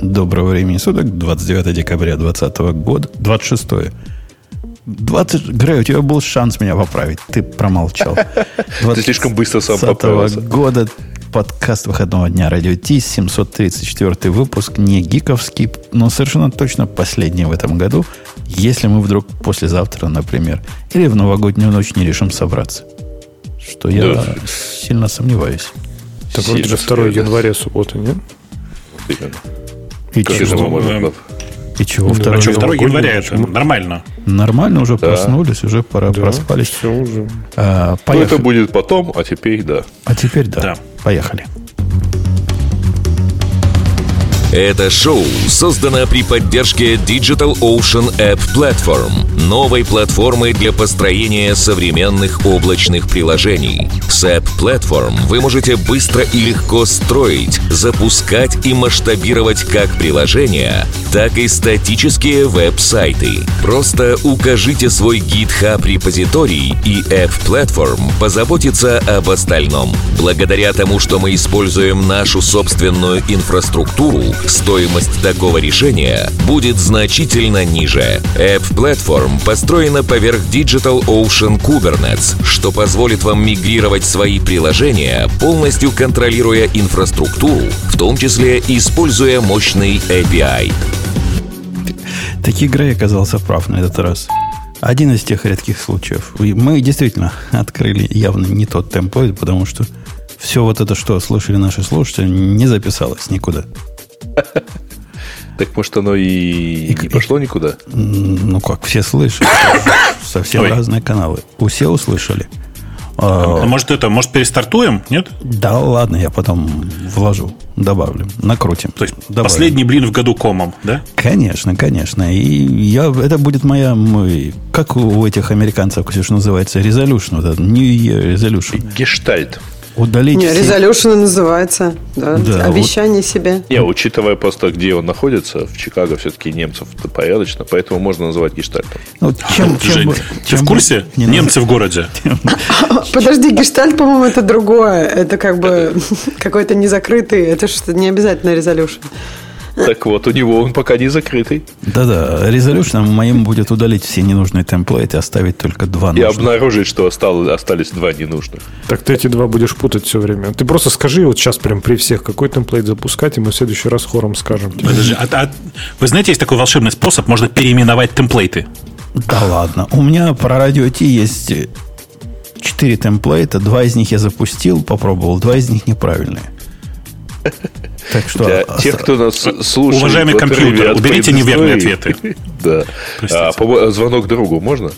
Доброго времени суток, 29 декабря 2020 года, 26 Грей, у тебя был шанс меня поправить, ты промолчал. Ты слишком быстро сам поправился. 2020 года, подкаст выходного дня Радио Ти, 734 выпуск, не гиковский, но совершенно точно последний в этом году, если мы вдруг послезавтра, например, или в новогоднюю ночь не решим собраться. Что я сильно сомневаюсь. Так вроде же 2 января суббота, нет? И чего? И чего? 2 января это нормально. Нормально, уже проснулись, уже пора проспались. Все уже. Поехали. Это будет потом, а теперь да. Поехали. Это шоу создано при поддержке Digital Ocean App Platform, новой платформы для построения современных облачных приложений. С App Platform вы можете быстро и легко строить, запускать и масштабировать как приложения, так и статические веб-сайты. Просто укажите свой GitHub репозиторий, и App Platform позаботится об остальном. Благодаря тому, что мы используем нашу собственную инфраструктуру, стоимость такого решения будет значительно ниже. App Platform построена поверх Digital Ocean Kubernetes, что позволит вам мигрировать свои приложения, полностью контролируя инфраструктуру, в том числе используя мощный API. Таки Грей оказался прав на этот раз. Один из тех редких случаев. Мы действительно открыли явно не тот темплейт, потому что все вот это, что слышали наши слушатели, не записалось никуда. Так может оно и не пошло никуда? Ну как, все слышат. Совсем разные каналы. Все услышали. Может перестартуем, нет? Да ладно, я потом вложу, добавлю, накрутим. То есть последний блин в году комом, да? Конечно. И это будет мой, как у этих американцев, Ксюша, называется, resolution, вот это, New Year resolution. Гештальт. Удалить. Не, резолюшн называется. Да, обещание себе. Не, учитывая просто, где он находится, в Чикаго все-таки немцев порядочно, поэтому можно называть гештальтом. Ну, ты в курсе? Немцы в городе. Подожди, гештальт, по-моему, это другое. Это как бы какой-то незакрытый. Это что-то не обязательно резолюшн. Так вот, у него он пока не закрытый. Да-да, резолюшном моим будет удалить все ненужные темплейты, оставить только 2 нужных. И обнаружить, что остались 2 ненужных. Так ты эти 2 будешь путать все время. Ты просто скажи вот сейчас прям при всех, какой темплейт запускать, и мы в следующий раз хором скажем. Подожди, вы знаете, есть такой волшебный способ, можно переименовать темплейты. Да ладно, у меня про Радио Ти есть 4 темплейта, 2 из них я запустил, попробовал, 2 из них неправильные. Так что, для тех, кто нас слушает, уважаемый компьютер, уберите неверные ответы. Да. Звонок другу можно?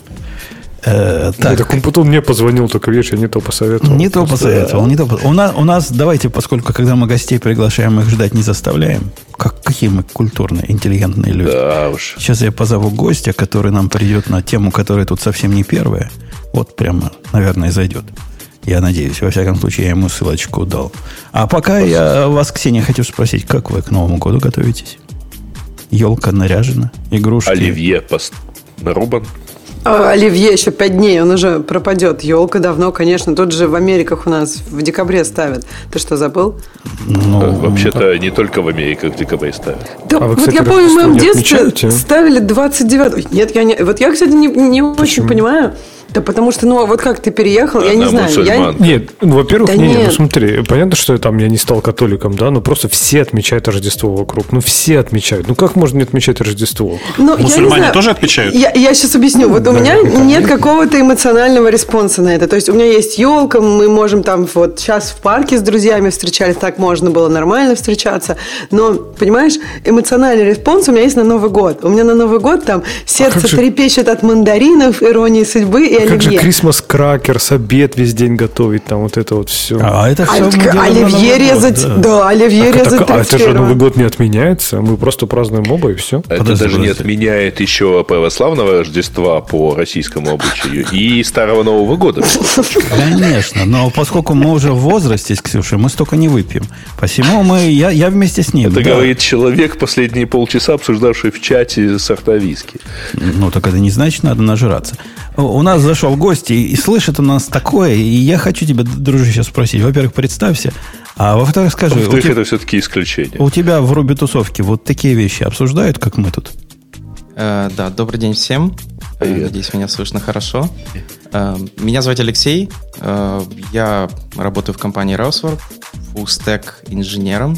Так Умпутун мне позвонил, только видишь, я не то посоветовал. Не то посоветовал. У нас, давайте, поскольку, когда мы гостей приглашаем, их ждать не заставляем. Какие мы культурные, интеллигентные люди. Да уж. Сейчас я позову гостя, который нам придет на тему, которая тут совсем не первая. Вот прямо, наверное, зайдет. Я надеюсь, во всяком случае, я ему ссылочку дал. А пока я вас, Ксения, хочу спросить, как вы к Новому году готовитесь? Елка наряжена, игрушки. Оливье нарубан. Оливье еще 5 дней, он уже пропадет. Елка давно, конечно. Тут же в Америках у нас в декабре ставят. Ты что, забыл? Вообще-то не только в Америках в декабре ставят. Да, вы, вот кстати, я помню, в моем детстве отмечаете? ставили 29. Нет, я не. Вот я, кстати, не очень понимаю. Да потому что, вот как ты переехал, я не знаю. Нет, во-первых, да нет. Смотри, понятно, что я не стал католиком, да, но просто все отмечают Рождество вокруг. Все отмечают. Как можно не отмечать Рождество? Мусульмане тоже отмечают? Я сейчас объясню. Вот у меня нет какого-то эмоционального респонса на это. То есть у меня есть елка, мы можем там вот сейчас в парке с друзьями встречались, так можно было нормально встречаться. Но, понимаешь, эмоциональный респонс у меня есть на Новый год. У меня на Новый год там сердце трепещет от мандаринов, иронии судьбы и как же Крисмас кракерс, обед весь день готовить, там вот это вот все. Это все оливье резать. Да, оливье резать. А это же Новый год не отменяется. Мы просто празднуем оба и все. Это даже не отменяет еще православного Рождества по российскому обычаю и Старого Нового года. Конечно, но поскольку мы уже в возрасте с Ксюшей, мы столько не выпьем. Посему я вместе с ним. Это говорит человек, последние полчаса обсуждавший в чате сорта виски. Так это не значит, надо нажраться. У нас зашел гость и слышит у нас такое, и я хочу тебя, дружище, спросить. Во-первых, представься, А во-вторых, скажи... Во-вторых, это все-таки исключение. У тебя в Руби-тусовке вот такие вещи обсуждают, как мы тут? Да, добрый день всем. Надеюсь, меня слышно хорошо. Меня зовут Алексей. Я работаю в компании Railswork, фуллстек инженером.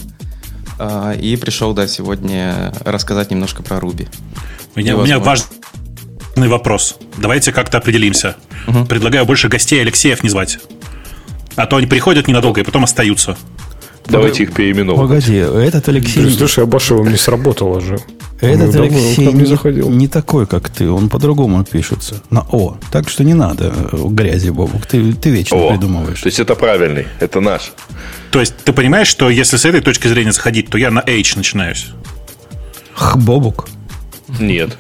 И пришел, сегодня рассказать немножко про Ruby. У меня важный вопрос. Давайте как-то определимся. Предлагаю больше гостей Алексеев не звать. А то они приходят ненадолго и потом остаются. Давайте их переименовывать. Погоди, этот Алексей... Слушай, а Башевым не сработало же. Этот Алексей не такой, как ты. Он по-другому пишется. На «о». Так что не надо грязи, Бобук. Ты вечно придумываешь. То есть это правильный, это наш. То есть ты понимаешь, что если с этой точки зрения заходить, то я на H начинаюсь? Бобук? Нет.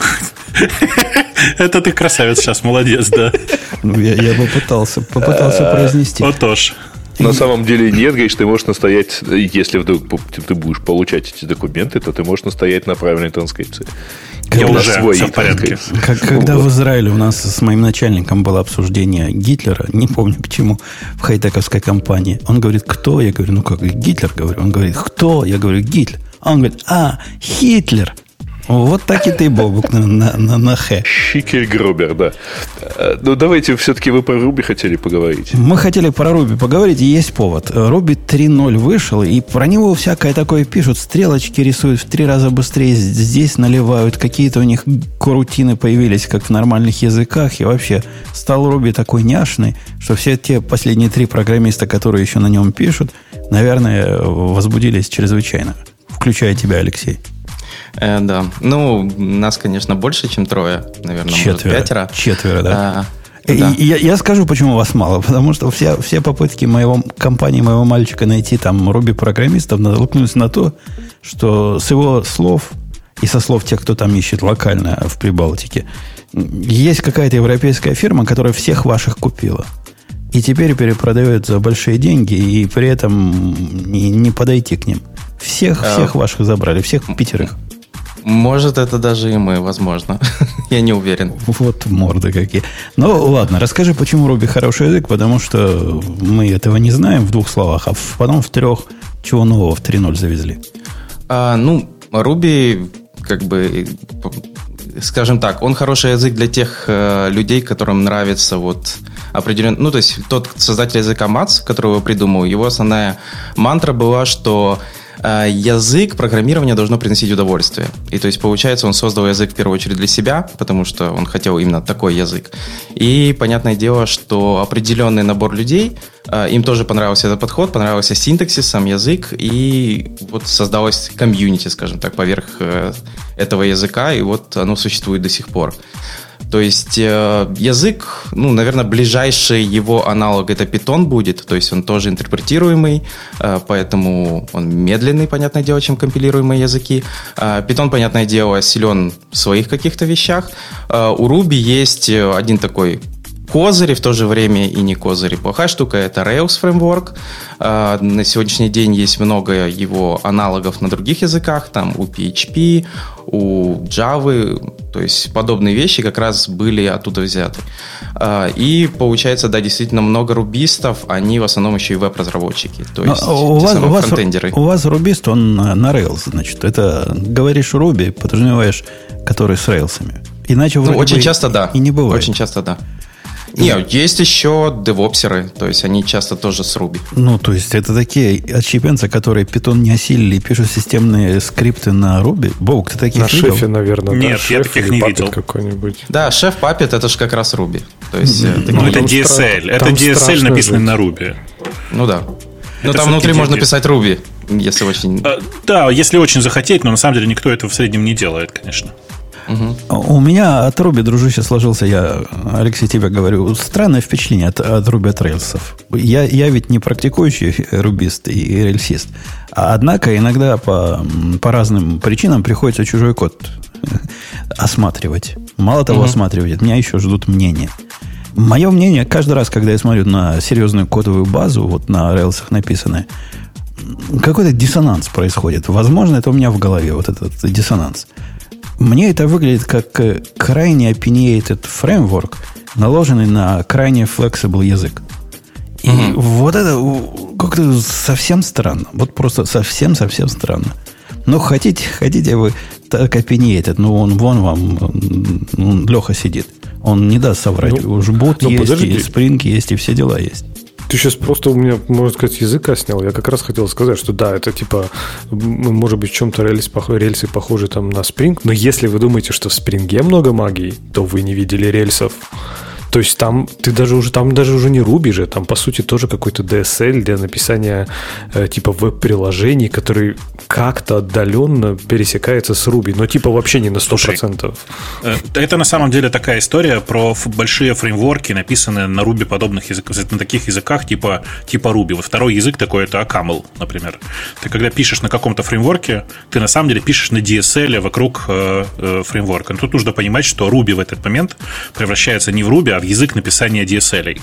Это ты красавец сейчас, молодец, да. Я попытался произнести. Вот тоже. На самом деле нет, говоришь, ты можешь настоять, если вдруг ты будешь получать эти документы, то ты можешь настоять на правильной транскрипции. Я уже, все в порядке. Когда в Израиле у нас с моим начальником было обсуждение Гитлера, не помню почему, в хай-тековской компании, он говорит, кто? Я говорю, как Гитлер, говорю. Он говорит, кто? Я говорю, Гитлер. А он говорит, Хитлер. Вот так и ты, Бобук, на «х». Шикель-Грубер, да. Ну, давайте, все-таки вы про Ruby хотели поговорить. Мы хотели про Ruby поговорить, и есть повод. Ruby 3.0 вышел, и про него всякое такое пишут. Стрелочки рисуют в 3 раза быстрее, здесь наливают. Какие-то у них корутины появились, как в нормальных языках. И вообще стал Ruby такой няшный, что все те последние 3 программиста, которые еще на нем пишут, наверное, возбудились чрезвычайно. Включая тебя, Алексей. Да. Нас, конечно, больше, чем 3. Наверное, 4. Может, 5. 4, да. Да. Я скажу, почему вас мало. Потому что все попытки компании моего мальчика найти там Ruby-программистов натолкнулись на то, что с его слов и со слов тех, кто там ищет локально в Прибалтике, есть какая-то европейская фирма, которая всех ваших купила. И теперь перепродает за большие деньги, и при этом не подойти к ним. Всех ваших забрали, всех 5. Может, это даже и мы, возможно. Я не уверен. Вот морды какие. Ну, ладно, расскажи, почему Ruby хороший язык, потому что мы этого не знаем в 2 словах, а потом в 3, чего нового в 3.0 завезли. Ruby, скажем так, он хороший язык для тех людей, которым нравится определенно... то есть тот создатель языка Мац, который его придумал, его основная мантра была, что язык программирования должно приносить удовольствие. И то есть, получается, он создал язык в первую очередь для себя, потому что он хотел именно такой язык. И понятное дело, что определенный набор людей, им тоже понравился этот подход, понравился синтаксис, сам язык, и создалось комьюнити, скажем так, поверх этого языка, и оно существует до сих пор. То есть язык, наверное, ближайший его аналог это Python будет, то есть он тоже интерпретируемый, поэтому он медленный, понятное дело, чем компилируемые языки. Python, понятное дело, силен в своих каких-то вещах. У Ruby есть один такой козырь, в то же время и не козырь. Плохая штука – это Rails фреймворк. На сегодняшний день есть много его аналогов на других языках, там у PHP, у Java, то есть подобные вещи как раз были оттуда взяты. И получается, действительно много рубистов, они в основном еще и веб-разработчики, то есть фронтендеры. У вас рубист, он на Rails, значит, это говоришь Ruby, подразумеваешь, который с Rails'ами. Иначе очень часто да. И не бывает. Очень часто да. Нет, есть еще девопсеры, то есть они часто тоже с Ruby. То есть это такие отщепенцы, которые Python не осилили и пишут системные скрипты на Ruby? Бог, ты таких видел? На Шефе, наверное. Нет, я таких не видел. Какой-нибудь. Да, Шеф Puppet это же как раз Ruby. То есть, это DSL. Это DSL, написанный на Ruby. Да. Но там внутри можно писать Ruby, если очень... Да, если очень захотеть, но на самом деле никто этого в среднем не делает, конечно. У меня от Ruby, дружище, сложился, я, Алексей, тебе говорю, странное впечатление от Ruby от рельсов. Я ведь не практикующий рубист и рельсист. Однако иногда по разным причинам приходится чужой код осматривать. Мало того, осматривать, от меня еще ждут мнения. Мое мнение, каждый раз, когда я смотрю на серьезную кодовую базу, на рельсах написанное, какой-то диссонанс происходит. Возможно, это у меня в голове, этот диссонанс. Мне это выглядит как крайне opinionated framework, наложенный на крайне flexible язык. И вот это как-то совсем странно. Вот просто совсем странно. Ну, хотите вы так opinionated, ну, он вон вам, Леха сидит. Он не даст соврать. Уж бот есть, подожди. И Spring есть, и все дела есть. Ты сейчас просто у меня, можно сказать, языка снял. Я как раз хотел сказать, что да, это типа, может быть, в чем-то рельсы похожи там на Spring, но если вы думаете, что в Spring много магии, то вы не видели рельсов. То есть там даже уже не Ruby же, там по сути тоже какой-то DSL для написания типа веб-приложений, который как-то отдаленно пересекается с Ruby, но типа вообще не на 100%. Слушай, это на самом деле такая история про большие фреймворки, написанные на Ruby подобных языках, на таких языках типа Ruby. Вот второй язык такой это Camel, например. Ты когда пишешь на каком-то фреймворке, ты на самом деле пишешь на DSL вокруг фреймворка. Но тут нужно понимать, что Ruby в этот момент превращается не в Ruby, а в язык написания DSL.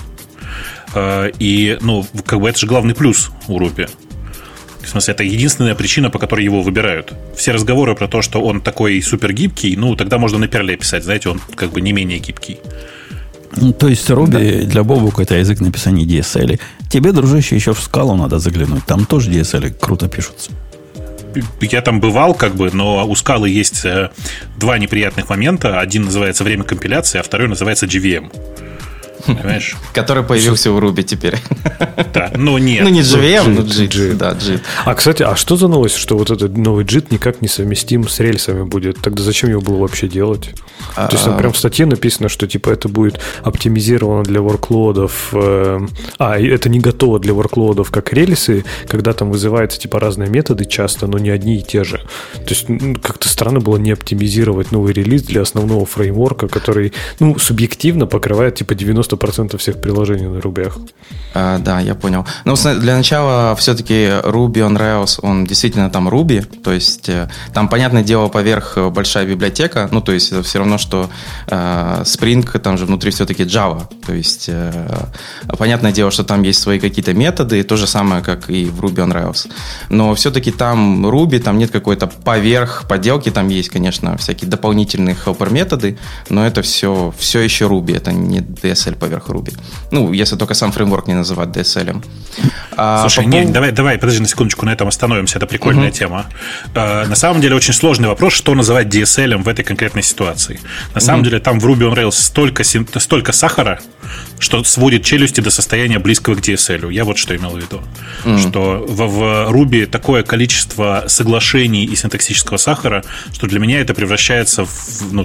И, как бы это же главный плюс у Ruby. В смысле, это единственная причина, по которой его выбирают. Все разговоры про то, что он такой супер гибкий, тогда можно на Perl писать, знаете, он как бы не менее гибкий. То есть Ruby для Бобука это язык написания DSL. Тебе, дружище, еще в скалу надо заглянуть. Там тоже DSL круто пишутся. Я там бывал, но у скалы есть два неприятных момента. Один называется время компиляции, а второй называется JVM. Понимаешь? Который появился в Ruby теперь. Да, но нет. Ну, не JVM, но JIT. Да, JIT. А, кстати, что за новость, что вот этот новый JIT никак не совместим с рельсами будет? Тогда зачем его было вообще делать? То есть там прям в статье написано, что типа это будет оптимизировано для ворклодов. Это не готово для ворклодов, как рельсы, когда там вызываются типа разные методы часто, но не одни и те же. То есть как-то странно было не оптимизировать новый релиз для основного фреймворка, который, субъективно покрывает типа 90% всех приложений на Ruby. Да, я понял. Для начала все-таки Ruby on Rails, он действительно там Ruby, то есть там, понятное дело, поверх большая библиотека, то есть это все равно, что Spring, там же внутри все-таки Java, то есть понятное дело, что там есть свои какие-то методы, то же самое, как и в Ruby on Rails. Но все-таки там Ruby, там нет какой-то поверх поделки, там есть, конечно, всякие дополнительные helper-методы, но это все еще Ruby, это не DSL поверх Ruby. Если только сам фреймворк не называть DSL. Слушай, давай, подожди на секундочку, на этом остановимся, это прикольная тема. На самом деле очень сложный вопрос, что называть DSL в этой конкретной ситуации. На самом деле там в Ruby on Rails столько сахара, что сводит челюсти до состояния близкого к DSL. Я вот что имел в виду. Что в Ruby такое количество соглашений и синтаксического сахара, что для меня это превращается в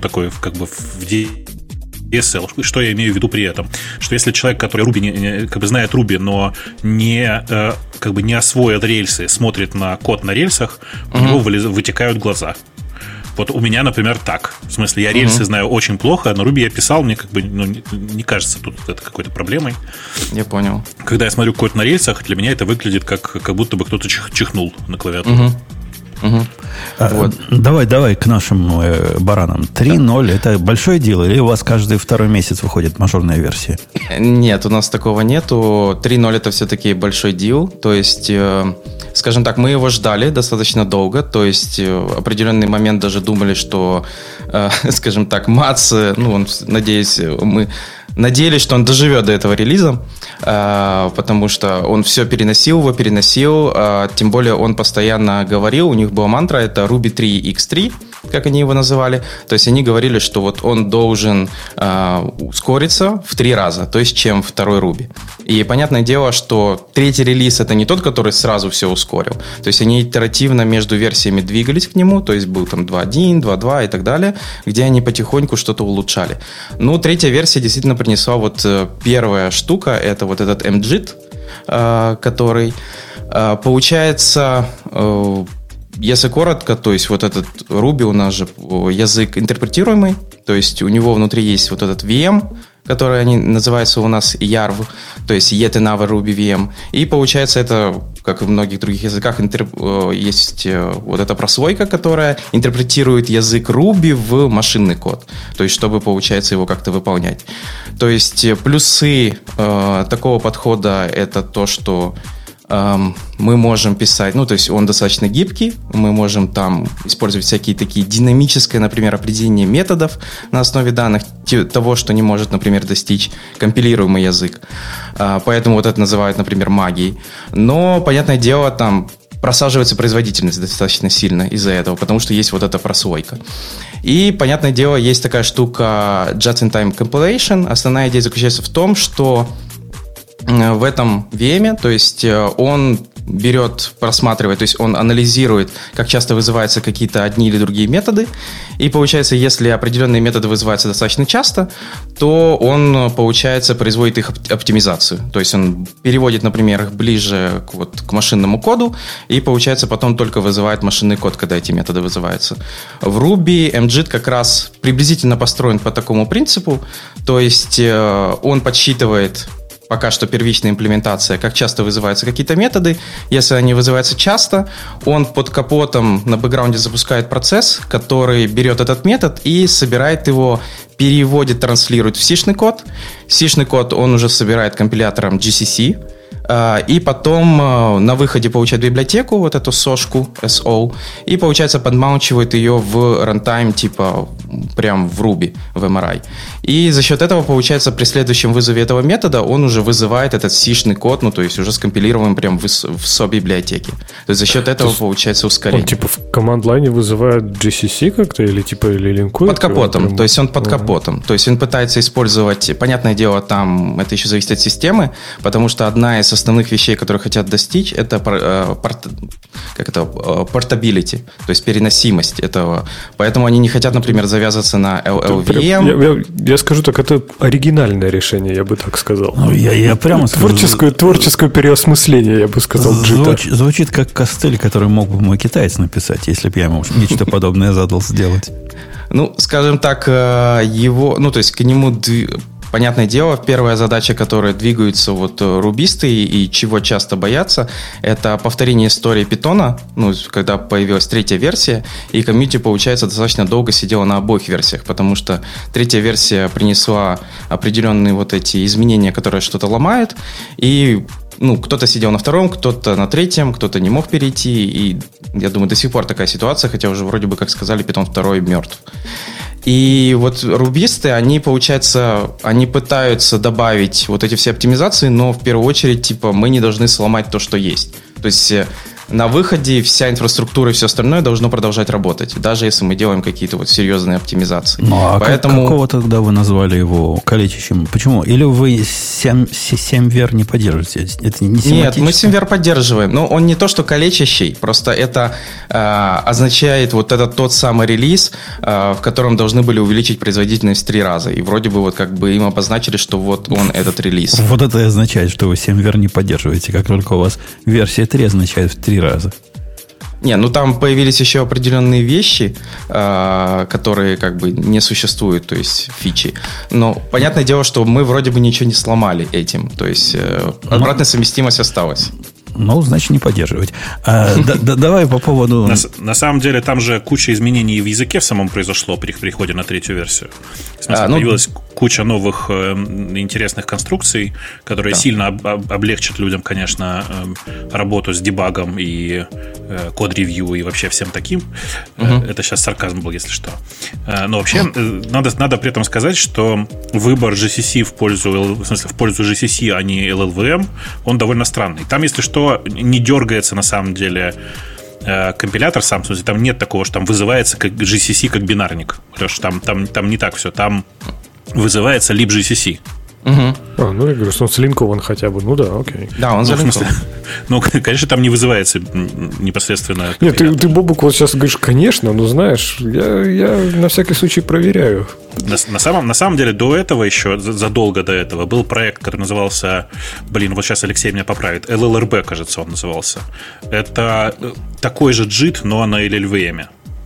DSL. Что я имею в виду при этом? Что если человек, который Ruby знает Ruby, но не освоил рельсы, смотрит на код на рельсах, у него вытекают глаза. Вот у меня, например, так. В смысле, я рельсы знаю очень плохо, на Ruby я писал, мне не кажется тут это какой-то проблемой. Я понял. Когда я смотрю код на рельсах, для меня это выглядит как будто бы кто-то чихнул на клавиатуру. Вот. Давай к нашим баранам. 3.0 это большое дело, или у вас каждый второй месяц выходит мажорная версия? Нет, у нас такого нету. 3.0 это все-таки большой дел. То есть, скажем так, мы его ждали достаточно долго. То есть, в определенный момент даже думали, что, скажем так, Мац, мы надеялись, что он доживет до этого релиза, потому что он все переносил, тем более он постоянно говорил, у них была мантра, это Ruby 3x3, как они его называли, то есть они говорили, что вот он должен ускориться в 3 раза, то есть чем второй Ruby. И понятное дело, что третий релиз это не тот, который сразу все ускорил, то есть они итеративно между версиями двигались к нему, то есть был там 2.1, 2.2 и так далее, где они потихоньку что-то улучшали. Третья версия действительно принесла вот первая штука, это вот этот MJIT, который получается, если коротко, то есть вот этот Ruby у нас же язык интерпретируемый, то есть у него внутри есть вот этот VM, который они называются у нас YARV, то есть Yet Another Ruby VM. И получается это, как и в многих других языках, есть вот эта прослойка, которая интерпретирует язык Ruby в машинный код, то есть чтобы, получается, его как-то выполнять. То есть плюсы такого подхода это то, что мы можем писать, ну, то есть он достаточно гибкий, мы можем там использовать всякие такие динамические, например, определения методов на основе данных, того, что не может, например, достичь компилируемый язык. Поэтому вот это называют, например, магией. Но, понятное дело, там просаживается производительность достаточно сильно из-за этого, потому что есть вот эта прослойка. И, понятное дело, есть такая штука Just-in-Time Compilation. Основная идея заключается в том, что в этом VM, то есть он берет, просматривает, то есть он анализирует, как часто вызываются какие-то одни или другие методы, и получается, если определенные методы вызываются достаточно часто, то он, получается, производит их оптимизацию. То есть он переводит, например, их ближе к машинному коду, и, получается, потом только вызывает машинный код, когда эти методы вызываются. В Ruby MJIT как раз приблизительно построен по такому принципу, то есть он подсчитывает пока что первичная имплементация, как часто вызываются какие-то методы. Если они вызываются часто, он под капотом на бэкграунде запускает процесс, который берет этот метод и собирает его, переводит, транслирует в C-шный код. C-шный код он уже собирает компилятором GCC, и потом на выходе получает библиотеку, вот эту сошку, SO, и, получается, подмаунчивает ее в рантайм, типа прям в Ruby, в MRI. И за счет этого, получается, при следующем вызове этого метода он уже вызывает этот C-шный код, ну, то есть уже скомпилируем прям в SO-библиотеке. То есть за счет этого получается ускорение. Он типа в команд-лайне вызывает GCC как-то или типа или линкует? Под капотом, то есть он под капотом. То есть он пытается использовать, понятное дело, там это еще зависит от системы, потому что одна из основных вещей, которые хотят достичь, это portability, то есть переносимость этого. Поэтому они не хотят, например, завязываться на LLVM. Я скажу так, это оригинальное решение, я бы так сказал. Ну, я прямо Творческое переосмысление, я бы сказал, джита. Звучит как костыль, который мог бы мой китаец написать, если бы я ему нечто подобное задал сделать. Ну, скажем так, его, ну, то есть к нему... Понятное дело, первая задача, которой двигаются вот рубисты и чего часто боятся, это повторение истории Python, ну, когда появилась третья версия, и комьюнити, получается, достаточно долго сидела на обоих версиях, потому что третья версия принесла определенные вот эти изменения, которые что-то ломают, и ну, кто-то сидел на втором, кто-то на третьем, кто-то не мог перейти, и я думаю, до сих пор такая ситуация, хотя уже вроде бы, как сказали, Python 2 мертв. И вот рубисты, они, получается, они пытаются добавить вот эти все оптимизации, но в первую очередь, типа, мы не должны сломать то, что есть. То есть на выходе вся инфраструктура и все остальное должно продолжать работать, даже если мы делаем какие-то вот серьезные оптимизации. Ну, а поэтому... какого тогда вы назвали его калечащим? Почему? Или вы SemVer не поддерживаете? Это не Нет, мы SemVer поддерживаем, но он не то, что калечащий, просто это означает вот этот тот самый релиз, в котором должны были увеличить производительность в 3 раза. И вроде бы вот как бы им обозначили, что вот он этот релиз. Вот это и означает, что вы SemVer не поддерживаете. Как только у вас версия 3 означает в 3 раза. Не, ну там появились еще определенные вещи, которые как бы не существуют, то есть фичи. Но понятное дело, что мы вроде бы ничего не сломали этим. То есть обратная совместимость осталась. Ну, значит, не поддерживать. Давай по поводу... На самом деле, там же куча изменений в языке в самом произошло при переходе на 3-ю версию. В смысле, появилась куча новых интересных конструкций, которые сильно облегчат людям, конечно, работу с дебагом и код-ревью и вообще всем таким. Это сейчас сарказм был, если что. Но вообще, надо при этом сказать, что выбор GCC в пользу GCC, а не LLVM, он довольно странный. Там, если что, не дергается на самом деле компилятор сам, в смысле, там нет такого, что там вызывается как GCC как бинарник. Леш, там не так все. Там вызывается libGCC. Ну, я говорю, что он слинкован хотя бы. Ну да, окей. Да, он залинкован. Ну, конечно, там не вызывается непосредственно. Нет, ты, Бобук, вот сейчас говоришь, конечно, но знаешь, я на всякий случай проверяю. На самом деле, до этого еще, задолго до этого, был проект, который назывался, вот сейчас Алексей меня поправит, LLRB, кажется, он назывался. Это такой же JIT, но на LLVM.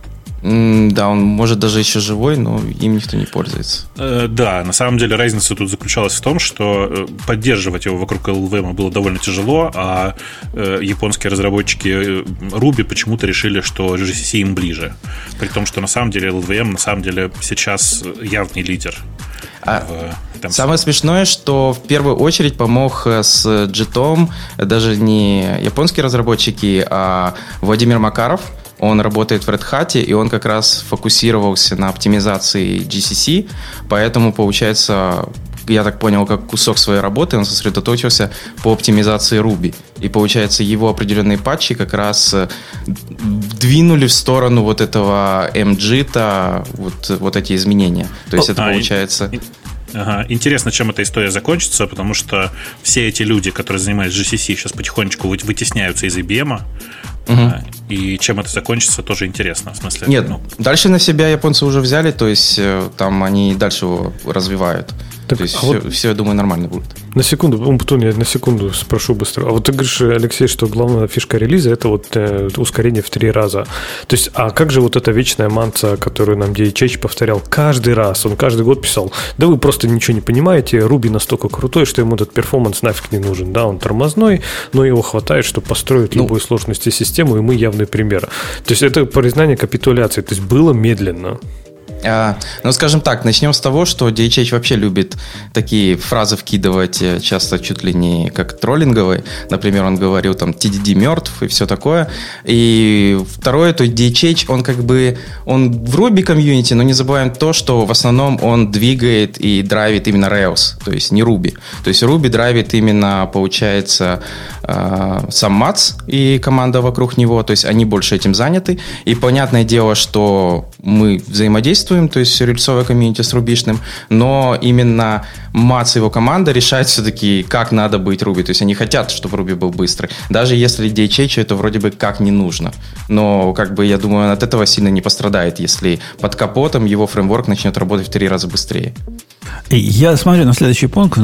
Да, он может даже еще живой, но им никто не пользуется. Да, на самом деле разница тут заключалась в том, что поддерживать его вокруг LLVM было довольно тяжело, а японские разработчики Ruby почему-то решили, что GCC им ближе. При том, что на самом деле LLVM на самом деле сейчас явный лидер. Самое смешное, что в первую очередь помог с JIT даже не японские разработчики, а Владимир Макаров. Он работает в Red Hat, и он как раз фокусировался на оптимизации GCC, поэтому, получается, я так понял, как кусок своей работы он сосредоточился по оптимизации Ruby. И, получается, его определенные патчи как раз двинули в сторону вот этого MJIT, вот эти изменения. То есть это получается... Ага. Интересно, чем эта история закончится, потому что все эти люди, которые занимаются GCC, сейчас потихонечку вытесняются из IBM. И чем это закончится, тоже интересно. В смысле, нет, дальше на себя японцы уже взяли, то есть там они дальше его развивают. Так, то есть все, я думаю, нормально будет. На секунду, Умпутун, я на секунду спрошу быстро. А вот ты говоришь, Алексей, что главная фишка релиза — это вот ускорение в 3 раза. То есть, а как же вот эта вечная манtra, которую нам DHH повторял каждый раз? Он каждый год писал: да вы просто ничего не понимаете, Ruby настолько крутой, что ему этот перформанс нафиг не нужен. Да, он тормозной, но его хватает, чтобы построить любой сложности систему, и мы явный пример. То есть, это признание капитуляции. То есть, было медленно. Ну, скажем так, начнем с того, что DHH вообще любит такие фразы вкидывать, часто чуть ли не как троллинговые. Например, он говорил там TDD мертв и все такое. И второе, то DHH, он в Ruby комьюнити, но не забываем то, что в основном он двигает и драйвит именно Rails, то есть не Ruby. То есть Ruby драйвит именно, получается, сам Mats и команда вокруг него, то есть они больше этим заняты. И понятное дело, что мы взаимодействуем, то есть рельсовое комьюнити с рубишным, но именно Mats и его команда решают все-таки, как надо быть Ruby. То есть они хотят, чтобы Ruby был быстрый. Даже если DHH это вроде бы как не нужно. Но, я думаю, он от этого сильно не пострадает, если под капотом его фреймворк начнет работать в 3 раза быстрее. Я смотрю на следующий пункт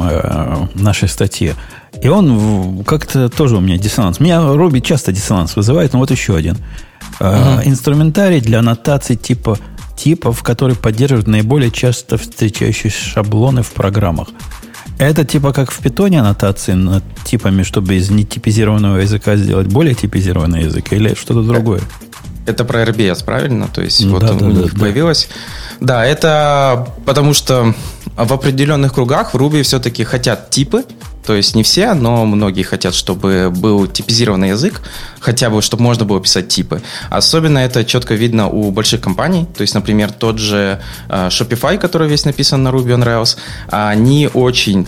в нашей статье, и он как-то тоже у меня диссонанс. Меня Ruby часто диссонанс вызывает, но вот еще один. Инструментарий для аннотаций типов, которые поддерживают наиболее часто встречающиеся шаблоны в программах. Это как в Python аннотации над типами, чтобы из нетипизированного языка сделать более типизированный язык, или что-то другое? Это про RBS, правильно? То есть у них появилось... Да, это потому что в определенных кругах в Ruby все-таки хотят типы. То есть не все, но многие хотят, чтобы был типизированный язык, хотя бы, чтобы можно было писать типы. Особенно это четко видно у больших компаний. То есть, например, тот же Shopify, который весь написан на Ruby on Rails, они очень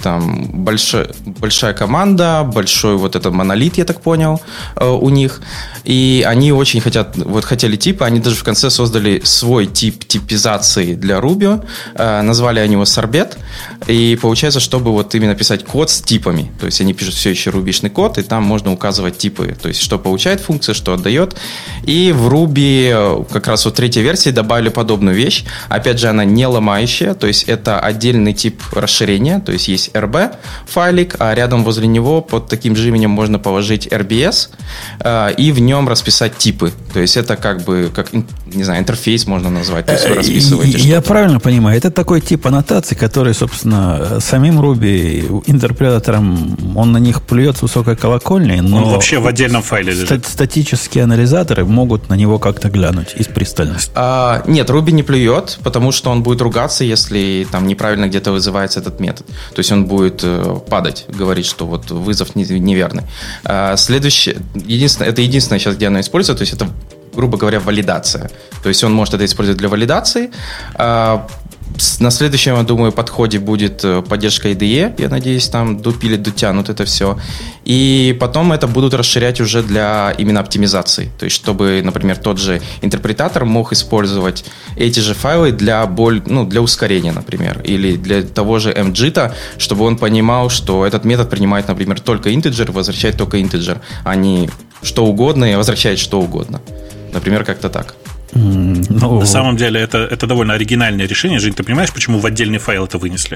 большая команда, большой вот этот монолит, я так понял, у них. И они очень хотели типы, они даже в конце создали свой тип типизации для Ruby, назвали они его Sorbet, и получается, чтобы вот именно писать код с типами. То есть они пишут все еще рубишный код, и там можно указывать типы, то есть что получает функция, что отдает. И в Ruby как раз вот 3-й версии добавили подобную вещь. Опять же, она не ломающая, то есть это отдельный тип расширения, то есть есть RB файлик, а рядом возле него под таким же именем можно положить RBS и в нем расписать типы. То есть это не знаю, интерфейс можно назвать, то есть вы расписываете. Я правильно понимаю, это такой тип аннотаций, который, собственно, самим Ruby интерпретатором он на них плюет с высокой колокольни, но он вообще в отдельном файле лежит. Статические анализаторы могут на него как-то глянуть из пристальности. Нет, Ruby не плюет, потому что он будет ругаться, если там неправильно где-то вызывается этот метод. То есть он будет падать, говорить, что вот вызов неверный. Следующее, это единственное сейчас, где оно используется, то есть это, грубо говоря, валидация. То есть он может это использовать для валидации. На следующем, я думаю, подходе будет поддержка IDE. Я надеюсь, там дотянут это все. И потом это будут расширять уже для именно оптимизации. То есть, чтобы, например, тот же интерпретатор мог использовать эти же файлы для ускорения, например. Или для того же MJIT, чтобы он понимал, что этот метод принимает, например, только интеджер, возвращает только интеджер, а не что угодно и возвращает что угодно. Например, как-то так. На самом деле это довольно оригинальное решение. Жень, ты понимаешь, почему в отдельный файл это вынесли?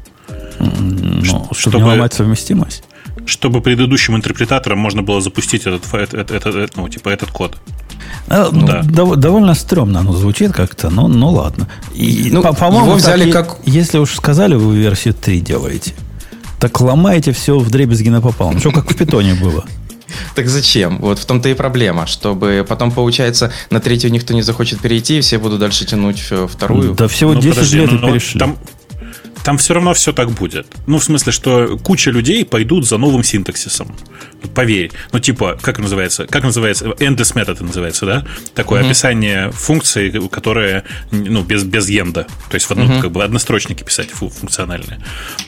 Чтобы не ломать совместимость? Чтобы предыдущим интерпретаторам можно было запустить этот код. Довольно стрёмно оно звучит как-то, но ладно. По-моему, его взяли если уж сказали, вы версию 3 делаете, так ломаете все вдребезги напополам. Что как в Питоне было. Так зачем? Вот в том-то и проблема, чтобы потом, получается, на 3-ю никто не захочет перейти, и все будут дальше тянуть 2-ю. Да всего 10 лет и перешли. Там все равно все так будет. Ну, в смысле, что куча людей пойдут за новым синтаксисом. Поверь. Ну, типа, как называется? Endless method называется, да? Такое описание функции, которая, ну, без енда. То есть в одном, как бы, однострочники писать функциональные.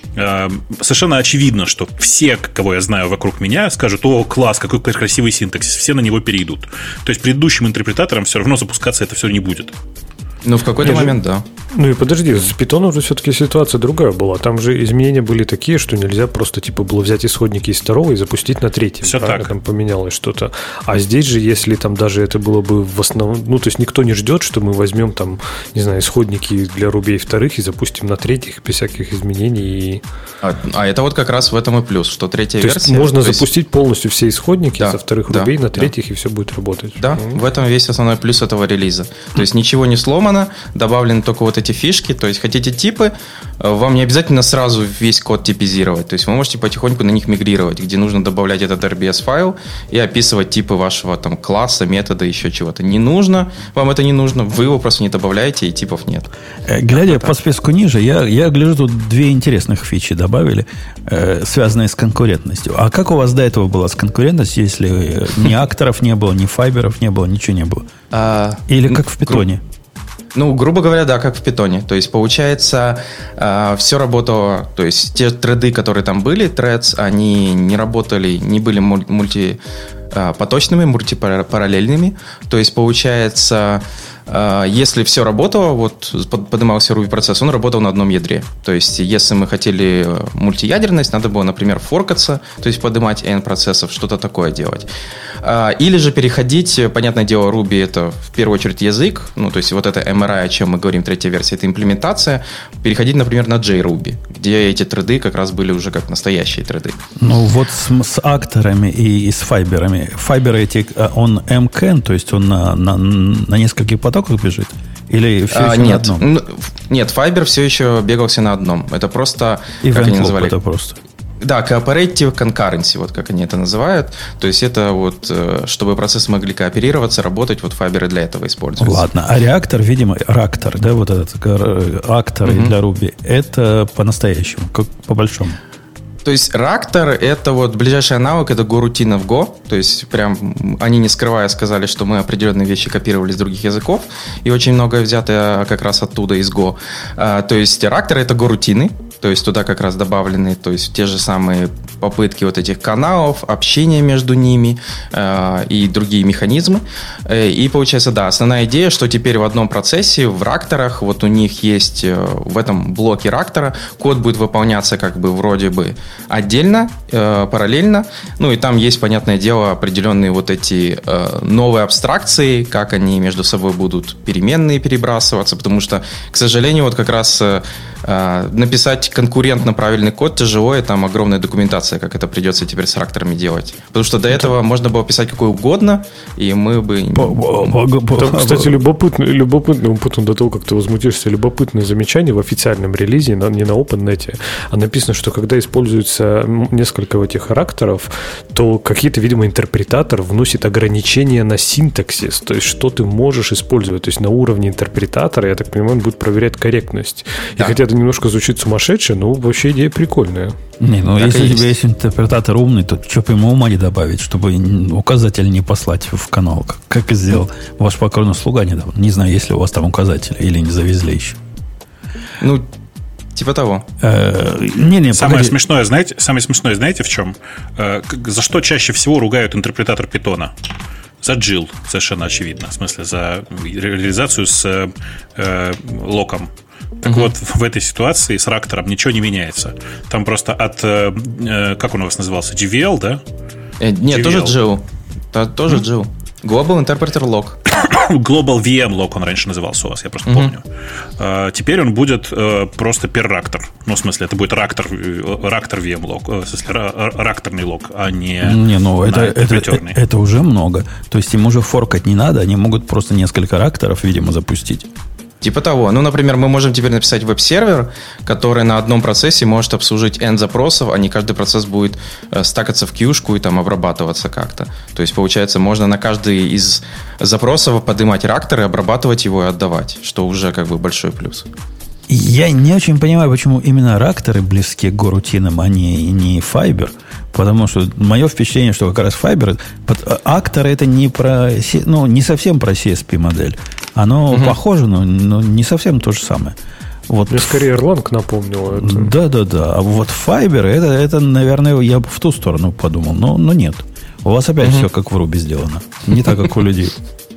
Совершенно очевидно, что все, кого я знаю вокруг меня, скажут: о, класс, какой красивый синтаксис. Все на него перейдут. То есть предыдущим интерпретаторам все равно запускаться это все не будет. Ну, в какой-то момент, да. Ну и подожди, с Python уже все-таки ситуация другая была. Там же изменения были такие, что нельзя просто типа было взять исходники из второго и запустить на третьем. Все так. Там поменялось что-то. А здесь же, если там даже это было бы в основном... Ну, то есть никто не ждет, что мы возьмем там, не знаю, исходники для рубей вторых и запустим на третьих без всяких изменений. А это вот как раз в этом и плюс, что третья то версия... Есть можно запустить полностью все исходники со вторых рубей на третьих, да. И все будет работать. Да, в этом весь основной плюс этого релиза. То есть ничего не сломано, добавлены только вот эти фишки. То есть хотите типы, вам не обязательно сразу весь код типизировать. То есть вы можете потихоньку на них мигрировать, где нужно добавлять этот RBS-файл и описывать типы вашего там класса, метода, еще чего-то. Не нужно, вам это не нужно, вы его просто не добавляете, и типов нет. Глядя по списку ниже, я гляжу, тут две интересных фичи добавили, связанные с конкурентностью. А как у вас до этого была с конкурентностью, если ни акторов не было, ни файберов не было, ничего не было? Или как в Питоне? Ну, грубо говоря, да, как в Питоне. То есть, получается, все работало... То есть, те треды, которые там были, threads, они не работали, не были мультипоточными, мультипараллельными. То есть, получается... Если все работало, вот поднимался Ruby процесс, он работал на одном ядре. То есть, если мы хотели мультиядерность, надо было, например, форкаться, то есть поднимать N процессов, что-то такое делать. Или же переходить, понятное дело, Ruby это в первую очередь язык, ну, то есть вот это MRI, о чем мы говорим, третья версия, это имплементация, переходить, например, на JRuby, где эти треды как раз были уже как настоящие треды. Ну, вот с акторами и с файберами. Файберы эти, он MCAN, то есть он на нескольких потоках бежит? Или все еще нет, на одном? Нет, Fiber все еще бегался на одном. Это просто, Event как они loop называли? Это просто. Да, Cooperative Concurrency, вот как они это называют. То есть это вот, чтобы процессы могли кооперироваться, работать, вот Fiber для этого используются. Ладно, а реактор, видимо, реактор, да, вот этот актор для Ruby, это по-настоящему, как по-большому. То есть Ractor — это вот ближайший аналог, это GoRutina в Go. То есть прям они, не скрывая, сказали, что мы определенные вещи копировали с других языков, и очень многое взято как раз оттуда, из Go. То есть Ractor — это GoRutины, то есть туда как раз добавлены, то есть те же самые попытки вот этих каналов, общения между ними и другие механизмы. И получается, да, основная идея, что теперь в одном процессе, в ракторах, вот у них есть в этом блоке рактора, код будет выполняться как бы вроде бы отдельно, параллельно. Ну и там есть, понятное дело, определенные вот эти новые абстракции, как они между собой будут переменные перебрасываться, потому что, к сожалению, вот как раз написать конкурентно правильный код тяжело, и там огромная документация, как это придется теперь с ракторами делать. Потому что до этого можно было писать какой угодно, и мы бы... Там, кстати, любопытный, потом до того, как ты возмутишься, любопытное замечание в официальном релизе, не на OpenNet, а написано, что когда используется несколько этих ракторов, то какие-то, видимо, интерпретатор вносит ограничения на синтаксис, то есть что ты можешь использовать. То есть на уровне интерпретатора, я так понимаю, он будет проверять корректность. Да. И хотя это немножко звучит сумасшедше, но вообще идея прикольная. Не, ну так если у тебя есть интерпретатор умный, то что бы ему ума не добавить, чтобы указатель не послать в канал, как и сделал ваш покорный слуга недавно. Не знаю, есть ли у вас там указатели или не завезли еще. Ну, типа того. Самое смешное, знаете, в чем? За что чаще всего ругают интерпретатор Python? За Jill, совершенно очевидно. В смысле, за реализацию с локом. Так вот, в этой ситуации с рактором ничего не меняется. Там просто от... как он у вас назывался? GVL, да? Нет, GVL. Тоже Jill. Тоже Jill. Global Interpreter Lock. Global VM Lock он раньше назывался у вас, я просто помню. Теперь он будет просто per-рактор. Ну, в смысле, это будет рактор VM Lock. В смысле, ракторный лог, а не это уже много. То есть им уже форкать не надо, они могут просто несколько ракторов, видимо, запустить. Типа того. Ну, например, мы можем теперь написать веб-сервер, который на одном процессе может обслужить N запросов, а не каждый процесс будет стакаться в кьюшку и там обрабатываться как-то. То есть, получается, можно на каждый из запросов поднимать рактор и обрабатывать его и отдавать, что уже как бы большой плюс. Я не очень понимаю, почему именно ракторы близки к горутинам, а не Fiber. Потому что мое впечатление, что как раз Fiber, акторы это не совсем про CSP модель. Оно похоже, но не совсем то же самое. Вот. Мне скорее Erlang напомнило это. Да. А вот Fiber, это, наверное, я бы в ту сторону подумал. Но нет. У вас опять все как в Ruby сделано. Не так, как у людей.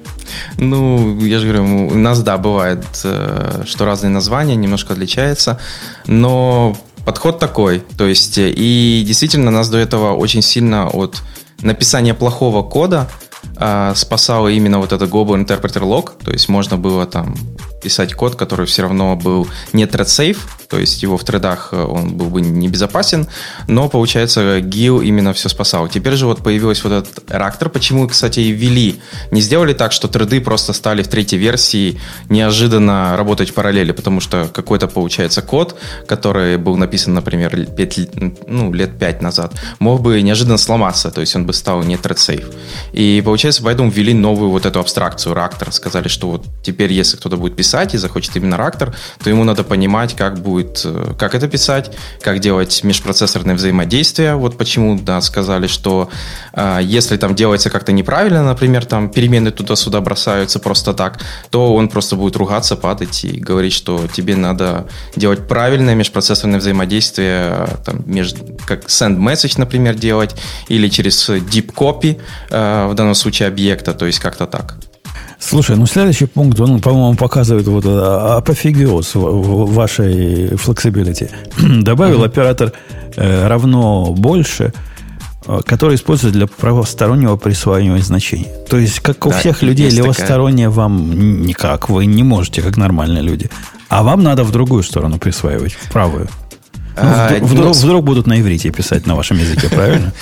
Ну, я же говорю, у нас, да, бывает, что разные названия немножко отличаются, но подход такой. То есть, и действительно нас до этого очень сильно от написания плохого кода спасало именно вот это Global Interpreter Lock. То есть, можно было там писать код, который все равно был не thread-safe, то есть его в тредах он был бы небезопасен, но, получается, GIL именно все спасал. Теперь же вот появился вот этот рактор, почему, кстати, и ввели. Не сделали так, что треды просто стали в третьей версии неожиданно работать в параллели, потому что какой-то, получается, код, который был написан, например, лет 5 назад, мог бы неожиданно сломаться, то есть он бы стал не thread-safe. И, получается, поэтому ввели новую вот эту абстракцию рактор, сказали, что вот теперь, если кто-то будет писать и захочет именно рактор, то ему надо понимать, как это писать, как делать межпроцессорные взаимодействия. Вот почему, да, сказали, что если там делается как-то неправильно, например, там перемены туда-сюда бросаются просто так, то он просто будет ругаться, падать и говорить, что тебе надо делать правильное межпроцессорное взаимодействие, там, как send message, например, делать, или через deep copy, в данном случае объекта, то есть как-то так. Слушай, следующий пункт, он, по-моему, показывает вот апофеоз вашей flexibility. Добавил оператор равно больше, который используется для правостороннего присваивания значений. То есть, как у всех людей, левостороннее вам никак, вы не можете, как нормальные люди. А вам надо в другую сторону присваивать, в правую. Вдруг будут на иврите писать на вашем языке, правильно?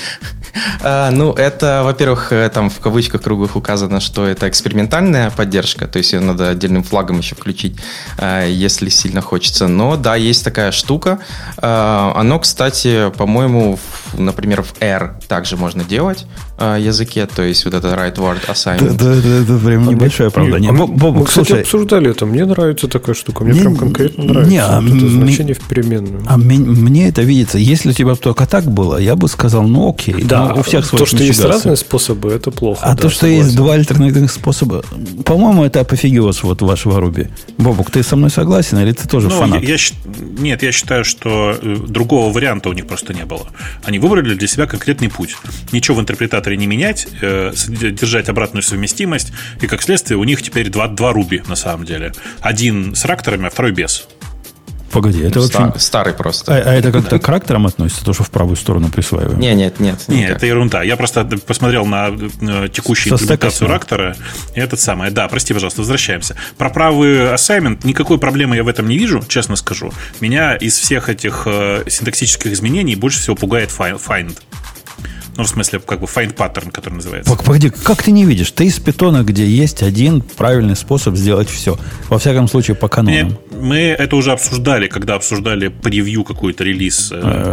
Это, во-первых, там в кавычках круглых указано, что это экспериментальная поддержка, то есть ее надо отдельным флагом еще включить, если сильно хочется. Но да, есть такая штука. Оно, кстати, по-моему, например, в R также можно делать языке, то есть вот это right word assignment. Да, это прям небольшое оправдание. Мы, кстати, обсуждали это. Мне нравится такая штука. Мне прям конкретно нравится. Это значение в переменную. Мне это видится. Если у тебя только так было, я бы сказал, окей. Да, у всех свои то, что есть разные способы, это плохо. А то, что есть два альтернативных способа, по-моему, это апофеоз вот вашего Руби. Бобук, ты со мной согласен или ты тоже фанат? Нет, я считаю, что другого варианта у них просто не было. Они выбрали для себя конкретный путь. Ничего в интерпретаторе не менять, держать обратную совместимость, и как следствие у них теперь два Руби на самом деле. Один с ракторами, а второй без. Погоди, это очень... Старый просто. А это как-то к ракторам относится, то, что в правую сторону присваиваем? Нет. Нет, это ерунда. Я просто посмотрел на текущую имплементацию рактора. И этот самый. Да, прости, пожалуйста, возвращаемся. Про правый assignment никакой проблемы я в этом не вижу, честно скажу. Меня из всех этих синтаксических изменений больше всего пугает find. Ну, в смысле, как бы find pattern, который называется. Погоди, как ты не видишь? Ты из питона, где есть один правильный способ сделать все. Во всяком случае, по канонам. Мы это уже обсуждали, когда обсуждали превью какой-то релиз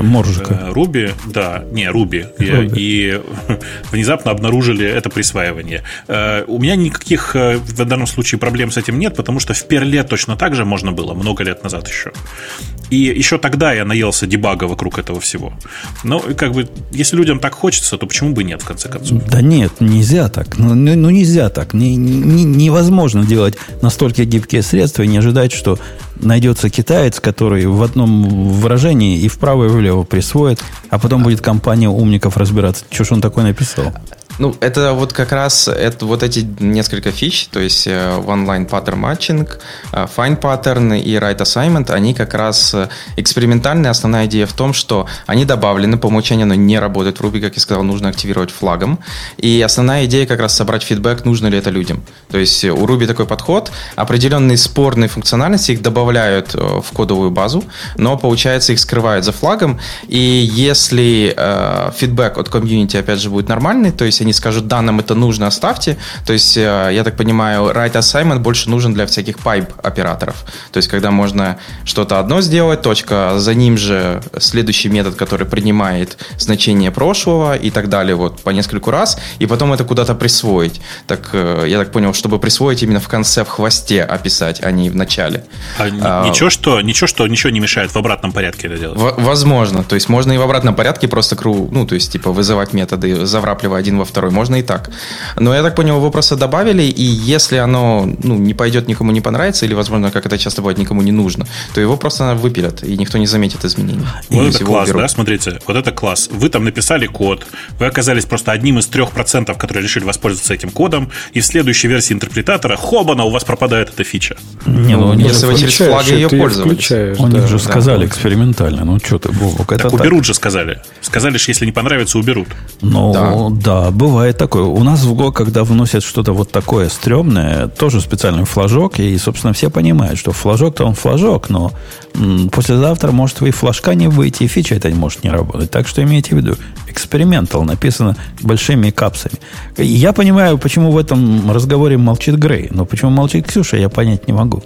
Ruby. Да, не, Ruby. И внезапно обнаружили это присваивание. У меня никаких в данном случае проблем с этим нет, потому что в Perl точно так же можно было, много лет назад еще. И еще тогда я наелся дебага вокруг этого всего. Но, как бы, если людям так хочется, то почему бы нет, в конце концов? Да нет, нельзя так. Ну нельзя так. Невозможно делать настолько гибкие средства и не ожидать, что найдется китаец, который в одном выражении и вправо, и влево присвоит, а потом будет компания умников разбираться, что ж он такое написал. Это вот как раз вот эти несколько фич, то есть one-line pattern matching, find pattern и write assignment, они как раз экспериментальные. Основная идея в том, что они добавлены по умолчанию, но не работают в Ruby, как я сказал, нужно активировать флагом. И основная идея как раз собрать фидбэк, нужно ли это людям. То есть у Ruby такой подход, определенные спорные функциональности их добавляют в кодовую базу, но, получается, их скрывают за флагом. И если фидбэк от комьюнити, опять же, будет нормальный, то есть они скажут, да, нам это нужно, оставьте. То есть, я так понимаю, write assignment больше нужен для всяких pipe-операторов. То есть, когда можно что-то одно сделать, точка, за ним же следующий метод, который принимает значение прошлого и так далее, вот, по нескольку раз, и потом это куда-то присвоить. Так, я так понял, чтобы присвоить именно в конце, в хвосте описать, а не в начале. Ничего, ничего не мешает в обратном порядке это делать? Возможно. То есть, можно и в обратном порядке просто то есть, типа, вызывать методы, заврапливая один во второй. Можно и так. Но я так понял, его просто добавили, и если оно не пойдет, никому не понравится, или, возможно, как это часто бывает, никому не нужно, то его просто выпилят, и никто не заметит изменений. Вот это класс, да? Смотрите, вот это класс. Вы там написали код, вы оказались просто одним из 3%, которые решили воспользоваться этим кодом, и в следующей версии интерпретатора, хобана, у вас пропадает эта фича. Если вы через флаги ее пользовались. У них же сказали экспериментально. Что ты, Бобок, это так уберут же, сказали. Сказали, что если не понравится, уберут. Да, бывает такое. У нас в Go, когда вносят что-то вот такое стрёмное, тоже специальный флажок, и, собственно, все понимают, что флажок-то он флажок, но послезавтра может и флажка не выйти, и фича это может не работать. Так что имейте в виду, экспериментал написано большими капсами. Я понимаю, почему в этом разговоре молчит Грей, но почему молчит Ксюша, я понять не могу.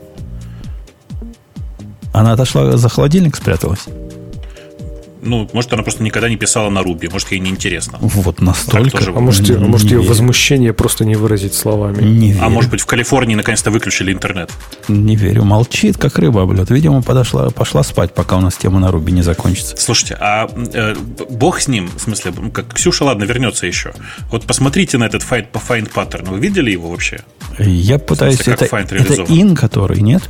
Она отошла за холодильник, спряталась? Может, она просто никогда не писала на Ruby. Может, ей неинтересно. Вот настолько. А может, ее возмущение просто не выразить словами. Не верю. А может быть, в Калифорнии наконец-то выключили интернет. Не верю. Молчит, как рыба об лед. Видимо, пошла спать, пока у нас тема на Ruby не закончится. Слушайте, бог с ним, в смысле, как Ксюша, ладно, вернется еще. Вот посмотрите на этот find pattern. Вы видели его вообще? Я пытаюсь... Это in, который, нет?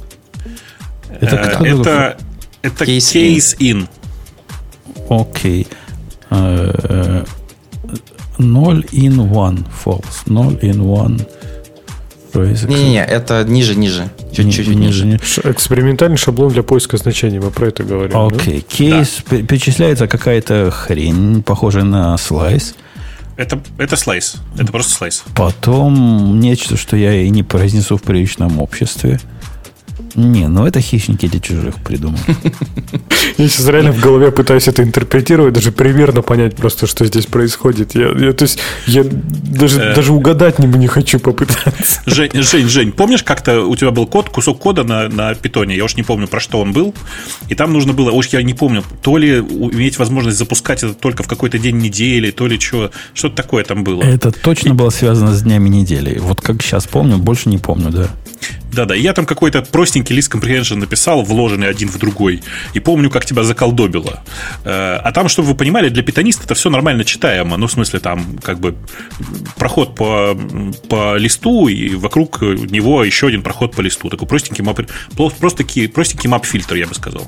Это case in. Окей. 0 in 1 false. 0 in 1. Не, это ниже. Чуть-чуть ниже. Экспериментальный шаблон для поиска значений. Мы про это говорим. Окей. Кейс перечисляется какая-то хрень, похожая на слайс. Это слайс. Это просто слайс. Потом нечто, что я и не произнесу в приличном обществе. Это хищники для чужих придумал. Я сейчас реально в голове пытаюсь это интерпретировать, даже примерно понять просто, что здесь происходит. Я даже угадать не хочу попытаться. Жень, помнишь, как-то у тебя был кусок кода на питоне, я уж не помню, про что он был, и там нужно было, я не помню, то ли иметь возможность запускать это только в какой-то день недели, то ли что-то такое там было. Это точно было связано с днями недели. Вот как сейчас помню, больше не помню, да. Да, и я там какой-то простенький list comprehension написал, вложенный один в другой. И помню, как тебя заколдобило. А там, чтобы вы понимали, для питониста это все нормально читаемо. В смысле, там как бы проход по листу, и вокруг него еще один проход по листу. Такой простенький мап-фильтр, я бы сказал.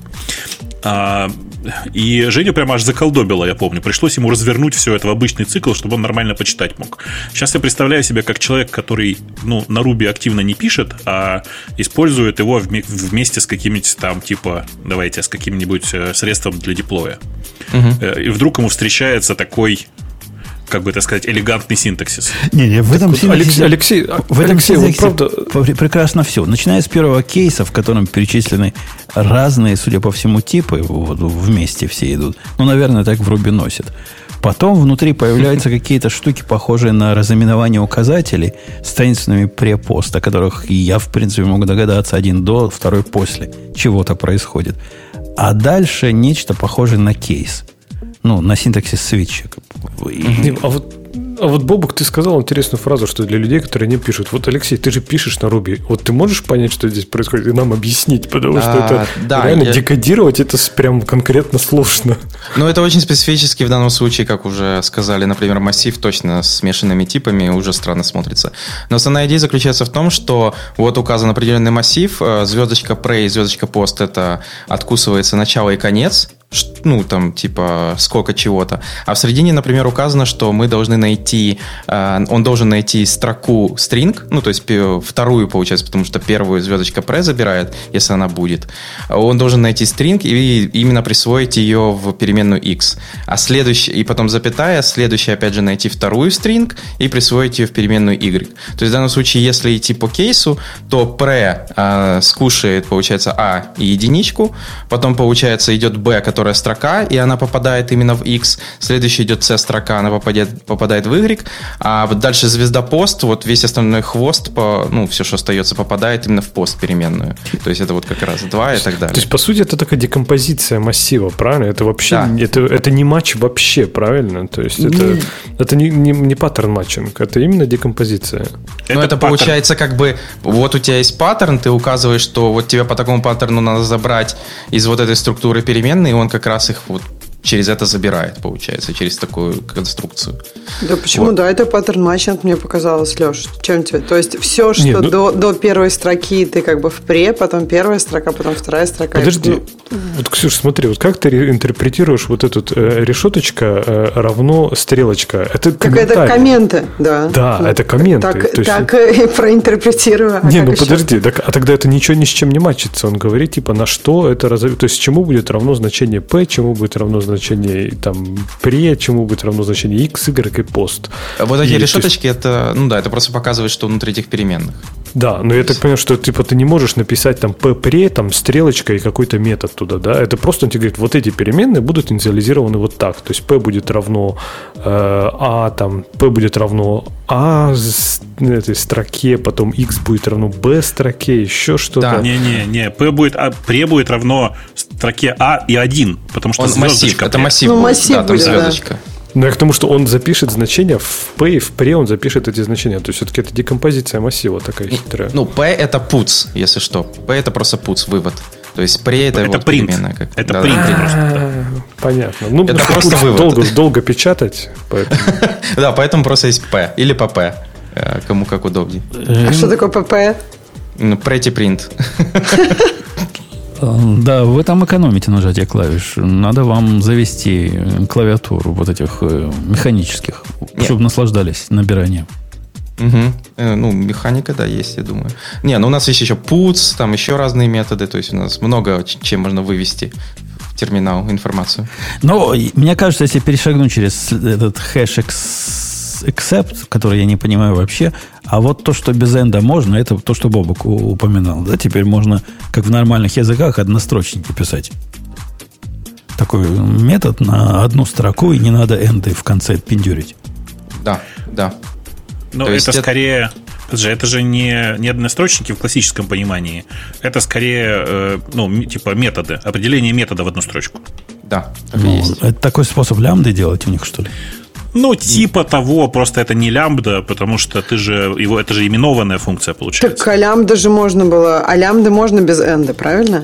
И Женю прямо аж заколдобило, я помню. Пришлось ему развернуть все это в обычный цикл, чтобы он нормально почитать мог. Сейчас я представляю себя как человек, который на Ruby активно не пишет, а использует его вместе с каким-нибудь там, с каким-нибудь средством для деплоя. И вдруг ему встречается такой, как бы это сказать, элегантный синтаксис. В этом синтаксисе... Алексей, вот правда... прекрасно все. Начиная с первого кейса, в котором перечислены разные, судя по всему, типы, вместе все идут. Наверное, так в Ruby носят. Потом внутри появляются какие-то штуки, похожие на разыменование указателей с таинственными препост, о которых я, в принципе, могу догадаться, один до, второй после чего-то происходит. А дальше нечто похожее на кейс. На синтаксис свитча. А вот, Бобук, ты сказал интересную фразу, что для людей, которые не пишут. Вот, Алексей, ты же пишешь на Ruby. Вот ты можешь понять, что здесь происходит, и нам объяснить? Потому что это реально декодировать, это прям конкретно сложно. Это очень специфически в данном случае, как уже сказали, например, массив точно с смешанными типами уже странно смотрится. Но основная идея заключается в том, что вот указан определенный массив, звездочка pre и звездочка post, это откусывается начало и конец, сколько чего-то. А в середине, например, указано, что мы должны найти, он должен найти строку string, то есть вторую, получается, потому что первую звездочка pre забирает, если она будет. Он должен найти string и именно присвоить ее в переменную x. И потом запятая, следующая, опять же, найти вторую string и присвоить ее в переменную y. То есть в данном случае, если идти по кейсу, то pre скушает, получается, a и единичку, потом, получается, идет b, который которая строка, и она попадает именно в X. Следующая идет C-строка, она попадает в Y. А вот дальше звезда-пост, вот весь остальной хвост, все, что остается, попадает именно в пост переменную. То есть это вот как раз 2 и так далее. То есть, по сути, это такая декомпозиция массива, правильно? Это вообще это не матч вообще, правильно? То есть это не паттерн матчинг, это именно декомпозиция. Это получается как бы, вот у тебя есть паттерн, ты указываешь, что вот тебе по такому паттерну надо забрать из вот этой структуры переменные, и он как раз их вот через это забирает, получается, через такую конструкцию. Да почему? Вот. Да, это паттерн матчинг, мне показалось, Леш. Чем тебе? То есть все, что до первой строки ты как бы в пре, потом первая строка, потом вторая строка. Подожди, вот, Ксюш, смотри, вот как ты интерпретируешь вот эту решеточка равно стрелочка? Это это комменты, да. Да, это комменты. Так и проинтерпретирую. Подожди, а тогда это ничего ни с чем не матчится. Он говорит, типа, на что это разовьет. То есть чему будет равно значение p, чему будет равно значение там pre, чему будет равно значение x, y и post. Вот эти решеточки, это, это просто показывает, что внутри этих переменных. Да, но я так понимаю, что типа ты не можешь написать там p pre, там стрелочка и какой-то метод туда, да? Это просто он тебе говорит, вот эти переменные будут инициализированы вот так. То есть p будет равно p будет равно a этой строке, потом x будет равно b строке, еще что-то. Да. Не, pre будет равно строке a и 1, потому что массив, это массив. Массив там будет, звездочка. Но я к тому, что он запишет значения в P и в Pre, он запишет эти значения. То есть все-таки это декомпозиция массива такая хитрая. P это puts, если что. P это просто puts, вывод. То есть Pre это вот переменная. Это print просто. Понятно. Это просто вывод. Долго печатать. Да, поэтому просто есть P или PP. Кому как удобнее. А что такое PP? Pretty print. Да, вы там экономите нажатие клавиш. Надо вам завести клавиатуру вот этих механических, чтобы наслаждались набиранием. Механика, да, есть, я думаю. У нас есть еще puts, там еще разные методы, то есть у нас много чем можно вывести в терминал информацию. Но мне кажется, если перешагнуть через этот хэш except, который я не понимаю вообще, а вот то, что без энда можно, это то, что Бобок упоминал. Да? Теперь можно, как в нормальных языках, однострочники писать. Такой метод на одну строку, и не надо энды в конце пиндюрить. Да. Но это скорее... Это же не однострочники в классическом понимании. Это скорее, методы. Определение метода в одну строчку. Да. Это такой способ лямбды делать у них, что ли? Типа того, просто это не лямбда, потому что это же именованная функция получается. Так, а лямбда же можно было, а лямбды можно без энда, правильно?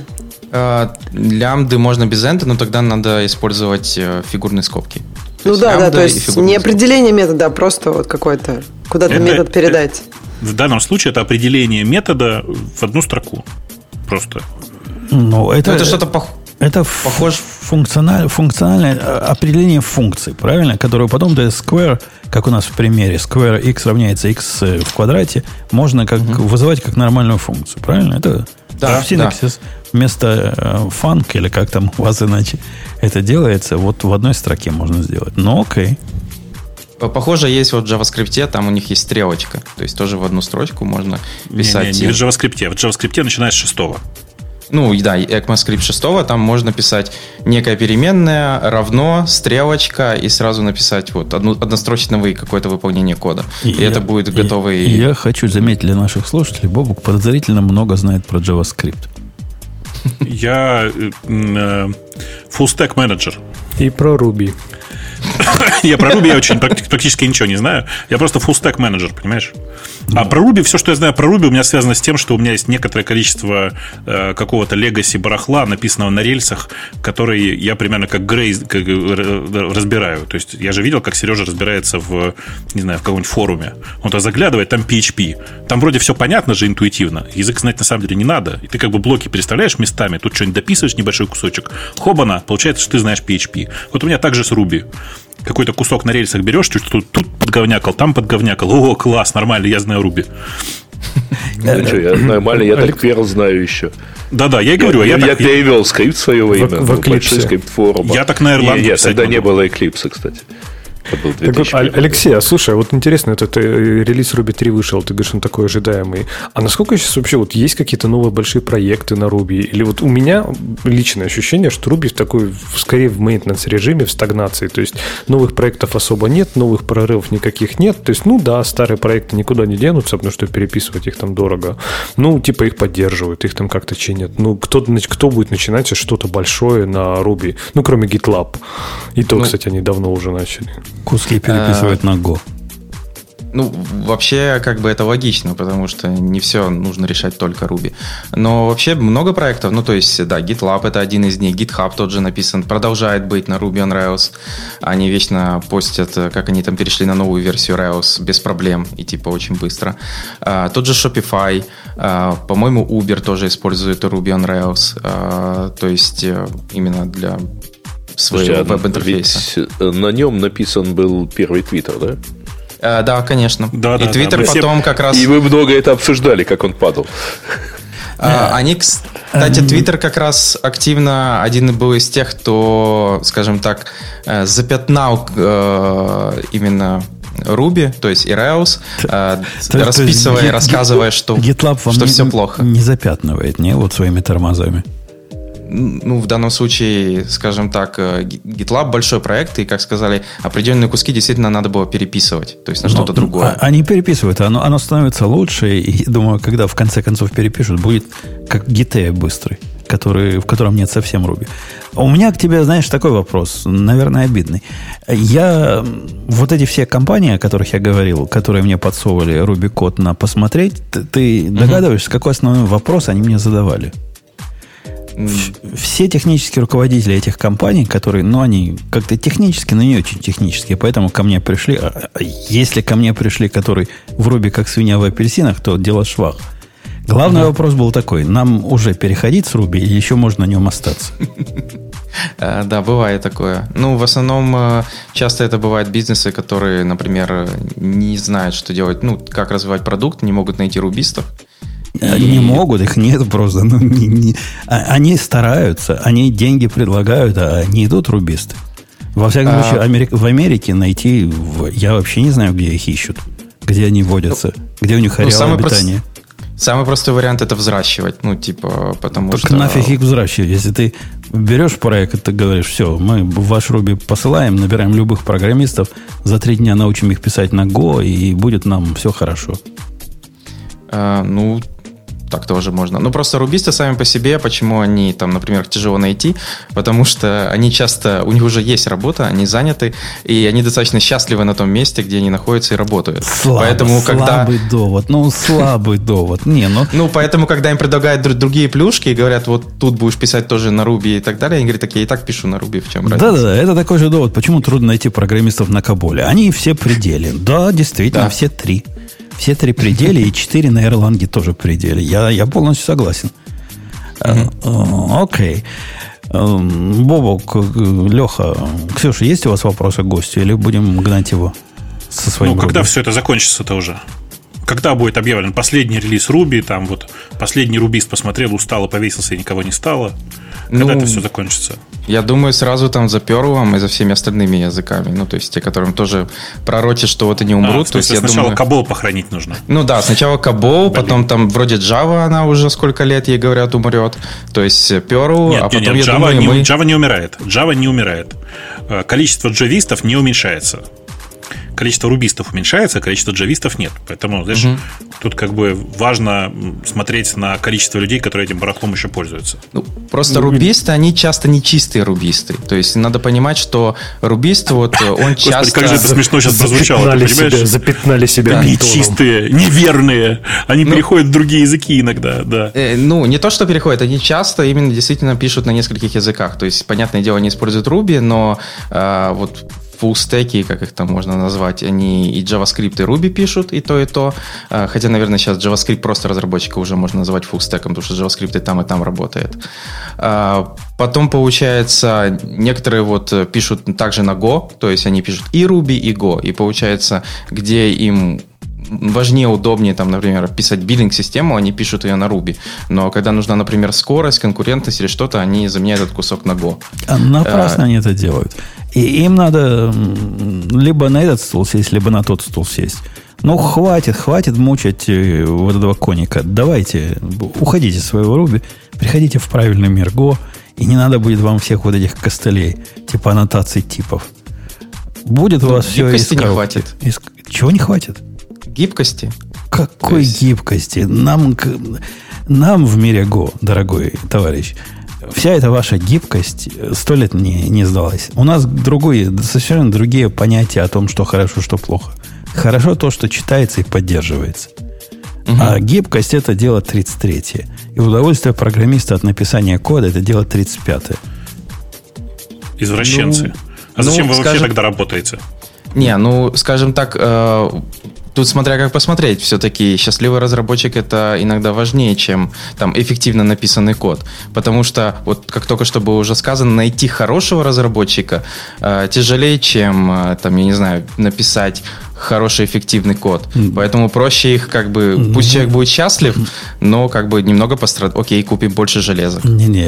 Лямбды можно без энда, но тогда надо использовать фигурные скобки. То есть не определение метода, а просто вот какой-то, куда-то метод передать. В данном случае это определение метода в одну строку. Просто. Это что-то похоже. Это функциональное определение функции, правильно? Которую потом до square, как у нас в примере, square x равняется x в квадрате, можно вызывать как нормальную функцию, правильно? Это в синтаксис вместо func, или как там у вас иначе это делается, вот в одной строке можно сделать. Окей. Похоже, есть вот в JavaScript, там у них есть стрелочка. То есть тоже в одну строчку можно писать. Не в JavaScript. В JavaScript начиная с 6. ECMAScript 6, там можно писать некая переменная, равно, стрелочка, и сразу написать вот однострочное какое-то выполнение кода. И это будет готовый... Я хочу заметить для наших слушателей, Бобук подозрительно много знает про JavaScript. Я full-stack менеджер. И про Ruby. Я про Ruby очень практически ничего не знаю. Я просто full-stack менеджер, понимаешь? А про Ruby, все, что я знаю про Ruby, у меня связано с тем, что у меня есть некоторое количество какого-то legacy барахла, написанного на рельсах, которые я примерно как Грей разбираю. То есть я же видел, как Сережа разбирается в каком-нибудь форуме. Он туда заглядывает, там PHP. Там вроде все понятно же интуитивно. Язык знать на самом деле не надо. И ты как бы блоки переставляешь местами, тут что-нибудь дописываешь, небольшой кусочек. Хобана, получается, что ты знаешь PHP. Вот у меня также с Ruby. Какой-то кусок на рельсах берешь, тут подговнякал, там подговнякал. О, класс, нормально, я знаю Ruby. Нормально, я так Perl знаю еще. Да, я и говорю. Я перевел скрипт в свое время. В Eclipse. Скрипт форума. Я так на Erlang Нет, тогда не было Eclipse, кстати. Это был 2005. Алексей, а слушай, вот интересно, этот релиз Ruby 3 вышел, ты говоришь, он такой ожидаемый. А насколько сейчас вообще вот есть какие-то новые большие проекты на Ruby? Или вот у меня личное ощущение, что Ruby такой, скорее в maintenance режиме, в стагнации. То есть новых проектов особо нет, новых прорывов никаких нет. То есть, ну да, старые проекты никуда не денутся, потому что переписывать их там дорого. Ну, типа их поддерживают, их там как-то чинят. Ну, кто будет начинать что-то большое на Ruby? Ну, кроме GitLab. И то, кстати, они давно уже начали. Куски переписывают на Go. Ну, вообще, как бы это логично, потому что не все нужно решать только Ruby. Но вообще много проектов, ну, то есть, да, GitLab это один из них, GitHub тот же написан, продолжает быть на Ruby on Rails. Они вечно постят, как они там перешли на новую версию Rails без проблем и типа очень быстро. Тот же Shopify, по-моему, Uber тоже использует Ruby on Rails, то есть именно для своего веб-интерфейса. На нем написан был первый Twitter, да? Да, конечно. Да, и Twitter потом как раз... И вы много это обсуждали, как он падал. Они, кстати, Twitter как раз активно один был из тех, кто, скажем так, запятнал именно Ruby, то есть и Rails, расписывая и рассказывая, что все плохо. Не запятнывает, не? Вот своими тормозами. Ну, в данном случае, скажем так, GitLab большой проект, и, как сказали, определенные куски действительно надо было переписывать, то есть на что-то другое. Они переписывают, оно становится лучше, и, думаю, когда в конце концов перепишут, будет как GT быстрый, в котором нет совсем Ruby. У меня к тебе, знаешь, такой вопрос, наверное, обидный. Вот эти все компании, о которых я говорил, которые мне подсовывали Ruby код на посмотреть, ты догадываешься, какой основной вопрос они мне задавали? Все технические руководители этих компаний, которые, они как-то технически, но не очень технические, поэтому ко мне пришли. Если ко мне пришли, которые в Ruby как свинья в апельсинах, то дело швах. Главный вопрос был такой: нам уже переходить с Ruby или еще можно на нем остаться? Да, бывает такое. Ну, в основном, часто это бывают бизнесы, которые, например, не знают, что делать, как развивать продукт, не могут найти рубистов. Не могут, их нет просто. Они стараются, они деньги предлагают, а не идут рубисты. Во всяком случае, в Америке найти, я вообще не знаю, где их ищут, где они водятся, где у них ареал обитания. Самый простой вариант — это взращивать. Потому так что... нафиг их взращивать. Если ты берешь проект, и ты говоришь: все, мы в ваш Ruby посылаем, набираем любых программистов, за 3 дня научим их писать на Go, и будет нам все хорошо. Так тоже можно. Просто рубисты сами по себе, почему они там, например, тяжело найти? Потому что они часто, у них уже есть работа, они заняты, и они достаточно счастливы на том месте, где они находятся и работают. Слабый довод. Поэтому, когда им предлагают другие плюшки и говорят: вот тут будешь писать тоже на Ruby и так далее, они говорят: так я и так пишу на Ruby, в чем разница? Да, это такой же довод. Почему трудно найти программистов на Каболе? Они все пределе. Да, действительно, все 3. Все 3 пределе, и 4 на Erlang тоже пределе. Я полностью согласен. Окей. Бобок, Леха, Ксюша, есть у вас вопросы к гостю? Или будем гнать его со своим когда все это закончится-то уже? Когда будет объявлен последний релиз Ruby? Там вот последний рубист посмотрел, устал, повесился, и никого не стало. Когда это все закончится? Я думаю, сразу там за Perl и за всеми остальными языками. То есть те, которым тоже пророчат, что вот они умрут. То есть сначала Cabol похоронить нужно. Сначала Cabol, потом там вроде Java, она уже сколько лет, ей говорят, умрет. То есть Perl, а потом Java не умирает. Java не умирает. Количество джавистов не уменьшается. Количество рубистов уменьшается, а количество джавистов нет. Поэтому, знаешь, тут как бы важно смотреть на количество людей, которые этим барахлом еще пользуются. Просто рубисты, они часто не чистые рубисты. То есть надо понимать, что рубист, он часто... Господи, как же это смешно сейчас прозвучало, ты понимаешь? Запятнали себя. Нечистые, неверные. Они переходят в другие языки иногда, да. Не то, что переходят, они часто именно действительно пишут на нескольких языках. То есть, понятное дело, они используют Ruby, но фуллстеки, как их там можно назвать, они и JavaScript, и Ruby пишут, и то. Хотя, наверное, сейчас JavaScript просто разработчика уже можно назвать фуллстеком, потому что JavaScript и там работает. Потом, получается, некоторые пишут также на Go, то есть они пишут и Ruby, и Go. И получается, где им важнее, удобнее, там, например, писать биллинг-систему, они пишут ее на Ruby. Но когда нужна, например, скорость, конкурентность или что-то, они заменяют этот кусок на Go. Напрасно они это делают. И им надо либо на этот стул сесть, либо на тот стул сесть. Ну, хватит мучать вот этого коника. Давайте, уходите из своего Ruby, приходите в правильный мир Go, и не надо будет вам всех вот этих костылей, типа аннотаций типов. Будет у вас все из гибкости не хватит. Чего не хватит? Гибкости. Какой гибкости? Нам в мире Go, дорогой товарищ, вся эта ваша гибкость 100 лет не сдалась. У нас совершенно другие понятия о том, что хорошо, что плохо. Хорошо то, что читается и поддерживается. А гибкость – это дело 33-е. И удовольствие программиста от написания кода – это дело 35-е. Извращенцы. А зачем вы вообще тогда работаете? Скажем так, тут смотря как посмотреть, все-таки счастливый разработчик это иногда важнее, чем там эффективно написанный код. Потому что, вот как только что было уже сказано, найти хорошего разработчика тяжелее, чем, там, я не знаю, написать хороший эффективный код. Поэтому проще их пусть человек будет счастлив, но немного пострадать. Окей, купим больше железа.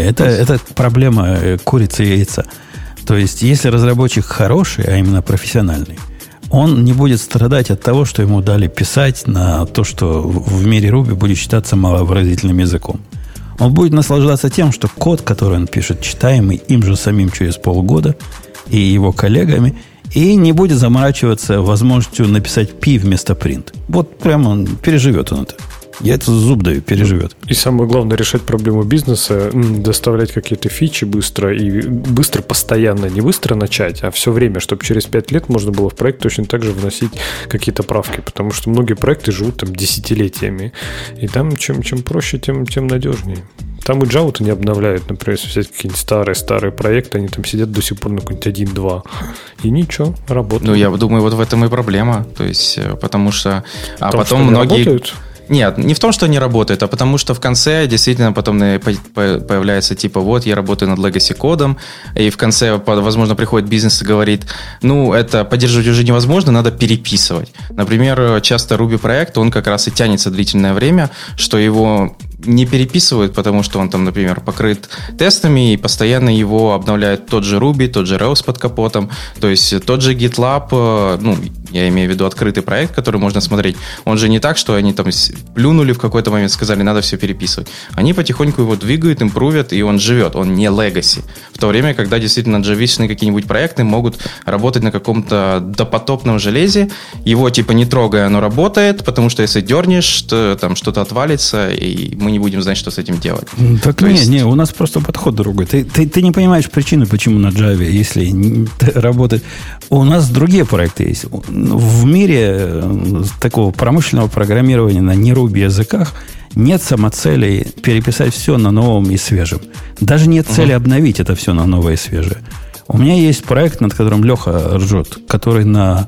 Это проблема курицы и яйца. То есть, если разработчик хороший, а именно профессиональный, он не будет страдать от того, что ему дали писать на то, что в мире Ruby будет считаться маловыразительным языком. Он будет наслаждаться тем, что код, который он пишет, читаемый им же самим через полгода и его коллегами, и не будет заморачиваться возможностью написать P вместо print. Вот прямо он переживет он это. Я это зуб даю, переживет. И самое главное, решать проблему бизнеса, доставлять какие-то фичи быстро и быстро, постоянно, не быстро начать, а все время, чтобы через 5 лет можно было в проект точно так же вносить какие-то правки, потому что многие проекты живут там десятилетиями, и там чем проще, тем надежнее. Там и Java-то не обновляют, например, если взять какие-нибудь старые проекты, они там сидят до сих пор на какой-нибудь 1.2, и ничего, работают. Я думаю, вот в этом и проблема, то есть, потому что... А потом что многие... работают? Нет, не в том, что они работают, а потому что в конце действительно потом появляется типа, вот, я работаю над legacy кодом, и в конце, возможно, приходит бизнес и говорит, это поддерживать уже невозможно, надо переписывать. Например, часто Ruby проект, он как раз и тянется длительное время, что его не переписывают, потому что он там, например, покрыт тестами, и постоянно его обновляет тот же Ruby, тот же Rails под капотом, то есть тот же GitLab, я имею в виду открытый проект, который можно смотреть, он же не так, что они там плюнули в какой-то момент, сказали, надо все переписывать. Они потихоньку его двигают, импрувят, и он живет, он не legacy. В то время, когда действительно джавичные какие-нибудь проекты могут работать на каком-то допотопном железе, его типа не трогая, оно работает, потому что если дернешь, то там что-то отвалится, и мы не будем знать, что с этим делать. Так у нас просто подход другой. Ты не понимаешь причину, почему на Java, если работает. У нас другие проекты есть. В мире такого промышленного программирования на не Ruby языках нет самоцелей переписать все на новом и свежем. Даже нет цели обновить это все на новое и свежее. У меня есть проект, над которым Леха ржет, который на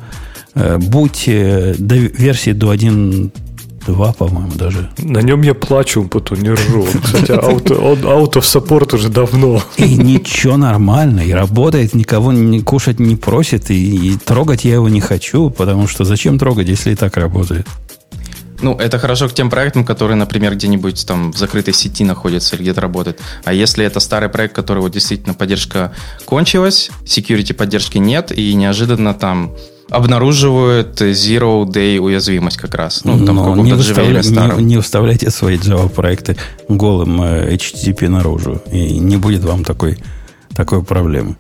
версии до 1.2, по-моему, даже. На нем я плачу, потом не ржу. Кстати, out of support уже давно. И ничего, нормально, и работает, никого кушать не просит, и трогать я его не хочу, потому что зачем трогать, если и так работает? Это хорошо к тем проектам, которые, например, где-нибудь там в закрытой сети находятся или где-то работают. А если это старый проект, который вот действительно поддержка кончилась, security поддержки нет, и неожиданно там обнаруживают zero day уязвимость как раз. Там в каком-то JVM старом. Не вставляйте свои Java проекты голым HTTP наружу, и не будет вам такой проблемы.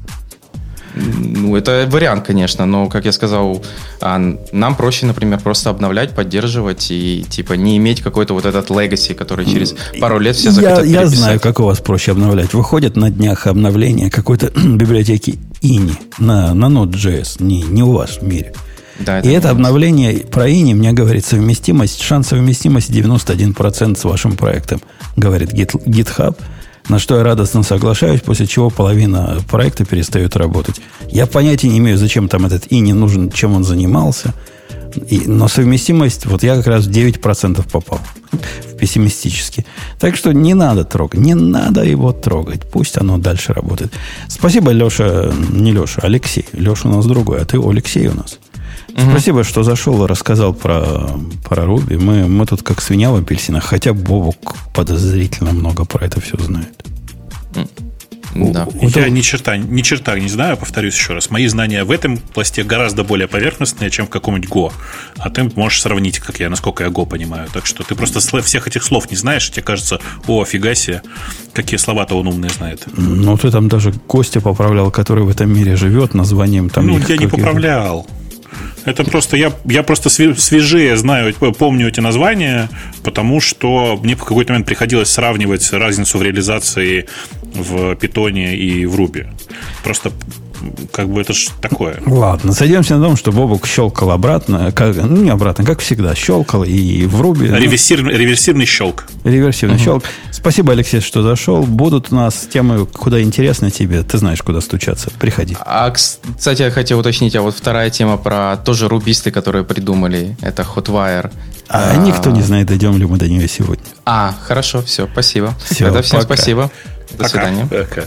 Это вариант, конечно, но, как я сказал, нам проще, например, просто обновлять, поддерживать и типа не иметь какой-то вот этот legacy, который через пару лет все захотят переписать. Я знаю, как у вас проще обновлять. Выходит на днях обновление какой-то библиотеки INI на Node.js, не у вас в мире. Да, и это обновление про INI мне говорит шанс совместимости 91% с вашим проектом, говорит GitHub. На что я радостно соглашаюсь, после чего половина проекта перестает работать. Я понятия не имею, зачем там этот INI нужен, чем он занимался. Но совместимость, вот я как раз в 9% попал в пессимистически. Так что не надо трогать, не надо его трогать. Пусть оно дальше работает. Спасибо, Леша, не Леша, Алексей. Леша у нас другой, а ты Алексей у нас. Спасибо, что зашел и рассказал про Руби. Мы тут как свинья в апельсинах, хотя Бобук подозрительно много про это все знает. Да. Я ни черта не знаю, повторюсь еще раз. Мои знания в этом пласте гораздо более поверхностные, чем в каком-нибудь Go. А ты можешь сравнить, насколько я Go понимаю. Так что ты просто всех этих слов не знаешь, и тебе кажется, офига себе, какие слова-то он умные знает. Ну, ты там даже Костя поправлял, который в этом мире живет, названием там... Ну, я не поправлял. Это просто я просто свежее знаю, помню эти названия, потому что мне в какой-то момент приходилось сравнивать разницу в реализации в Python и в Ruby. Просто это ж такое. Ладно, сойдемся на том, что Бобук щелкал обратно, не обратно, как всегда, щелкал и в Ruby. Реверсивный щелк. Реверсивный щелк. Спасибо, Алексей, что зашел. Будут у нас темы, куда интересно тебе. Ты знаешь, куда стучаться. Приходи. Кстати, я хотел уточнить, вот вторая тема про тоже рубисты, которые придумали. Это Hotwire. Никто не знает, дойдем ли мы до нее сегодня. Хорошо, все, спасибо. Все, тогда всем пока. спасибо. До свидания. Пока.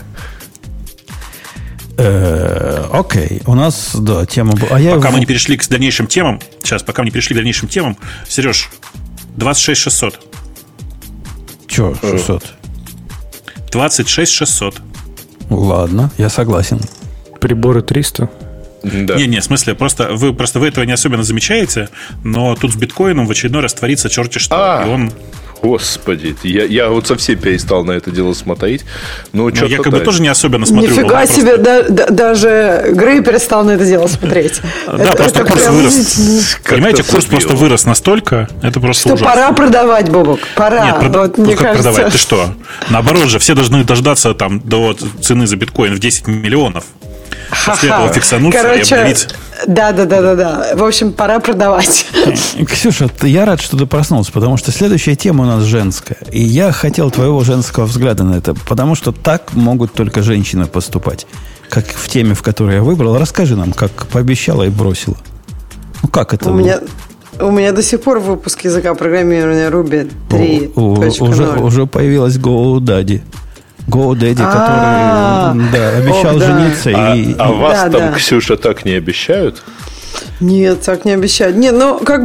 Окей, у нас, тема была. Пока мы не перешли к дальнейшим темам, Сереж, 26600. Че, 600? 26600. Ладно, я согласен. Приборы 300? Да. Не, в смысле, вы этого не особенно замечаете, но тут с биткоином в очередной раз творится черти что. И он... Господи, я вот совсем перестал на это дело смотреть. Но я тоже не особенно смотрю. Нифига себе, даже Грей перестал на это дело смотреть. Да, просто курс вырос. Понимаете, курс просто вырос настолько, это просто ужасно. Что пора продавать, Бобок, пора. Нет, мне кажется... продавать, ты что? Наоборот же, все должны дождаться до цены за биткоин в 10 миллионов. После этого фиксануться и обновить. Да. В общем, пора продавать. Ксюша, я рад, что ты проснулся, потому что следующая тема у нас женская. И я хотел твоего женского взгляда на это, потому что так могут только женщины поступать. Как в теме, в которой я выбрал. Расскажи нам, как пообещала и бросила. Ну, как это? У меня до сих пор выпуск языка программирования Ruby 3.0. Уже появилась GoDaddy. GoDaddy, который обещал жениться. А вас там, Ксюша, так не обещают? Нет, так не обещают. Нет,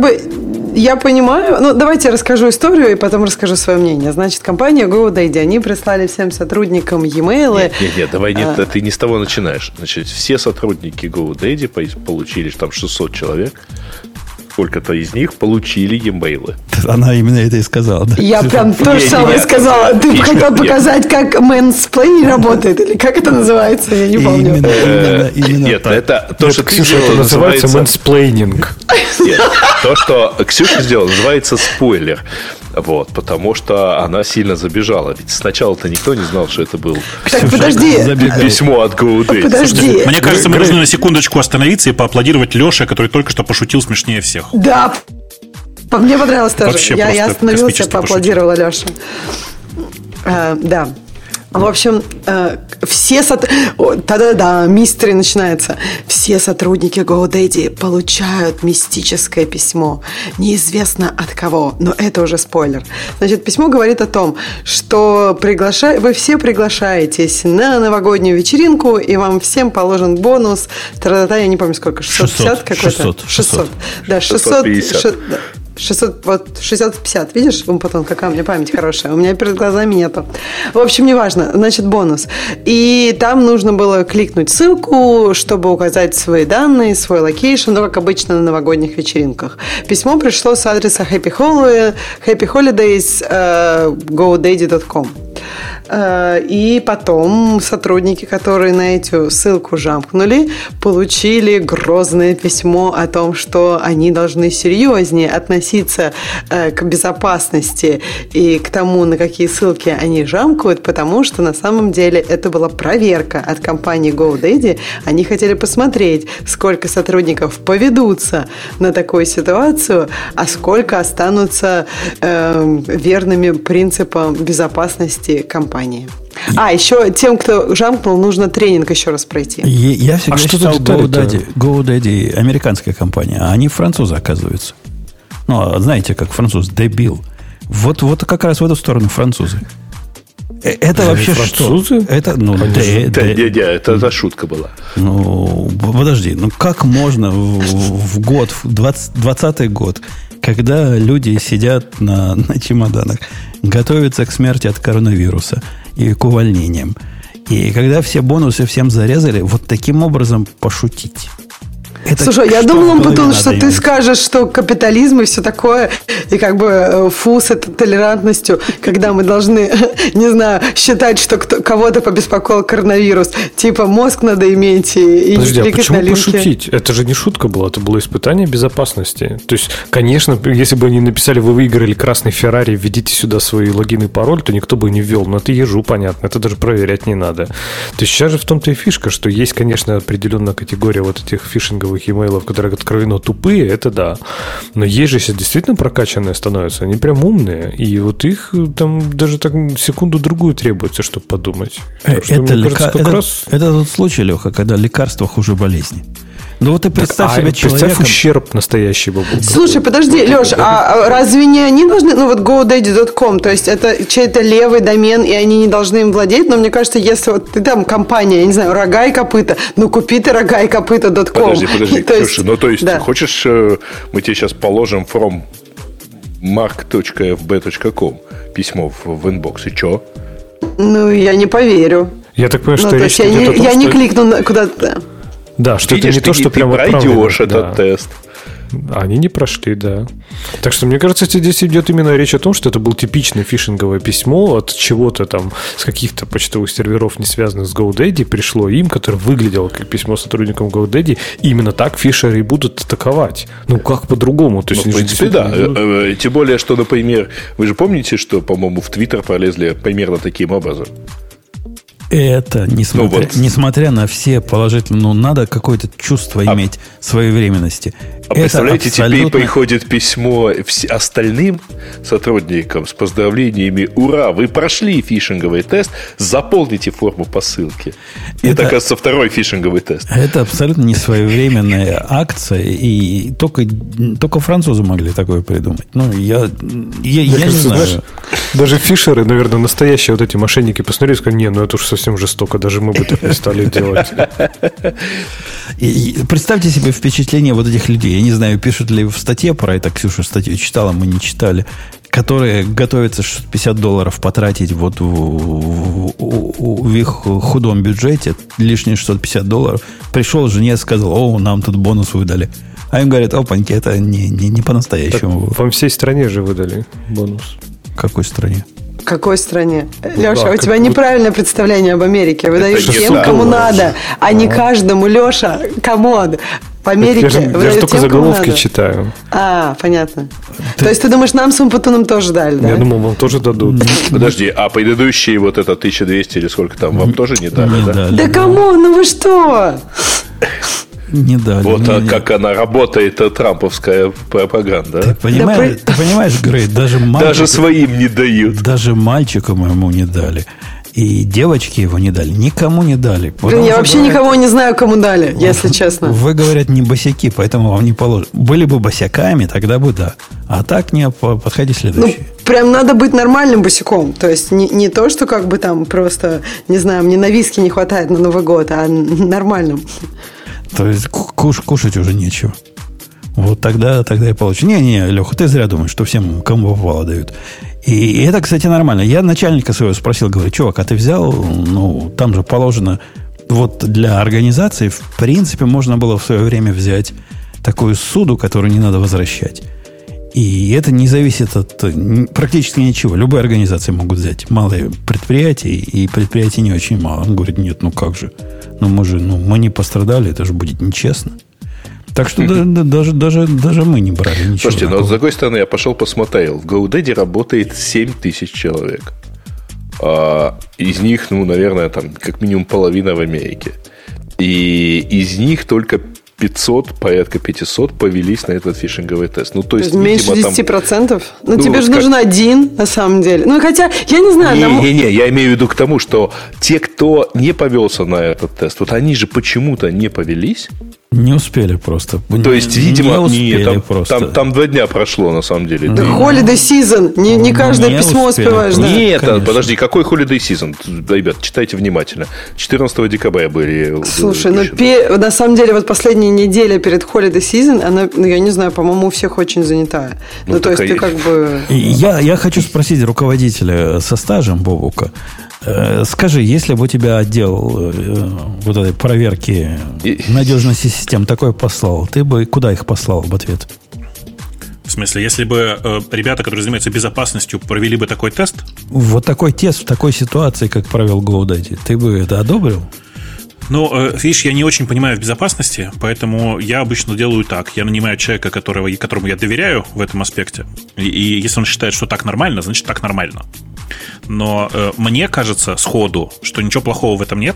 я понимаю. Давайте я расскажу историю и потом расскажу свое мнение. Значит, компания GoDaddy, они прислали всем сотрудникам e-mail. Нет, давай, ты не с того начинаешь. Значит, все сотрудники GoDaddy получили, там 600 человек. Сколько-то из них получили e-mail. Она именно это и сказала. Да? Я прям то же самое сказала. Ты хотел показать, как mansplaining работает? Или как это называется? Я не помню. Именно нет, так. Это то, что Ксюша, это называется mansplaining. Нет, то, что Ксюша сделала, называется спойлер. Вот, потому что она сильно забежала. Ведь сначала-то никто не знал, что это был письмо от GoDaddy. Подожди. Мне кажется, мы должны на секундочку остановиться и поаплодировать Леше, который только что пошутил смешнее всех. Да. Мне понравилось тоже. Вообще я остановился, поаплодировала Леше. Да. В общем, все мистери начинается. Все сотрудники GoDaddy получают мистическое письмо. Неизвестно от кого, но это уже спойлер. Значит, письмо говорит о том, что вы все приглашаетесь на новогоднюю вечеринку, и вам всем положен бонус. Я не помню сколько, 650 какой-то? 600. Да, 650. 650, видишь, Умпутун, какая у меня память хорошая. У меня перед глазами нету. В общем, неважно. Значит, бонус. И там нужно было кликнуть ссылку, чтобы указать свои данные, свой локейшн, как обычно на новогодних вечеринках. Письмо пришло с адреса happyholidays.godaddy.com. И потом сотрудники, которые на эту ссылку жамкнули, получили грозное письмо о том, что они должны серьезнее относиться к безопасности и к тому, на какие ссылки они жамкают, потому что на самом деле это была проверка от компании GoDaddy. Они хотели посмотреть, сколько сотрудников поведутся на такую ситуацию, а сколько останутся верными принципам безопасности компании. Еще тем, кто жамкнул, нужно тренинг еще раз пройти. Я всегда считал GoDaddy американская компания, а они французы, оказывается. Знаете, как француз, дебил. Вот как раз в эту сторону французы. Это вообще французы? Что? Это, это шутка была. Ну, подожди, как можно в год, в 20-й год, когда люди сидят на чемоданах, готовятся к смерти от коронавируса и к увольнениям, и когда все бонусы всем зарезали, вот таким образом пошутить? Слушай, я думала, Путун, что ты скажешь, что капитализм и все такое, и как бы фу с этой толерантностью, когда мы должны, не знаю, считать, что кого-то побеспокоил коронавирус. Типа мозг надо иметь и подожди, а почему пошутить? Это же не шутка была, это было испытание безопасности. То есть, конечно, если бы они написали, вы выиграли красный Феррари, введите сюда свои логин и пароль, то никто бы не ввел. Но это ежу, понятно, это даже проверять не надо. То есть сейчас же в том-то и фишка, что есть, конечно, определенная категория вот этих фишинговых имейлов, которые откровенно тупые, это да. Но есть же сейчас действительно прокачанные становятся, они прям умные. И вот их там даже так секунду-другую требуется, чтобы подумать. Это тот случай, Леха, когда лекарство хуже болезни. Ну вот ты представь себе человека... Представь ущерб настоящий. Слушай, подожди, Леш, а разве не они должны... Ну вот GoDaddy.com, то есть это чей-то левый домен, и они не должны им владеть, но мне кажется, если вот ты там компания, я не знаю, рога и копыта, ну купи ты рога и копыта.com. Подожди, Ксюша, хочешь, мы тебе сейчас положим from mark.fb.com письмо в инбокс, и что? Ну, я не поверю. Я так понимаю, что речь идет о том, я не кликну куда-то... Да, что видишь, это не то, что прям пройдешь этот тест. Они не прошли, да. Так что, мне кажется, здесь идет именно речь о том, что это было типичное фишинговое письмо от чего-то там, с каких-то почтовых серверов, не связанных с GoDaddy, пришло им, которое выглядело как письмо сотрудникам GoDaddy. И именно так фишеры и будут атаковать. Ну, как по-другому? То есть, в принципе, да. Тем более, что, например, вы же помните, что, по-моему, в Твиттер пролезли примерно таким образом? Это, несмотря на все положительные, надо какое-то чувство иметь своевременности. Представляете, теперь приходит письмо остальным сотрудникам с поздравлениями. Ура, вы прошли фишинговый тест, заполните форму по ссылке. Это, оказывается, второй фишинговый тест. Это абсолютно несвоевременная акция, и только французы могли такое придумать. Ну, я не знаю. Даже фишеры, наверное, настоящие вот эти мошенники посмотрели и сказали, ну это уж совсем жестоко, даже мы бы так не стали делать. И представьте себе впечатление вот этих людей. Я не знаю, пишут ли в статье про это, Ксюша статью читала, мы не читали, которые готовятся $650 потратить вот в их худом бюджете, лишние $650. Пришел жене и сказал, нам тут бонус выдали. А им говорят, опаньки, это не по-настоящему. Так вам всей стране же выдали бонус. Какой стране? Какой стране? Леша, у тебя неправильное представление об Америке. Выдаешь тем, кому надо, а не каждому. Леша, камон. В Америке я же только заголовки читаю. Понятно. То есть ты думаешь, нам с Умпутуном тоже дали, да? Я думал, вам тоже дадут. Подожди, а предыдущие вот это 1200 или сколько там вам тоже не дали, да? Да камон, ну вы что? Не дали. Вот как она работает, трамповская пропаганда. Ты понимаешь, Грей, даже своим не дают. Даже мальчику моему не дали. И девочке его не дали. Никому не дали. Я вообще никого не знаю, кому дали, если честно. Вы, говорят, не босяки, поэтому вам не положено. Были бы босяками, тогда бы да. А так не, подходи следующий. Прям надо быть нормальным босиком. То есть не то, что как бы там просто, не знаю, мне на виски не хватает на Новый год, а нормальным. То есть кушать уже нечего. Вот тогда я получу. Не, Леха, ты зря думаешь, что всем, кому попало, дают. И это, кстати, нормально. Я начальника своего спросил, говорю, чувак, а ты взял, там же положено, вот для организации, в принципе, можно было в свое время взять такую суду, которую не надо возвращать. И это не зависит от практически ничего. Любые организации могут взять малые предприятия, и предприятий не очень мало. Он говорит, нет, как же. Мы не пострадали, это же будет нечестно. Так что даже мы не брали ничего. Слушайте, но с другой стороны, я пошел посмотрел. В GoDaddy работает 7000 человек. Из них, наверное, там как минимум половина в Америке. И из них только 500, порядка 500 повелись на этот фишинговый тест. То есть меньше 10%? Тебе же нужен один, на самом деле. Хотя, я не знаю. Не, я имею в виду к тому, что те, кто не повелся на этот тест, вот они же почему-то не повелись. Не успели просто. То есть, видимо, не успели там 2 дня прошло, на самом деле. Да, holiday season. Не каждое письмо успеваешь. Да. Нет, подожди, какой holiday season? Ребят, читайте внимательно. 14 декабря были. Слушай, на самом деле, вот последняя неделя перед holiday season, она, я не знаю, по-моему, у всех очень занятая. То есть, ты как бы... Я хочу спросить руководителя со стажем, Бобука. Скажи, если бы у тебя отдел вот этой проверки надежности систем такой послал, ты бы куда их послал в ответ? В смысле, если бы ребята, которые занимаются безопасностью, провели бы такой тест? Вот такой тест в такой ситуации, как провел GoDaddy, ты бы это одобрил? Ну, видишь, я не очень понимаю в безопасности, поэтому я обычно делаю так. Я нанимаю человека, которому я доверяю в этом аспекте. И если он считает, что так нормально, значит так нормально. Но мне кажется сходу, что ничего плохого в этом нет.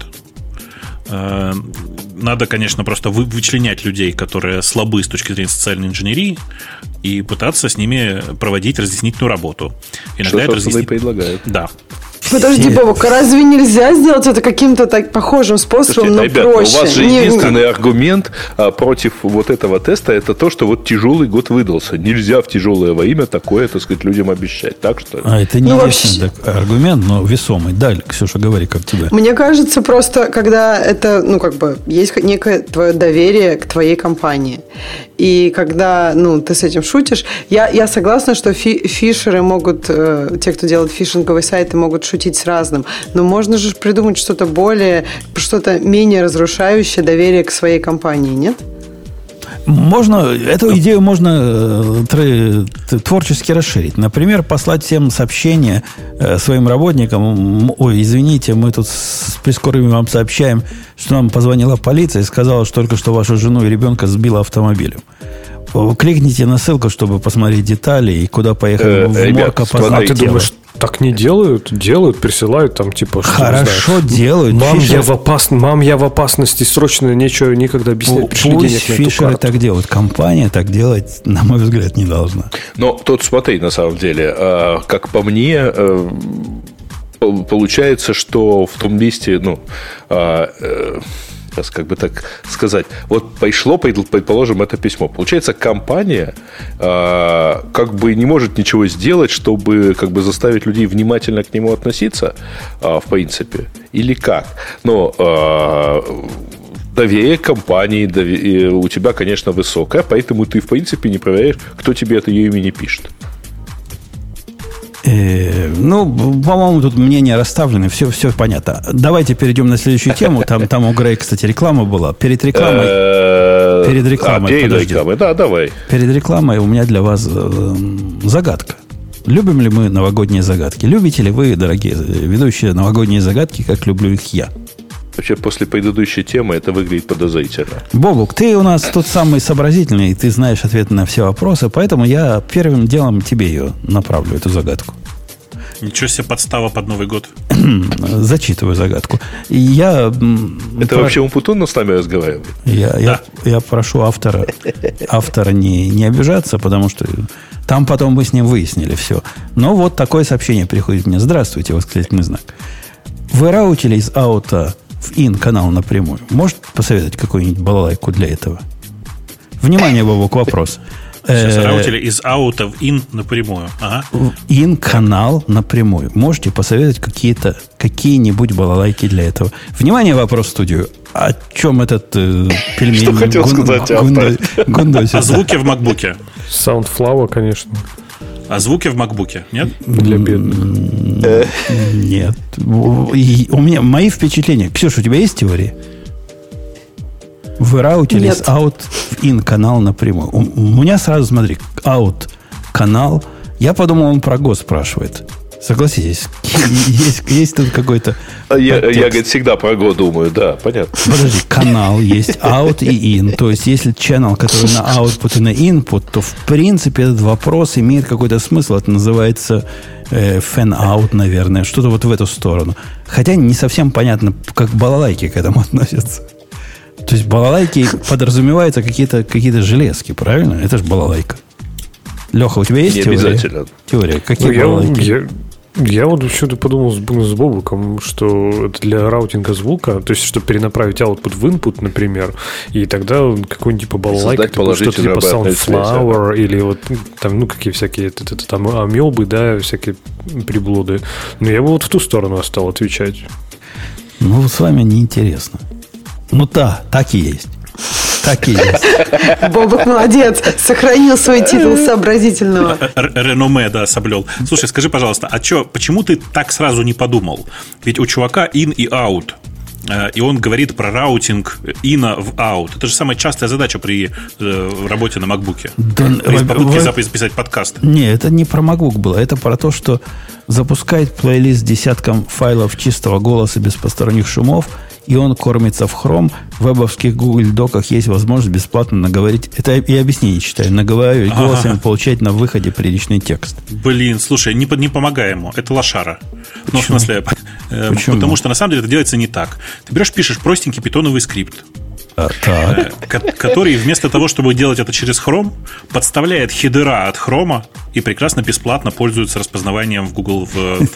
Надо, конечно, просто вычленять людей, которые слабы с точки зрения социальной инженерии, и пытаться с ними проводить разъяснительную работу. Иногда что, собственно, и предлагают. Да. Подожди, Бобок, разве нельзя сделать это каким-то так похожим способом, но ребята, проще? У вас же единственный аргумент против вот этого теста, это то, что вот тяжелый год выдался. Нельзя в тяжелое во имя такое, так сказать, людям обещать. Так что... это не вообще... аргумент, но весомый. Далее, Ксюша, говори, как тебе. Мне кажется, просто, когда это, есть некое твое доверие к твоей компании. И когда, ты с этим шутишь, я согласна, что фишеры могут, те, кто делает фишинговые сайты, могут шутить с разным. Но можно же придумать что-то менее разрушающее доверие к своей компании, нет? Можно, эту идею можно творчески расширить. Например, послать всем сообщение своим работникам: ой, извините, мы тут с прискорбием вам сообщаем, что нам позвонила полиция и сказала, что только что вашу жену и ребенка сбила автомобилем. Кликните на ссылку, чтобы посмотреть детали и куда поехали в морг опознать. Ты думаешь, так не делают? Делают, присылают там типа... Хорошо делают. Мам, я в опасности, срочно нечего никогда объяснять. Пусть фишеры так делают. Компания так делать, на мой взгляд, не должна. Но тут смотри, на самом деле, как по мне, получается, что в том месте, как бы так сказать, вот пришло, предположим, это письмо. Получается, компания как бы не может ничего сделать, чтобы как бы заставить людей внимательно к нему относиться, в принципе, или как? Но доверие компании у тебя, конечно, высокое, поэтому ты, в принципе, не проверяешь, кто тебе от ее имени пишет. По-моему, тут мнения расставлены, все понятно. Давайте перейдем на следующую тему. Там у Грея, кстати, реклама была. Перед рекламой. Да, давай. Перед рекламой у меня для вас загадка. Любим ли мы новогодние загадки? Любите ли вы, дорогие ведущие, новогодние загадки, как люблю их я? Вообще, после предыдущей темы это выглядит подозрительно. Бобук, ты у нас тот самый сообразительный, ты знаешь ответы на все вопросы, поэтому я первым делом тебе ее направлю, эту загадку. Ничего себе, подстава под Новый год. Зачитываю загадку. Это вообще Умпутун с нами разговаривает? Я прошу автора не обижаться, потому что там потом мы с ним выяснили все. Но вот такое сообщение приходит мне. Здравствуйте, восклицательный знак. Вы раутили из аута в ин-канал напрямую. Может посоветовать какую-нибудь балалайку для этого? Внимание, Бобок, вопрос. Сейчас раутили из аута в ин напрямую. Ага. Ин-канал напрямую. Можете посоветовать какие-нибудь балалайки для этого? Внимание, вопрос в студию. О чем этот пельмень? Что хотел сказать автор? О звуке в макбуке. Soundflower, конечно. А звуки в макбуке, нет? Для бедных. Нет. У меня мои впечатления. Ксюша, у тебя есть теории? Вы раутили с out в in канал напрямую. У меня сразу, смотри, out канал. Я подумал, он про Го спрашивает. Согласитесь, есть тут какой-то... Я, говорит, всегда про Go думаю, да, понятно. Подожди, канал есть, out и in. То есть, если channel, который на output и на input, то, в принципе, этот вопрос имеет какой-то смысл. Это называется fan-out, наверное. Что-то вот в эту сторону. Хотя не совсем понятно, как балалайки к этому относятся. То есть, балалайки подразумеваются какие-то железки, правильно? Это же балалайка. Леха, у тебя есть теория? Не обязательно. Теория. Какие балалайки? Я вот что-то подумал с Бобуком, что это для раутинга звука, то есть, чтобы перенаправить output в input, например, и тогда какой-нибудь типа балалайка, что-то типа Soundflower, или вот там, ну, какие всякие там амебы, да, всякие приблуды. Но я бы вот в ту сторону стал отвечать. Ну, с вами неинтересно. Ну да, так и есть. Так и есть. Бобок молодец, сохранил свой титул сообразительного. Реноме, да, соблел. Слушай, скажи, пожалуйста, почему ты так сразу не подумал? Ведь у чувака in и out, и он говорит про раутинг ина в out. Это же самая частая задача при работе на MacBook'е. Да, при попытке записать подкаст. Не, это не про MacBook было. Это про то, что запускает плейлист с десятком файлов чистого голоса без посторонних шумов, и он кормится в Chrome. В вебовских Google доках есть возможность бесплатно наговорить. Это и объяснение читаю. Наговаривать голосом и получать на выходе приличный текст. Блин, слушай, не помогай ему. Это лошара. Ну, в смысле, потому что на самом деле это делается не так. Ты берешь, пишешь простенький питоновый скрипт, который вместо того, чтобы делать это через Chrome, подставляет хедера от Chrome и прекрасно бесплатно пользуется распознаванием в Google.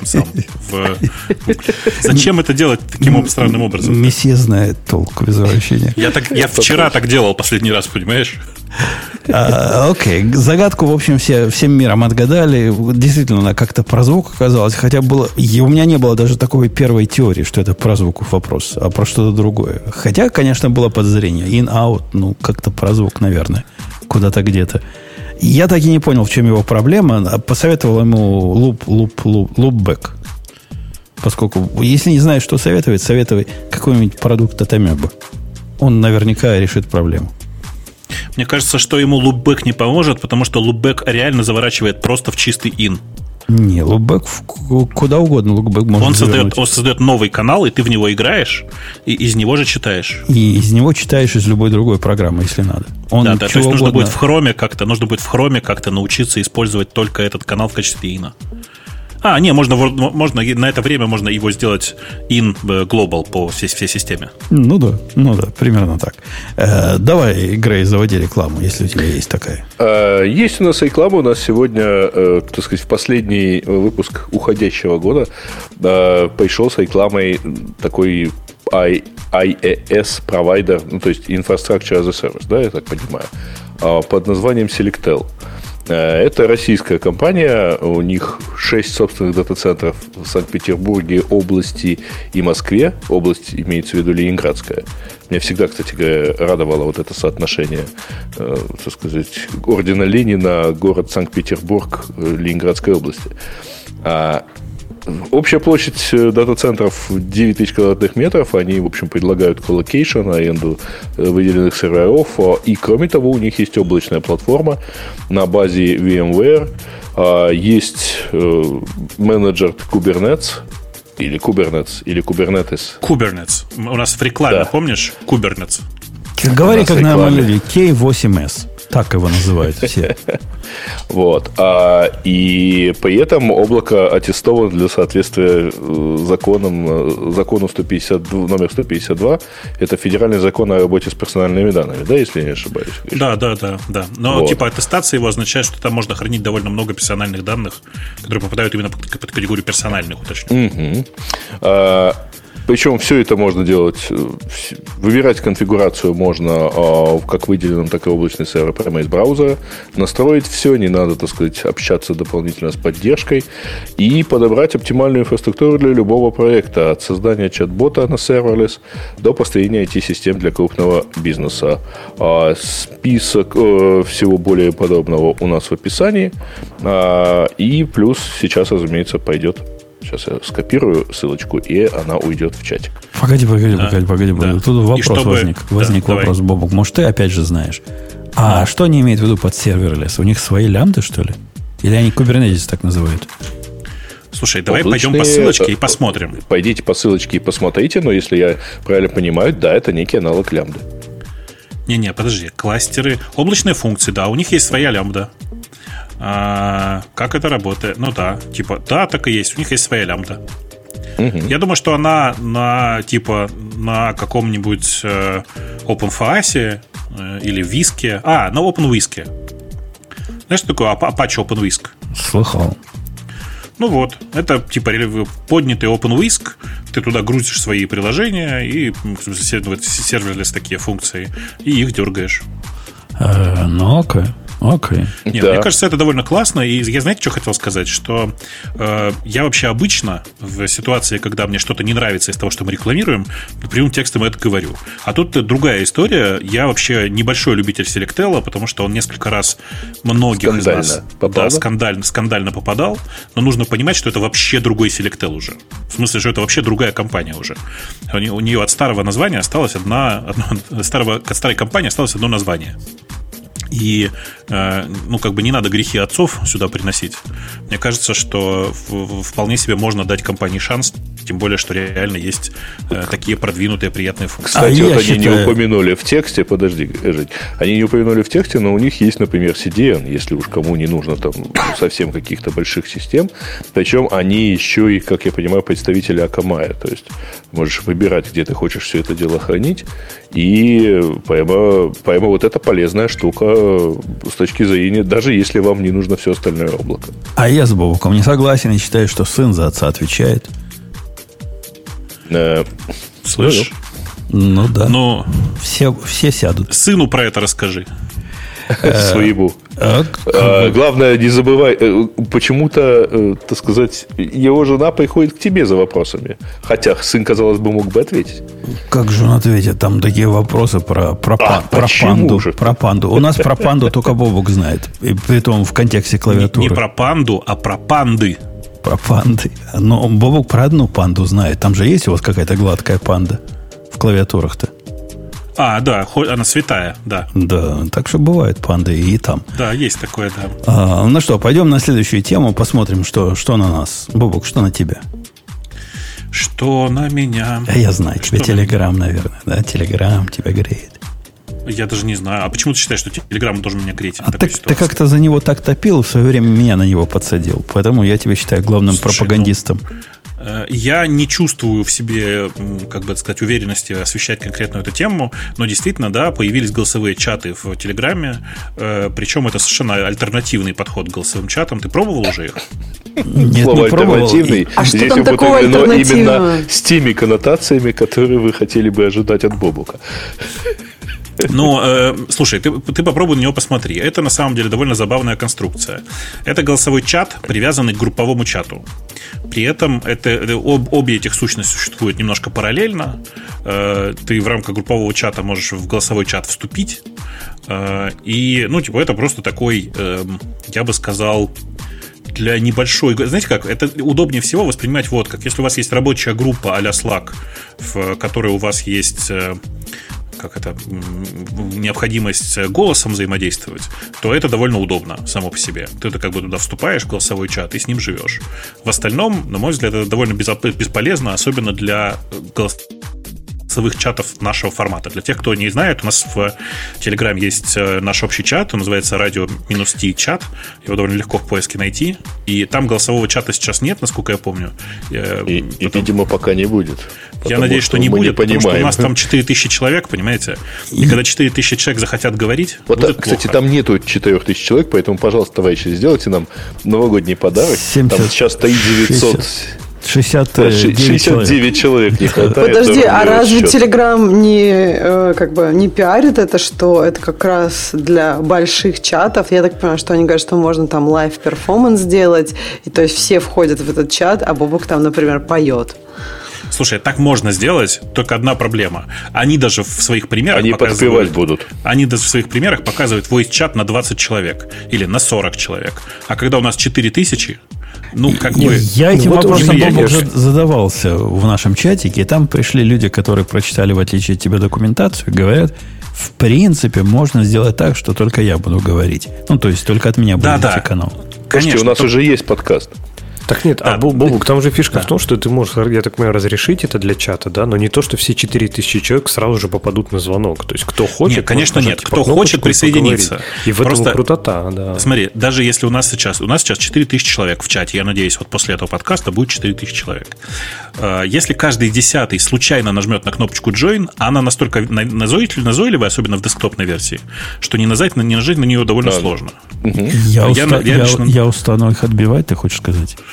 Зачем это делать таким странным образом? Месье знает толк в извращении. Я вчера так делал последний раз, понимаешь? Окей. Загадку, в общем, всем миром отгадали. Действительно, она как-то про звук оказалась. Хотя было... И у меня не было даже такой первой теории, что это про звук вопрос, а про что-то другое. Хотя, конечно, было подозрение. In-out, ну, как-то про звук, наверное. Куда-то где-то. Я так и не понял, в чем его проблема. Посоветовал ему loopback. Поскольку, если не знаешь, что советовать, советуй какой-нибудь продукт от Amoeba. Он наверняка решит проблему. Мне кажется, что ему loopback не поможет, потому что loopback реально заворачивает просто в чистый in. Не, loopback куда угодно loopback может он создает новый канал, и ты в него играешь, и из него же читаешь. И из него читаешь из любой другой программы, если надо. Да, то есть нужно будет в Chrome как-то научиться использовать только этот канал в качестве ина. Можно на это время можно его сделать in global по всей системе. Ну да, примерно так. Давай, Грей, заводи рекламу, если у тебя есть такая. Есть у нас реклама. У нас сегодня, так сказать, в последний выпуск уходящего года пришел с рекламой такой IaaS-провайдер, ну, то есть Infrastructure as a Service, да, я так понимаю, под названием Selectel. Это российская компания, у них 6 собственных дата-центров в Санкт-Петербурге, области и Москве. Область имеется в виду Ленинградская. Меня всегда, кстати говоря, радовало вот это соотношение, так сказать, ордена Ленина, город Санкт-Петербург, Ленинградской области. Общая площадь дата-центров 9 тысяч квадратных метров. Они, в общем, предлагают коллокейшн, аренду выделенных серверов. И, кроме того, у них есть облачная платформа на базе VMware. Есть менеджер Kubernetes. Или Kubernetes, или Kubernetes. Kubernetes. У нас в рекламе, да. Помнишь? Kubernetes. Говори, как нормальные люди. K8S. Так его называют все. Вот. И при этом облако аттестовано для соответствия закону 152, номер 152. Это федеральный закон о работе с персональными данными, да, если я не ошибаюсь? Да. Но вот. Типа аттестация его означает, что там можно хранить довольно много персональных данных, которые попадают именно под категорию персональных, уточню. Причем все это можно делать, выбирать конфигурацию можно как выделенном, так и облачный сервер прямо из браузера, настроить все, не надо, так сказать, общаться дополнительно с поддержкой и подобрать оптимальную инфраструктуру для любого проекта, от создания чат-бота на серверлес до построения IT-систем для крупного бизнеса. Список всего более подробного у нас в описании, и плюс сейчас, разумеется, пойдет. Сейчас я скопирую ссылочку, и она уйдет в чатик. Погоди. Да. Тут вопрос возник вопрос, Бобок. Может, ты опять же знаешь. Что они имеют в виду под серверлес? У них свои лямбды, что ли? Или они Kubernetes так называют? Слушай, давай пойдем по ссылочке и посмотрим. Пойдите по ссылочке и посмотрите, но если я правильно понимаю, да, это некий аналог лямбды. Не, подожди. Кластеры, облачные функции, да, у них есть своя лямбда. Как это работает? Ну да, типа, да, так и есть. У них есть своя лямбда. Я думаю, что она на каком-нибудь OpenFAS или Виске. На OpenWhisk. Знаешь, что такое Apache OpenWhisk? Слыхал. Ну вот, это типа поднятый OpenWhisk, ты туда грузишь свои приложения и серверлес такие функции, и их дергаешь. Ну, окей. Нет, да. Мне кажется, это довольно классно. И я, знаете, что хотел сказать? Что я вообще обычно в ситуации, когда мне что-то не нравится из того, что мы рекламируем, прямым текстом это говорю. А тут другая история. Я вообще небольшой любитель Selectel, потому что он несколько раз многих из нас скандально попадал. Но нужно понимать, что это вообще другой Selectel уже. В смысле, что это вообще другая компания уже. У нее от старого названия осталось от старой компании осталось одно название. И, не надо грехи отцов сюда приносить. Мне кажется, что вполне себе можно дать компании шанс, тем более, что реально есть такие продвинутые, приятные функции. Кстати, они не упомянули в тексте, подожди, Жень, они не упомянули в тексте, но у них есть, например, CDN, если уж кому не нужно там совсем каких-то больших систем. Причем они еще и, как я понимаю, представители Akamai. То есть можешь выбирать, где ты хочешь все это дело хранить. И прямо вот это полезная штука с точки зрения, даже если вам не нужно все остальное облако. А я с Бобуком не согласен и считаю, что сын за отца отвечает. Слышь? Ну да. Но все сядут. Сыну про это расскажи. Своему. Главное, не забывай, почему-то, так сказать, его жена приходит к тебе за вопросами. Хотя сын, казалось бы, мог бы ответить. Как же он ответит? Там такие вопросы про панду. Про панду. У нас про панду только Бобук знает. И притом в контексте клавиатуры. Не про панду, а про панды. Про панды. Но Бобук про одну панду знает. Там же есть у вас какая-то гладкая панда в клавиатурах-то. Да, она святая, да. Да, так что бывает панды и там. Да, есть такое, да. Ну что, пойдем на следующую тему, посмотрим, что на нас. Бобук, что на тебя? Что на меня? Я знаю, тебе Телеграм, наверное, да? Телеграм тебя греет. Я даже не знаю. А почему ты считаешь, что Телеграм должен меня греть? Ты как-то за него так топил, в свое время меня на него подсадил. Поэтому я тебя считаю главным пропагандистом. Я не чувствую в себе, как бы сказать, уверенности освещать конкретно эту тему, но действительно, да, появились голосовые чаты в Телеграме, причем это совершенно альтернативный подход к голосовым чатам. Ты пробовал уже их? Нет, слово не пробовал. Альтернативный. А что здесь там такого альтернативного? Именно с теми коннотациями, которые вы хотели бы ожидать от Бобука. Ну, слушай, ты попробуй на него посмотри. Это на самом деле довольно забавная конструкция. Это голосовой чат, привязанный к групповому чату. При этом обе этих сущности существуют немножко параллельно. Ты в рамках группового чата можешь в голосовой чат вступить. И, это просто такой, я бы сказал, для небольшой... Знаете как? Это удобнее всего воспринимать вот как. Если у вас есть рабочая группа а-ля Slack, в которой у вас есть... необходимость голосом взаимодействовать, то это довольно удобно само по себе. Ты как бы туда вступаешь в голосовой чат и с ним живешь. В остальном, на мой взгляд, это довольно бесполезно, особенно для голосовых чатов нашего формата. Для тех, кто не знает, у нас в Telegram есть наш общий чат, он называется Radio-T чат. Его довольно легко в поиске найти. И там голосового чата сейчас нет, насколько я помню. И видимо, пока не будет. Я надеюсь, что не будет, потому что у нас там 4000 человек, понимаете? И когда 4000 человек захотят говорить, вот будет кстати, плохо. Там нету 4000 человек, поэтому, пожалуйста, товарищи, сделайте нам новогодний подарок. 70, там сейчас стоит 900... 69 человек не хватает. Подожди, а разве Telegram не пиарит это, что это как раз для больших чатов? Я так понимаю, что они говорят, что можно там лайв-перформанс сделать, и то есть все входят в этот чат, а Бобук там, например, поет. Слушай, так можно сделать, только одна проблема. Они даже в своих примерах подпевать будут. Они даже в своих примерах показывают voice-чат на 20 человек или на 40 человек. А когда у нас 4000, я этим вопросом уже задавался в нашем чатике, и там пришли люди, которые прочитали, в отличие от тебя, документацию, говорят, в принципе, можно сделать так, что только я буду говорить. То есть, только от меня будет идти канал. Конечно, у нас уже есть подкаст. Так нет, Бобук, там же фишка в том, что ты можешь, я так понимаю, разрешить это для чата, да, но не то, что все 4000 человек сразу же попадут на звонок. То есть, кто хочет... Нет, конечно, нет. Кто хочет присоединиться. И в этом крутота, да. Смотри, даже если у нас сейчас 4000 человек в чате, я надеюсь, вот после этого подкаста будет 4000 человек. Если каждый 10-й случайно нажмет на кнопочку Join, она настолько назойливая, особенно в десктопной версии, что не нажать на нее довольно сложно. Я устану их отбивать, ты хочешь сказать?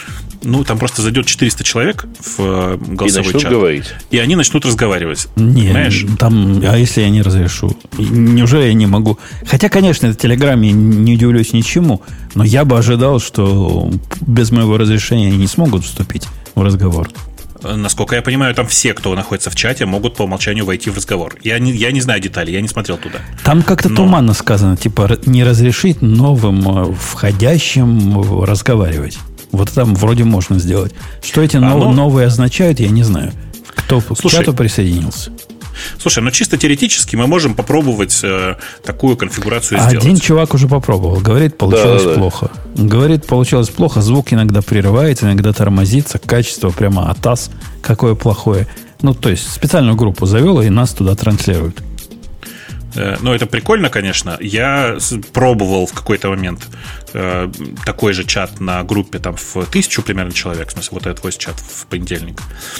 там просто зайдет 400 человек в голосовой чат. Говорить. И они начнут разговаривать. Нет, понимаешь? Там, а если я не разрешу? Неужели я не могу? Хотя, конечно, в Телеграме не удивлюсь ничему, но я бы ожидал, что без моего разрешения они не смогут вступить в разговор. Насколько я понимаю, там все, кто находится в чате, могут по умолчанию войти в разговор. Я не знаю деталей, я не смотрел туда. Там как-то туманно сказано, типа не разрешить новым входящим разговаривать. Вот там вроде можно сделать. Что эти новые означают, я не знаю. Кто к чату присоединился? Слушай, чисто теоретически мы можем попробовать такую конфигурацию сделать. Один чувак уже попробовал. Говорит, получилось плохо. Говорит, получилось плохо. Звук иногда прерывается, иногда тормозится. Качество прямо атас какое плохое. То есть специальную группу завел, и нас туда транслируют. Это прикольно, конечно. Я пробовал в какой-то момент такой же чат на группе там в 1000 примерно человек, в смысле, вот этот voice чат в понедельник.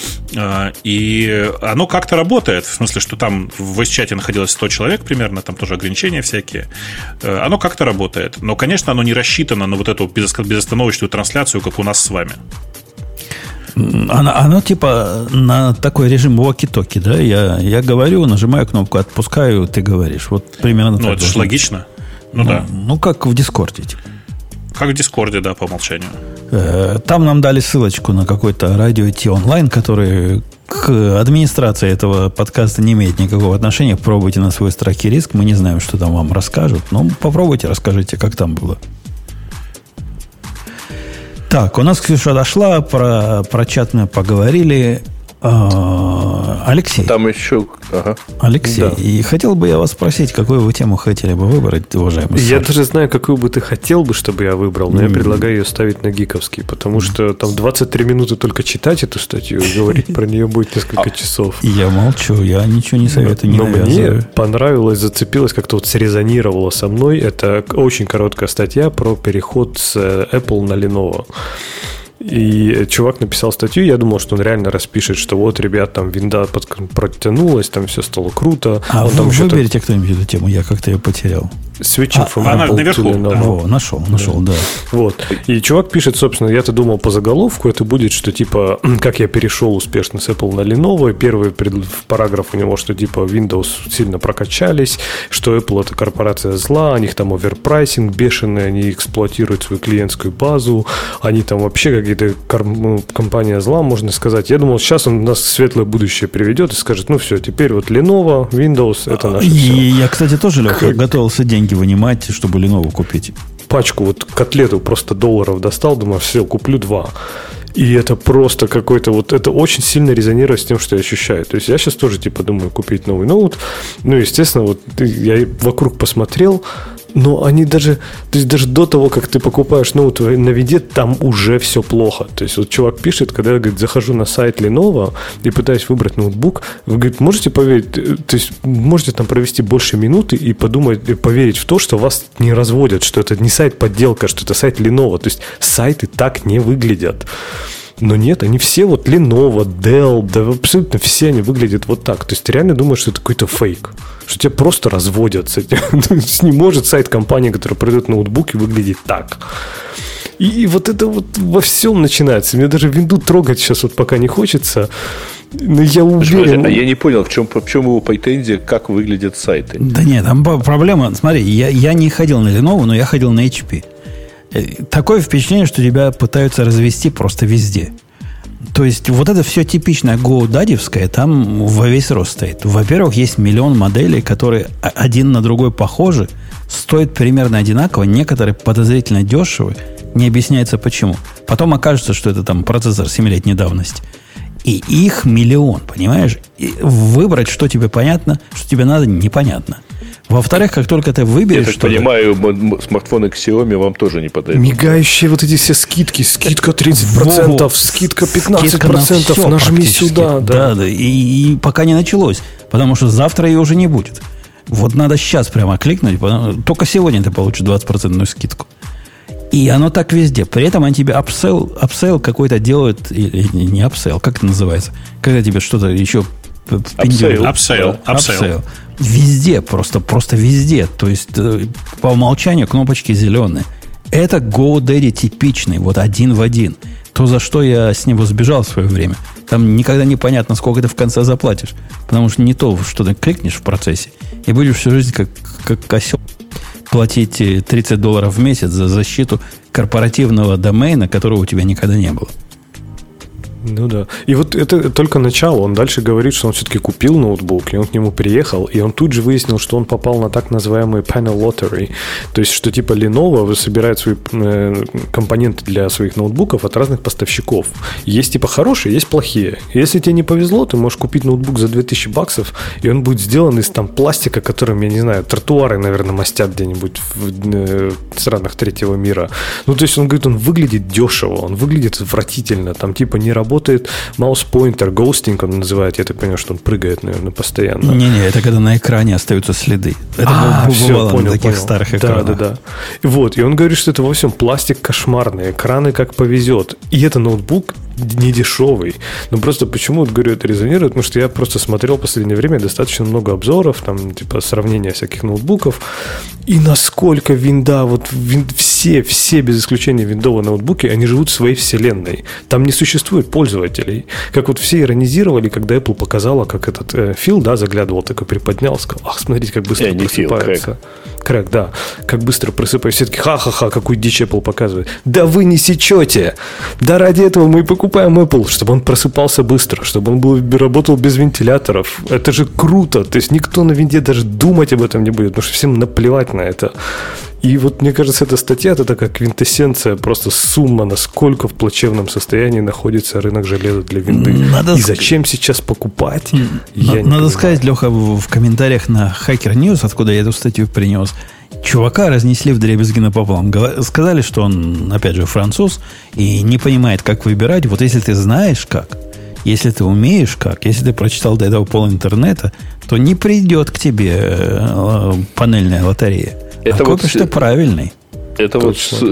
И оно как-то работает, в смысле, что там в voice чате находилось 100 человек примерно, там тоже ограничения всякие. Оно как-то работает. Но, конечно, оно не рассчитано на вот эту безостановочную трансляцию, как у нас с вами. Оно типа на такой режим walkie-talkie, да? Я говорю, нажимаю кнопку, отпускаю, ты говоришь. Вот примерно так. Это же логично. Да. Как в Дискорде. Типа. Как в Дискорде, да, по умолчанию. Там нам дали ссылочку на какой-то радио Ти онлайн, который к администрации этого подкаста не имеет никакого отношения. Пробуйте на свой страх и риск. Мы не знаем, что там вам расскажут. Но попробуйте, расскажите, как там было. Так, у нас Ксюша дошла, про чат мы поговорили. Алексей. Там еще... Ага. Алексей, да. И хотел бы я вас спросить, какую вы тему хотели бы выбрать, уважаемый Я даже знаю, какую бы ты хотел бы, чтобы я выбрал, но я предлагаю ее ставить на гиковский, потому что там 23 минуты только читать эту статью и говорить про нее будет несколько часов. Я молчу, я ничего не советую, не навязываю. Мне понравилось, зацепилось, как-то вот срезонировало со мной. Это очень короткая статья про переход с Apple на Lenovo. И чувак написал статью, я думал, что он реально распишет, что вот, ребят, там винда протянулась, там все стало круто. А вы выберите кто-нибудь эту тему, я как-то ее потерял. Switching from Apple to Lenovo. О, нашел, да. Вот. И чувак пишет, собственно, я-то думал по заголовку, это будет, что типа, как я перешел успешно с Apple на Lenovo, и первый параграф у него, что типа Windows сильно прокачались, что Apple это корпорация зла, у них там оверпрайсинг бешеный, они эксплуатируют свою клиентскую базу, они там вообще какие-то компания зла, можно сказать. Я думал, сейчас он нас в светлое будущее приведет и скажет, все, теперь вот Lenovo, Windows, это наше все. И я, кстати, тоже, Леха, готовился деньги вынимать, чтобы Lenovo купить. Пачку вот котлету просто $1 достал, думаю, все, куплю 2. И это просто какой-то вот, это очень сильно резонирует с тем, что я ощущаю. То есть я сейчас тоже типа думаю купить новый ноут. Естественно, вот я вокруг посмотрел, но они даже, то есть даже до того, как ты покупаешь ноут на виде, там уже все плохо. То есть вот чувак пишет, когда я, говорит, захожу на сайт Lenovo и пытаюсь выбрать ноутбук, вы, говорит, можете поверить, то есть можете там провести больше минуты и подумать, и поверить в то, что вас не разводят, что это не сайт-подделка, что это сайт Lenovo. То есть сайты так не выглядят. Но нет, они все вот Lenovo, Dell, да абсолютно все они выглядят вот так. То есть ты реально думаешь, что это какой-то фейк, что тебя просто разводят с этим. Не может сайт компании, которая продает ноутбуки, выглядеть так. И вот это вот во всем начинается. Мне даже винду трогать сейчас вот пока не хочется. Но я уверен... А я не понял, в чем его претензия, как выглядят сайты. Да нет, там проблема... Смотри, я не ходил на Lenovo, но я ходил на HP. Такое впечатление, что тебя пытаются развести просто везде. То есть, вот это все типичное GoDaddy-вское там во весь рост стоит. Во-первых, есть миллион моделей, которые один на другой похожи, стоят примерно одинаково, некоторые подозрительно дешевы, не объясняется почему. Потом окажется, что это там процессор 7-летней давности. И их миллион, понимаешь? И выбрать, что тебе понятно, что тебе надо, непонятно. Во-вторых, как только ты выберешь... Я так понимаю, смартфоны Xiaomi вам тоже не подойдут. Мигающие вот эти все скидки. Скидка 30%, скидка 15%, нажми сюда. Да. И пока не началось. Потому что завтра ее уже не будет. Вот надо сейчас прямо кликнуть. Только сегодня ты получишь 20% скидку. И оно так везде. При этом они тебе апсейл какой-то делают. Или не апсейл, как это называется? Когда тебе что-то еще... Апсейл. Везде, просто везде. То есть по умолчанию кнопочки зеленые. Это GoDaddy типичный, вот один в один. то, за что я с него сбежал в свое время. Там никогда не понятно, сколько ты в конце заплатишь. Потому что не то, что ты кликнешь в процессе, и будешь всю жизнь как осел платить $30 в месяц за защиту корпоративного домена, которого у тебя никогда не было. Ну да. И вот это только начало. Он дальше говорит, что он все-таки купил ноутбук, и он к нему приехал, и он тут же выяснил, что он попал на так называемый panel lottery. То есть, что типа Lenovo собирает свои компоненты для своих ноутбуков от разных поставщиков. Есть типа хорошие, есть плохие. Если тебе не повезло, ты можешь купить ноутбук за $2000, и он будет сделан из там пластика, которым, я не знаю, тротуары, наверное, мастят где-нибудь в странах третьего мира. Ну, то есть, он говорит, он выглядит дешево, он выглядит отвратительно, там типа не работает маус-поинтер, ghosting он называет. Я так понимаю, что он прыгает, наверное, постоянно. Не-не, это когда на экране остаются следы. Это бывало на таких старых экранах. Да. Вот, и он говорит, что это во всем пластик кошмарный, экраны как повезет. И это ноутбук не дешевый. Но просто почему, вот, говорю, это резонирует, потому что я просто смотрел в последнее время достаточно много обзоров, там, типа, сравнения всяких ноутбуков, и насколько винда, вот все без исключения виндовые ноутбуки, они живут в своей вселенной. Там не существует пользователей. Как вот все иронизировали, когда Apple показала, как этот Фил, да, заглядывал, такой приподнял, сказал, ах, смотрите, как быстро просыпается. Крэк, да. Как быстро просыпается. Все таки ха-ха-ха, какую дичь Apple показывает. Да вы не сечете! Да ради этого мы и покупаем Apple, чтобы он просыпался быстро, чтобы он работал без вентиляторов. Это же круто. То есть никто на винде даже думать об этом не будет, потому что всем наплевать на это. И вот, мне кажется, эта статья, это такая квинтэссенция, просто сумма, насколько в плачевном состоянии находится рынок железа для винды. И зачем сейчас покупать? Надо сказать, Леха, в комментариях на Hacker News, откуда я эту статью принес, чувака разнесли вдребезги напополам. Сказали, что он, опять же, француз и не понимает, как выбирать. Вот если ты знаешь как, если ты умеешь как, если ты прочитал до этого пол интернета, то не придет к тебе панельная лотерея. Это а купишь ты правильный. Это точно.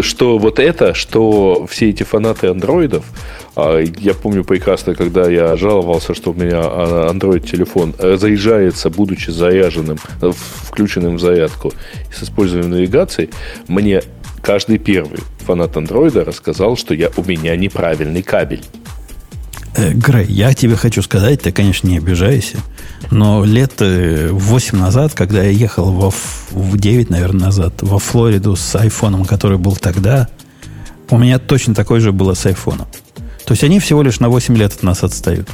Что все эти фанаты андроидов, я помню прекрасно, когда я жаловался, что у меня Android-телефон заезжается, будучи заряженным, включенным в зарядку с использованием навигации, мне каждый первый фанат андроида рассказал, что у меня неправильный кабель. Грей, я тебе хочу сказать, ты, конечно, не обижайся, но лет 8 назад, когда я ехал в 9, наверное, назад во Флориду с айфоном, который был тогда, у меня точно такой же было с айфоном. То есть они всего лишь на 8 лет от нас отстают.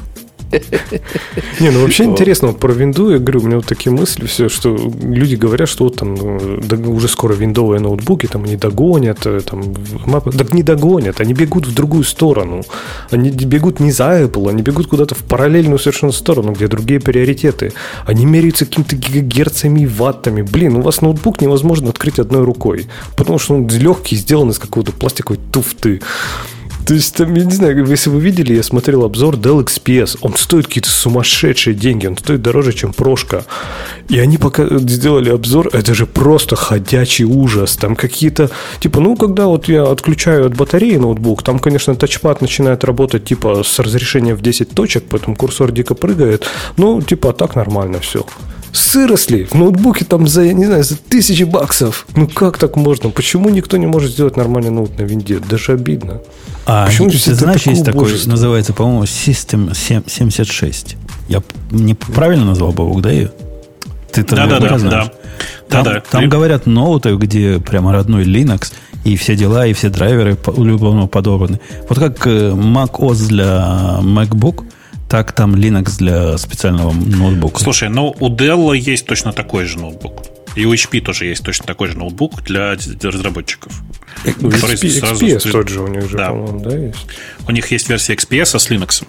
Не, ну вообще интересно, вот про винду, я говорю, у меня вот такие мысли все, что люди говорят, что вот там уже скоро виндовые ноутбуки, там они догонят, там, так не догонят, они бегут в другую сторону, они бегут не за Apple, они бегут куда-то в параллельную совершенно сторону, где другие приоритеты, они меряются какими-то гигагерцами и ваттами, блин, у вас ноутбук невозможно открыть одной рукой, потому что он легкий, сделан из какого-то пластиковой туфты. То есть, там, я не знаю, если вы видели, я смотрел обзор Dell XPS. Он стоит какие-то сумасшедшие деньги. Он стоит дороже, чем прошка. И они пока сделали обзор, это же просто ходячий ужас. Там какие-то... Типа, когда вот я отключаю от батареи ноутбук, там, конечно, тачпад начинает работать, типа, с разрешением в 10 точек, поэтому курсор дико прыгает. Ну, типа, так нормально все. Сыросли в ноутбуке там за $1000. Ну, как так можно? Почему никто не может сделать нормальный ноут на винде? Даже обидно. Почему ты знаешь, есть такой, называется, по-моему, System 76. Я неправильно назвал, Бобок, да, ее? Ты-то знаешь. Там говорят ноуты, где прямо родной Linux, и все дела, и все драйверы любовно подобраны. Вот как Mac OS для MacBook, так там Linux для специального ноутбука. Слушай, у Dell есть точно такой же ноутбук. И у HP тоже есть точно такой же ноутбук для разработчиков. XPS тот же у них же, по-моему, да, есть? У них есть версия XPS с Linux.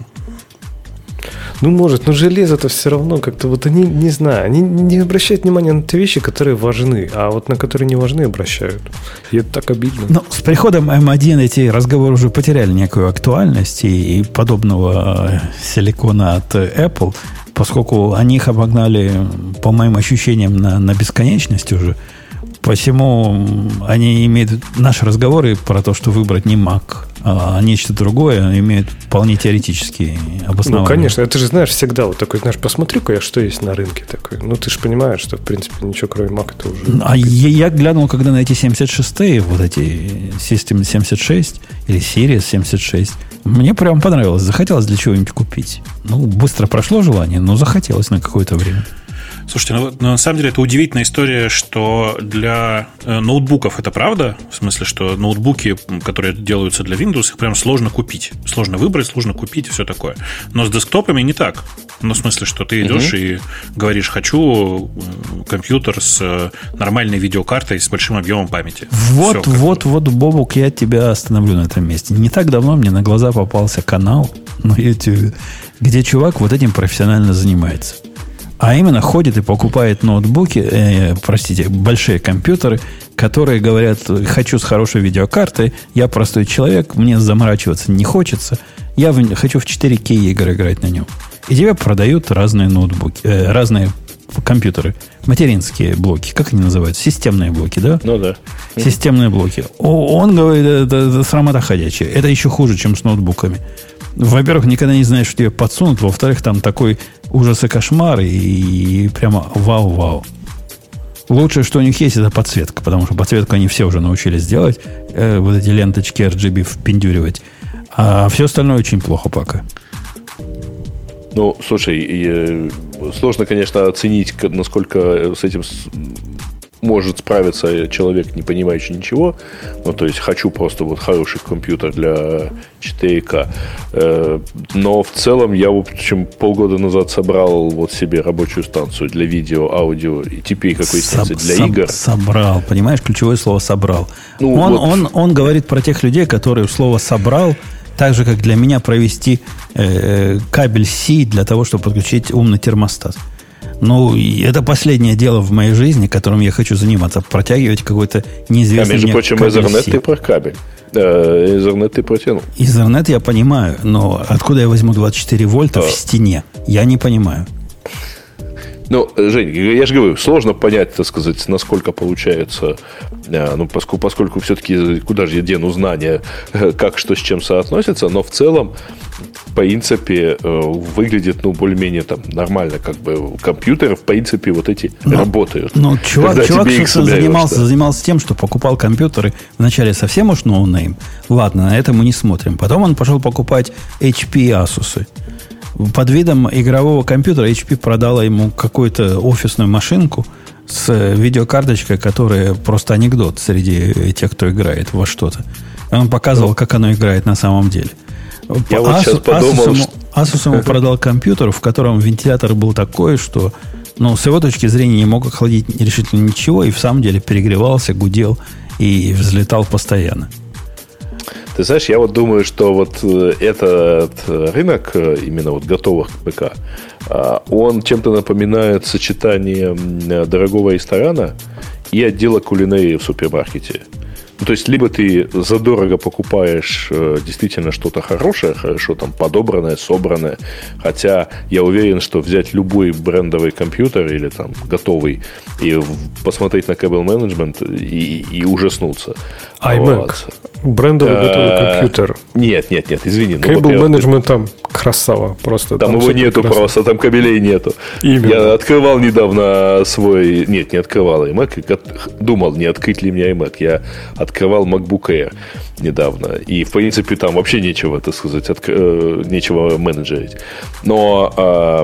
Ну, может, но железо-то все равно как-то вот они, не знаю, они не обращают внимания на те вещи, которые важны, а вот на которые не важны обращают. И это так обидно. Но с приходом M1 эти разговоры уже потеряли некую актуальность, и подобного силикона от Apple, поскольку они их обогнали, по моим ощущениям, на бесконечность уже. Посему они имеют наши разговоры про то, что выбрать не Mac, а нечто другое, имеют вполне теоретические обоснования. Ну, конечно, ты же знаешь всегда вот такой, знаешь, посмотрю-ка я, что есть на рынке такой. Ну, ты же понимаешь, что, в принципе, ничего кроме Mac это уже... А я глянул, когда на эти 76-е, вот эти System 76 или Series 76, Мне прям понравилось. Захотелось для чего-нибудь купить. Ну, быстро прошло желание, но захотелось на какое-то время. Слушайте, на самом деле это удивительная история, что для ноутбуков это правда, в смысле, что ноутбуки, которые делаются для Windows, их прям сложно купить. Сложно выбрать, сложно купить и все такое. Но с десктопами не так. Ну, в смысле, что ты идешь и говоришь, хочу компьютер с нормальной видеокартой с большим объемом памяти. Вот, Бобук, я тебя остановлю на этом месте. Не так давно мне на глаза попался канал на YouTube, где чувак вот этим профессионально занимается. А именно ходит и покупает ноутбуки, большие компьютеры, которые говорят, хочу с хорошей видеокартой, я простой человек, мне заморачиваться не хочется, я хочу в 4К игры играть на нем. И тебе продают разные ноутбуки, разные компьютеры, материнские блоки, как они называются? Системные блоки, да? Ну да. Системные блоки. Он говорит, это срамота ходячая. Это еще хуже, чем с ноутбуками. Во-первых, никогда не знаешь, что тебе подсунут. Во-вторых, там такой ужас и кошмар. И прямо вау-вау. Лучшее, что у них есть, это подсветка. Потому что подсветку они все уже научились делать. Вот эти ленточки RGB впендюривать. А все остальное очень плохо пока. Ну, слушай, сложно, конечно, оценить, насколько с этим может справиться человек, не понимающий ничего. Ну, то есть, хочу просто вот хороший компьютер для 4К. Но в целом я, в общем, полгода назад собрал вот себе рабочую станцию для видео, аудио и теперь какой станции для игр. Собрал, понимаешь, ключевое слово «собрал». Ну, он говорит про тех людей, которые слово «собрал», так же, как для меня провести кабель C для того, чтобы подключить умный термостат. Ну, это последнее дело в моей жизни, которым я хочу заниматься. Протягивать какой-то неизвестный между прочим, Ethernet ты про кабель. Ethernet ты протянул. Ethernet я понимаю, но откуда я возьму 24 вольта в стене? Я не понимаю. Ну, Жень, я же говорю, сложно понять, так сказать, насколько получается, ну, поскольку все-таки куда же я дену знания, как что с чем соотносится, но в целом, в принципе, выглядит, ну, более-менее там нормально, как бы компьютеры, в принципе, вот эти работают. Ну, чувак занимался тем, что покупал компьютеры вначале совсем уж ноунейм. Ладно, на это мы не смотрим. Потом он пошел покупать HP и Asus. Под видом игрового компьютера HP продала ему какую-то офисную машинку с видеокарточкой, которая просто анекдот среди тех, кто играет во что-то. Он показывал, как оно играет на самом деле. Я вот сейчас подумал, Asus ему продал компьютер, в котором вентилятор был такой, что, ну, с его точки зрения не мог охладить решительно ничего, и в самом деле перегревался, гудел и взлетал постоянно. Ты знаешь, я вот думаю, что вот этот рынок именно вот готовых ПК, он чем-то напоминает сочетание дорогого ресторана и отдела кулинарии в супермаркете. Ну, то есть, либо ты задорого покупаешь действительно что-то хорошее, хорошо там подобранное, собранное. Хотя я уверен, что взять любой брендовый компьютер или там готовый и посмотреть на кабель менеджмент и ужаснуться. iMac. Вот. Брендовый готовый компьютер. Нет, извини. Кабель менеджмент там красава просто. Там его нету просто, там кабелей нету. Именно. Я открывал недавно свой... Нет, не открывал iMac. Думал, не открыть ли мне iMac. Я открывал MacBook Air недавно. И, в принципе, там вообще нечего, так сказать, нечего менеджерить. Но...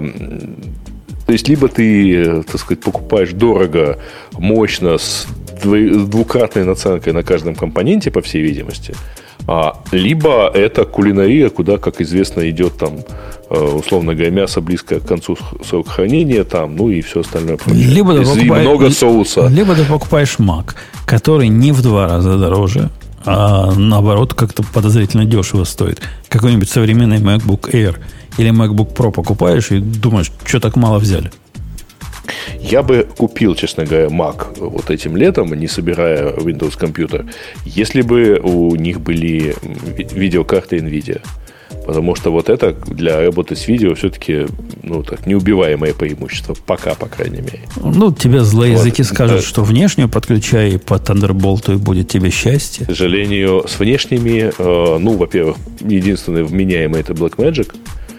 то есть, либо ты, так сказать, покупаешь дорого, мощно, с двукратной наценкой на каждом компоненте, по всей видимости, либо это кулинария, куда, как известно, идет там, условно говоря, мясо близко к концу срока хранения, там, ну и все остальное. Либо и много соуса. Либо ты покупаешь Mac, который не в 2 раза дороже, а наоборот как-то подозрительно дешево стоит. Какой-нибудь современный MacBook Air или MacBook Pro покупаешь и думаешь, что так мало взяли. Я бы купил, честно говоря, Mac вот этим летом, не собирая Windows компьютер, если бы у них были видеокарты NVIDIA. Потому что вот это для работы с видео все-таки, ну, так, неубиваемое преимущество. Пока, по крайней мере. Ну, тебе злые языки скажут, что внешнюю подключай по Thunderbolt, и будет тебе счастье. К сожалению, с внешними, ну, во-первых, единственный вменяемый это Blackmagic,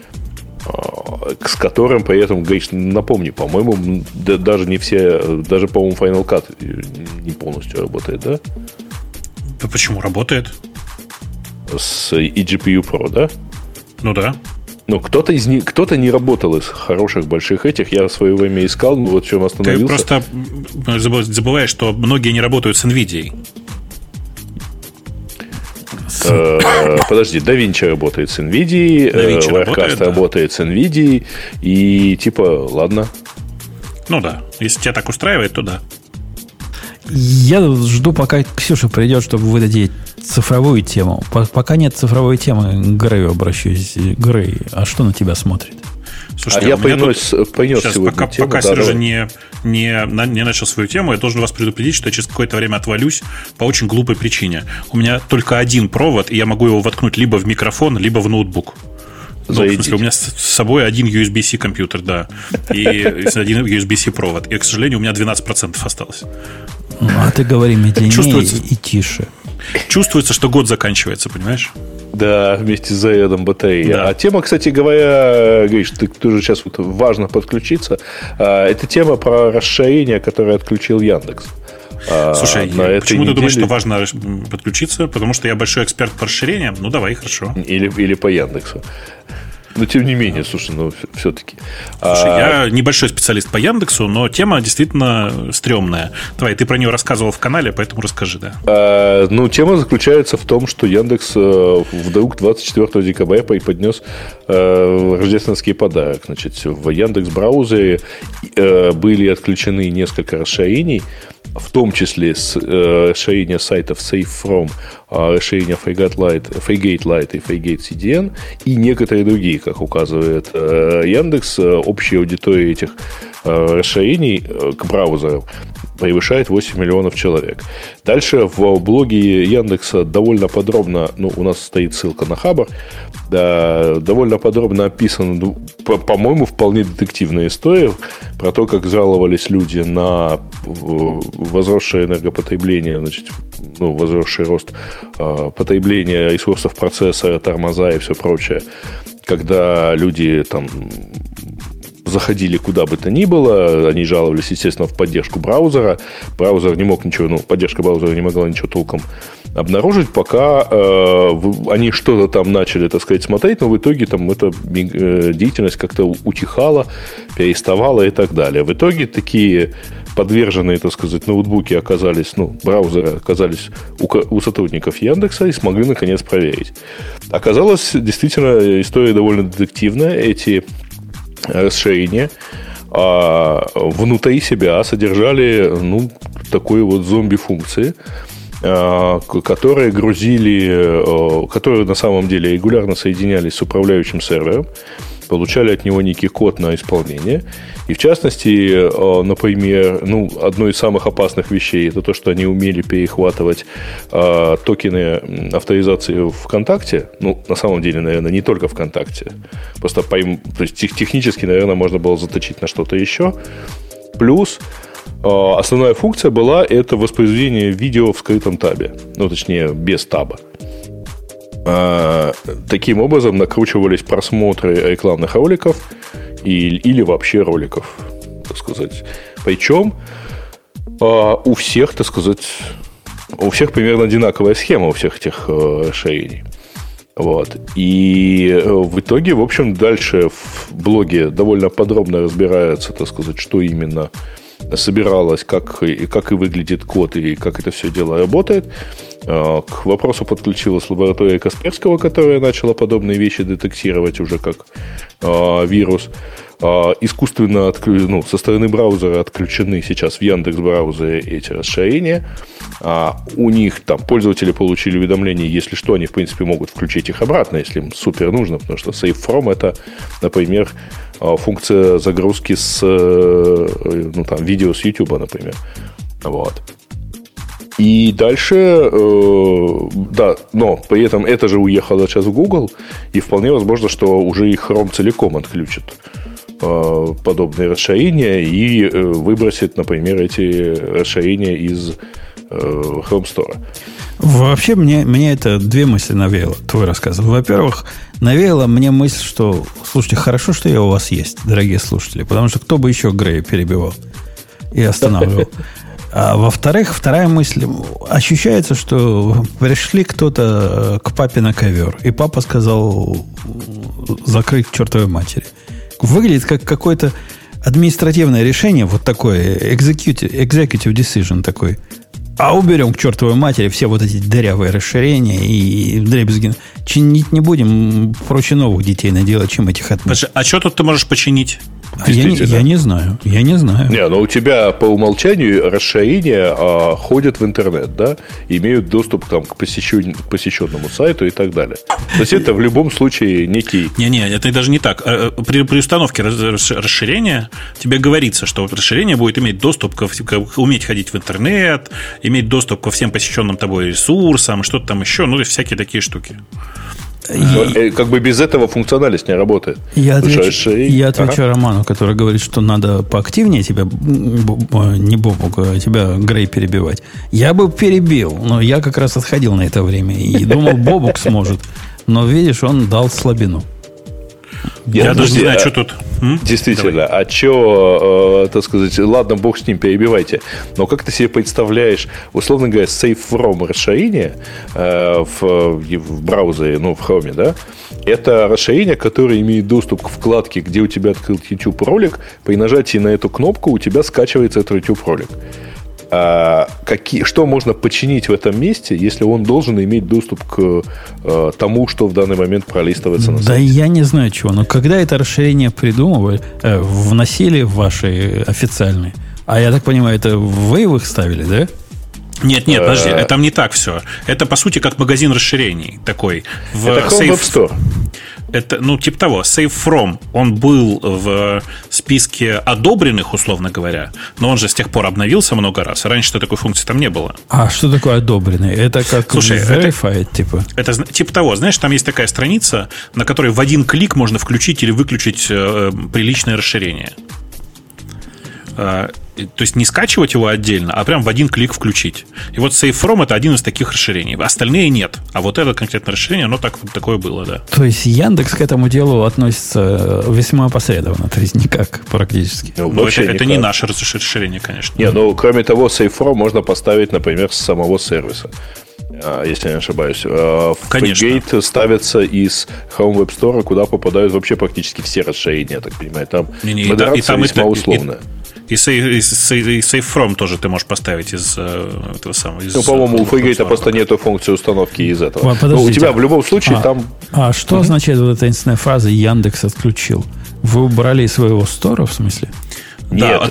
с которым при этом, Гриш, напомни, по-моему, даже не все, даже, по-моему, Final Cut не полностью работает, да? Да почему работает? с eGPU Pro, да? Ну да. Ну, кто-то из них, кто-то не работал из хороших больших этих. Я в свое время искал, но вот в чем остановился. Ты просто забываешь, что многие не работают с NVIDIA. Подожди, DaVinci работает с NVIDIA, Wirecast работает с NVIDIA, и типа, ладно. Ну да, если тебя так устраивает, то да. Я жду, пока Ксюша придет, чтобы выдать ей цифровую тему. Пока нет цифровой темы, к Грею обращусь. Грей, а что на тебя смотрит? Слушайте, я принес сегодня пока Сережа не начал свою тему, я должен вас предупредить, что я через какое-то время отвалюсь по очень глупой причине. У меня только один провод, и я могу его воткнуть либо в микрофон, либо в ноутбук. Ну, в смысле, у меня с собой один USB-C компьютер, да, и один USB-C провод. И, к сожалению, у меня 12% осталось. А ты говори медленнее и тише. Чувствуется, что год заканчивается, понимаешь? Да, вместе с зарядом батареи. Да. А тема, кстати говоря, Гриш, ты тоже сейчас вот важно подключиться. Это тема про расширение, которое отключил Яндекс. Слушай, почему ты думаешь, что важно подключиться? Потому что я большой эксперт по расширениям. Ну, давай, хорошо. Или по Яндексу. Но тем не менее, слушай, ну все-таки. Слушай, я небольшой специалист по Яндексу, но тема действительно стрёмная. Давай, ты про нее рассказывал в канале, поэтому расскажи, да. Ну, тема заключается в том, что Яндекс вдруг 24 декабря преподнес рождественский подарок. Значит, в Яндекс-браузере были отключены несколько расширений, в том числе расширение сайтов SafeFrom, расширение Frigate Lite и Frigate CDN и некоторые другие, как указывает Яндекс. Общая аудитория этих расширений к браузерам превышает 8 миллионов человек. Дальше в блоге Яндекса довольно подробно, ну, у нас стоит ссылка на Хабр, да, довольно подробно описана, по-моему, вполне детективная история про то, как жаловались люди на возросшее энергопотребление, значит, ну, возросший рост потребления ресурсов процессора, тормоза и все прочее, когда люди там заходили куда бы то ни было, они жаловались, естественно, в поддержку браузера. Браузер не мог ничего, поддержка браузера не могла ничего толком обнаружить, пока они что-то там начали, так сказать, смотреть, но в итоге там эта деятельность как-то утихала, переставала и так далее. В итоге такие подверженные, так сказать, ноутбуки оказались, браузеры оказались у сотрудников Яндекса и смогли наконец проверить. Оказалось, действительно, история довольно детективная. Эти расширения внутри себя содержали такой вот зомби-функции, которые которые на самом деле регулярно соединялись с управляющим сервером, получали от него некий код на исполнение. И в частности, например, одной из самых опасных вещей это то, что они умели перехватывать токены авторизации ВКонтакте. На самом деле, наверное, не только ВКонтакте. Просто то есть технически, наверное, можно было заточить на что-то еще. Плюс основная функция была это воспроизведение видео в скрытом табе. Точнее, без таба. Таким образом накручивались просмотры рекламных роликов или вообще роликов, так сказать. Причем у всех, так сказать, у всех примерно одинаковая схема у всех этих расширений. Вот. И в итоге, в общем, дальше в блоге довольно подробно разбирается, так сказать, что именно собиралось, как и выглядит код, и как это все дело работает. К вопросу подключилась лаборатория Касперского, которая начала подобные вещи детектировать уже как вирус. Искусственно со стороны браузера отключены сейчас в Яндекс.Браузере эти расширения. У них там пользователи получили уведомления, если что, они в принципе могут включить их обратно, если им супер нужно, потому что SafeFrom это, например, функция загрузки с видео с YouTube, например. Вот. И дальше, но при этом это же уехало сейчас в Google, и вполне возможно, что уже и Chrome целиком отключит подобные расширения и выбросит, например, эти расширения из Chrome Store. Вообще, мне это две мысли навеяло, твой рассказ. Во-первых, навеяло мне мысль, что, слушайте, хорошо, что я у вас есть, дорогие слушатели, потому что кто бы еще Грея перебивал и останавливал. А во-вторых, вторая мысль. Ощущается, что пришли кто-то к папе на ковер, и папа сказал закрыть к чертовой матери. Выглядит как какое-то административное решение, вот такое, executive decision такой. А уберем к чертовой матери все вот эти дырявые расширения и дребезги. Чинить не будем, проще новых детей наделать, чем этих отметок. А что тут ты можешь починить? Я не знаю. Не, но у тебя по умолчанию расширения ходят в интернет, да? Имеют доступ там, к посещенному сайту и так далее. То есть это в любом случае некий... Не, это даже не так. При установке расширения тебе говорится, что расширение будет иметь доступ уметь ходить в интернет, иметь доступ ко всем посещенным тобой ресурсам, что-то там еще, ну и всякие такие штуки. Как бы без этого функциональность не работает. Я отвечу Роману, который говорит, что надо поактивнее тебя, не Бобук, а тебя, Грей, перебивать. Я бы перебил, но я как раз отходил на это время и думал, Бобук сможет. Но, видишь, он дал слабину. Я даже не знаю, что тут. Действительно, давай. А что, так сказать, ладно, бог с ним, перебивайте. Но как ты себе представляешь, условно говоря, Save From расширение в браузере, ну, в Chrome, да? Это расширение, которое имеет доступ к вкладке, где у тебя открыт YouTube ролик. При нажатии на эту кнопку у тебя скачивается этот YouTube ролик. Что можно починить в этом месте, если он должен иметь доступ к тому, что в данный момент пролистывается на сайте? Да я не знаю чего, но когда это расширение придумывали, вносили в ваши официальные, а я так понимаю, это вы их ставили, да? Нет, подожди, там не так все. Это, по сути, как магазин расширений такой. Это Chrome Web Store. Это, ну, типа того, Save From, он был в списке одобренных, условно говоря, но он же с тех пор обновился много раз. Раньше такой функции там не было. А что такое одобренный? Это как Verified, типа? Это типа того, знаешь, там есть такая страница, на которой в один клик можно включить или выключить приличное расширение. То есть не скачивать его отдельно, а прям в один клик включить. И вот Save From — это один из таких расширений. Остальные нет. А вот это конкретное расширение, оно такое было, да. То есть Яндекс к этому делу относится весьма опосредованно, то есть никак практически. Ну, это не наше расширение, конечно. Не, ну, кроме того, Save From можно поставить, например, с самого сервиса. Если я не ошибаюсь. FreeGate ставится из Chrome Web Store, куда попадают вообще практически все расширения, я так понимаю. Там модерация весьма условная. И Save From тоже ты можешь поставить из этого самого. Ну, по-моему, у FreeGate просто нету функции установки из этого. Но у тебя в любом случае там... А что означает вот эта единственная фраза «Яндекс отключил»? Вы убрали из своего стора, в смысле? Нет,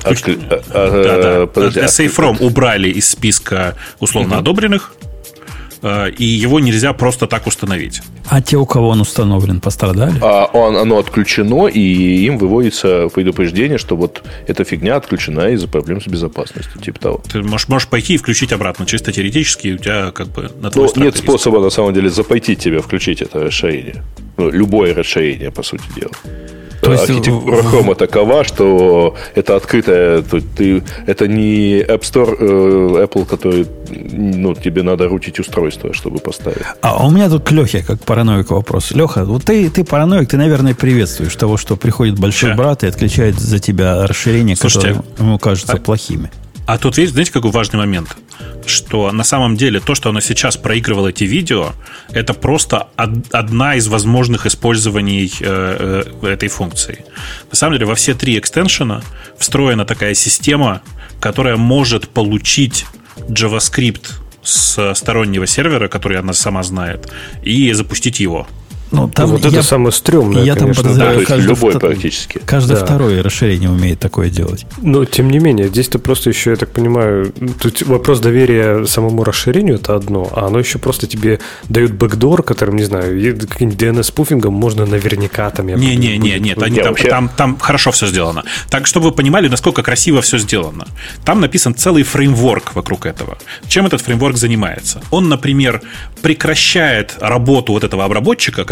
Save From убрали из списка условно одобренных, и его нельзя просто так установить. А те, у кого он установлен, пострадали? Оно отключено, и им выводится предупреждение, что вот эта фигня отключена из-за проблем с безопасностью, типа того. Ты можешь пойти и включить обратно. Чисто теоретически у тебя как бы на твой нет способа, на самом деле, запойтить тебе включить это расширение. Любое расширение, по сути дела. Архитектура Chrome такова, что это открытое, это не App Store Apple, который тебе надо рутить устройство, чтобы поставить. А у меня тут к Лехе, как параноик, вопрос. Леха, вот ты параноик, ты, наверное, приветствуешь того, что приходит большой брат и отключает за тебя расширения, которые ему кажутся плохими. А тут, знаете, какой важный момент? Что на самом деле то, что оно сейчас проигрывало эти видео, это просто одна из возможных использований этой функции. На самом деле во все 3 экстеншена встроена такая система, которая может получить JavaScript с стороннего сервера, который она сама знает, и запустить его. Ну, там вот это самое стрёмное, я конечно. Там подозреваю, практически. Каждое второе расширение умеет такое делать. Но, тем не менее, здесь-то просто еще, я так понимаю, тут вопрос доверия самому расширению – это одно, а оно еще просто тебе дают бэкдор, которым, не знаю, каким-нибудь DNS-пуфингом можно наверняка там... Нет, там хорошо все сделано. Так, чтобы вы понимали, насколько красиво все сделано. Там написан целый фреймворк вокруг этого. Чем этот фреймворк занимается? Он, например, прекращает работу вот этого обработчика,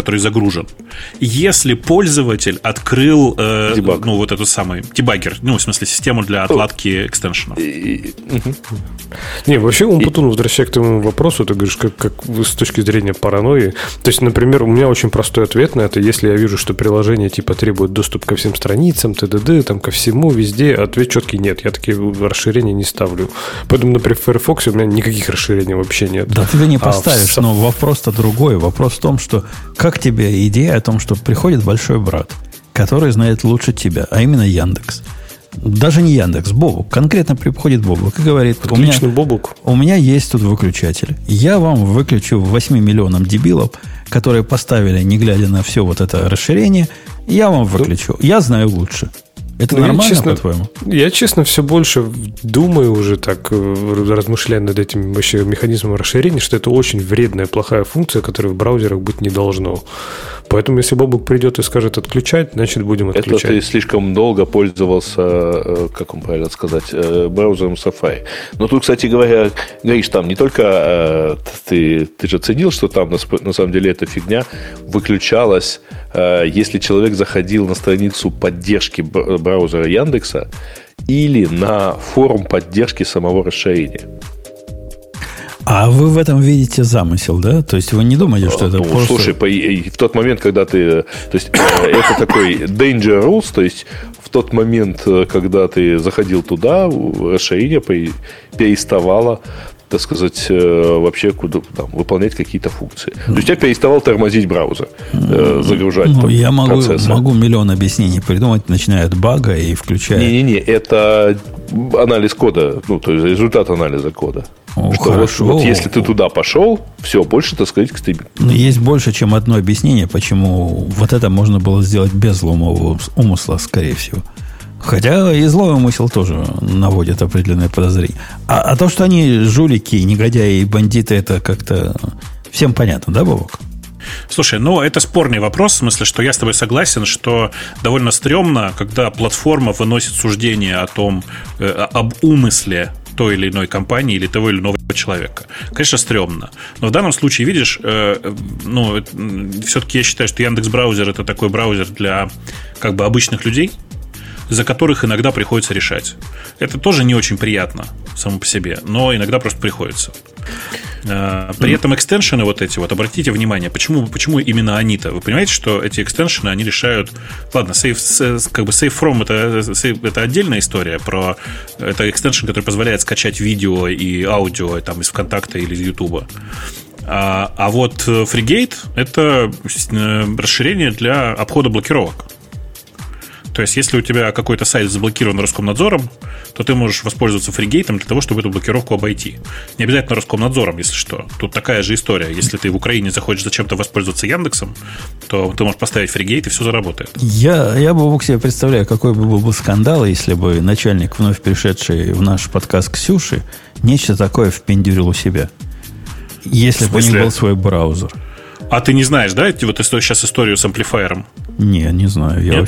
который загружен, если пользователь открыл вот эту самую дебаггер, в смысле систему для отладки экстеншенов. Не, вообще, Умпутун, возвращаясь к твоему вопросу, ты говоришь, как с точки зрения паранойи. То есть, например, у меня очень простой ответ на это. Если я вижу, что приложение типа требует доступ ко всем страницам, т.д., там ко всему, везде, ответ четкий: нет, я такие расширения не ставлю. Поэтому, например, в Firefox у меня никаких расширений вообще нет. Да ты не поставишь, но вопрос-то другой. Вопрос в том, что как тебе идея о том, что приходит большой брат, который знает лучше тебя, а именно Яндекс. Даже не Яндекс, Бобук. Конкретно приходит Бобук и говорит: отличный Бобук. У меня есть тут выключатель. Я вам выключу 8 миллионам дебилов, которые поставили, не глядя на все вот это расширение, я вам выключу. Я знаю лучше. Это нормально, по-твоему? Я, честно, все больше думаю уже так, размышляя над этим вообще механизмом расширения, что это очень вредная, плохая функция, которая в браузерах быть не должно. Поэтому, если Бобук придет и скажет отключать, значит, будем отключать. Это ты слишком долго пользовался, как вам правильно сказать, браузером Safari. Но тут, кстати говоря, говоришь, там не только ты же ценил, что там на самом деле эта фигня выключалась, если человек заходил на страницу поддержки браузера Яндекса или на форум поддержки самого расширения. А вы в этом видите замысел, да? То есть вы не думаете, что это просто... Слушай, в тот момент, когда ты... То есть это такой danger rules, то есть в тот момент, когда ты заходил туда, расширение переставало, так сказать, вообще выполнять какие-то функции. То есть я переставал тормозить браузер, загружать я могу миллион объяснений придумать, начиная от бага и включая... Не-не-не, это анализ кода, то есть результат анализа кода. Хорошо. Вот если ты туда пошел, все, больше, так сказать, к тебе. Но есть больше, чем одно объяснение, почему вот это можно было сделать без злого умысла, скорее всего. Хотя и злой умысел тоже наводит определенные подозрения. А то, что они жулики, негодяи и бандиты, это как-то всем понятно, да, Бобок? Слушай, это спорный вопрос, в смысле, что я с тобой согласен, что довольно стрёмно, когда платформа выносит суждение об умысле той или иной компании или того или иного человека. Конечно, стрёмно. Но в данном случае, видишь, все-таки я считаю, что Яндекс.Браузер — это такой браузер для обычных людей, за которых иногда приходится решать. Это тоже не очень приятно само по себе, но иногда просто приходится. При этом экстеншены обратите внимание, почему именно они-то? Вы понимаете, что эти экстеншены, они решают... Ладно, Save From это отдельная история. Это экстеншен, который позволяет скачать видео и аудио из ВКонтакта или из Ютуба. А вот FreeGate — это расширение для обхода блокировок. То есть, если у тебя какой-то сайт заблокирован Роскомнадзором, то ты можешь воспользоваться фригейтом для того, чтобы эту блокировку обойти. Не обязательно Роскомнадзором, если что. Тут такая же история. Если ты в Украине захочешь зачем-то воспользоваться Яндексом, то ты можешь поставить фригейт, и все заработает. Я бы себе представляю, какой бы был скандал, если бы начальник, вновь пришедший в наш подкаст Ксюши, нечто такое впендюрил у себя. Если бы у них был свой браузер. А ты не знаешь, да, сейчас историю с амплифайером? Не знаю. Я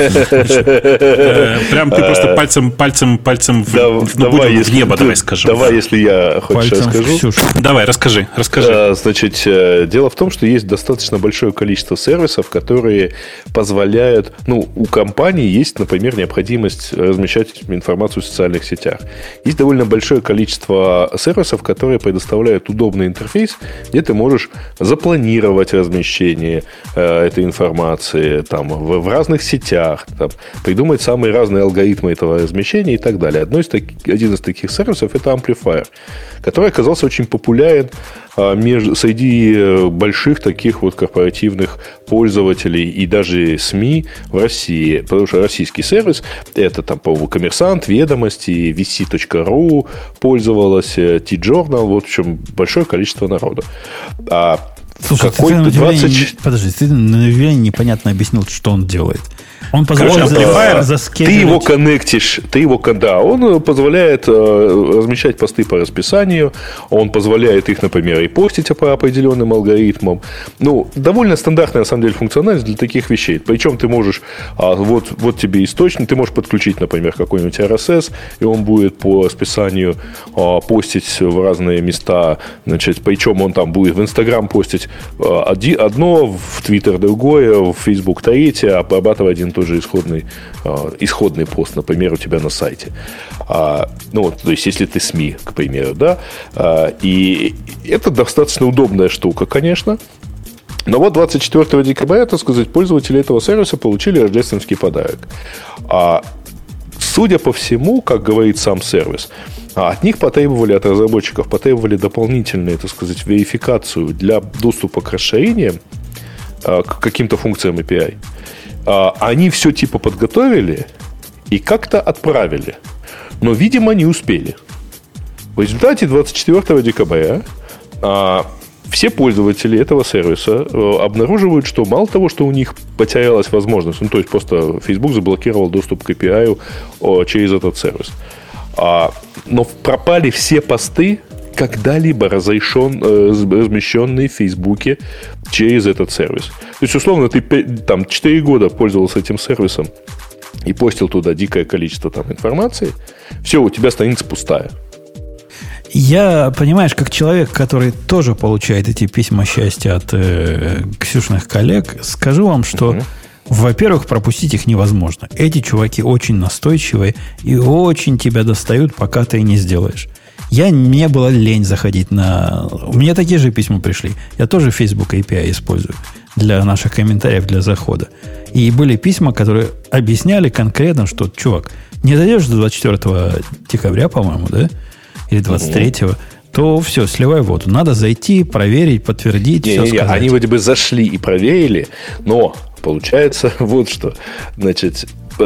прям ты просто пальцем в небо, давай скажем. Давай, если я хоть сейчас скажу. Давай, расскажи. Значит, дело в том, что есть достаточно большое количество сервисов, которые позволяют... у компании есть, например, необходимость размещать информацию в социальных сетях. Есть довольно большое количество сервисов, которые предоставляют удобный интерфейс, где ты можешь запланировать размещение этой информации в разных сетях, придумать самые разные алгоритмы этого размещения и так далее. Один из таких сервисов — это Amplifier, который оказался очень популярен среди больших таких корпоративных пользователей и даже СМИ в России. Потому что российский сервис — это по-моему, Коммерсант, Ведомости, vc.ru пользовалась, T-Journal, в общем, большое количество народа. Слушай, подожди, ты на удивление непонятно объяснил, что он делает. Он позволяет ты его коннектишь, он позволяет размещать посты по расписанию, он позволяет их, например, и постить по определенным алгоритмам. Ну, довольно стандартная, на самом деле, функциональность для таких вещей. Причем ты можешь, вот тебе источник, ты можешь подключить, например, какой-нибудь RSS, и он будет по расписанию постить в разные места, значит, причем он там будет в Instagram постить одно, в Twitter другое, в Facebook третье, а обрабатывать один тот же исходный пост, например, у тебя на сайте. Ну, то есть, если ты СМИ, к примеру, да. И это достаточно удобная штука, конечно. Но вот 24 декабря, так сказать, пользователи этого сервиса получили рождественский подарок. Судя по всему, как говорит сам сервис, от них потребовали, от разработчиков, потребовали дополнительную, так сказать, верификацию для доступа к расширениям, к каким-то функциям API. Они все типа подготовили и как-то отправили. Но, видимо, не успели. В результате 24 декабря все пользователи этого сервиса обнаруживают, что мало того, что у них потерялась возможность, ну, то есть просто Facebook заблокировал доступ к API через этот сервис. Но пропали все посты, когда-либо размещенные в Фейсбуке через этот сервис. То есть, условно, ты там 4 года пользовался этим сервисом и постил туда дикое количество там информации, все, у тебя страница пустая. Я, понимаешь, как человек, который тоже получает эти письма счастья от Ксюшиных коллег, скажу вам, что, во-первых, пропустить их невозможно. Эти чуваки очень настойчивые и очень тебя достают, пока ты не сделаешь. Мне было лень заходить на... У меня такие же письма пришли. Я тоже Facebook API использую для наших комментариев, для захода. И были письма, которые объясняли конкретно, что, чувак, не дойдешь до 24 декабря, по-моему, да? Или 23-го, то все, сливай воду. Надо зайти, проверить, подтвердить, все сказать. Они вроде бы зашли и проверили, но получается вот что. Значит,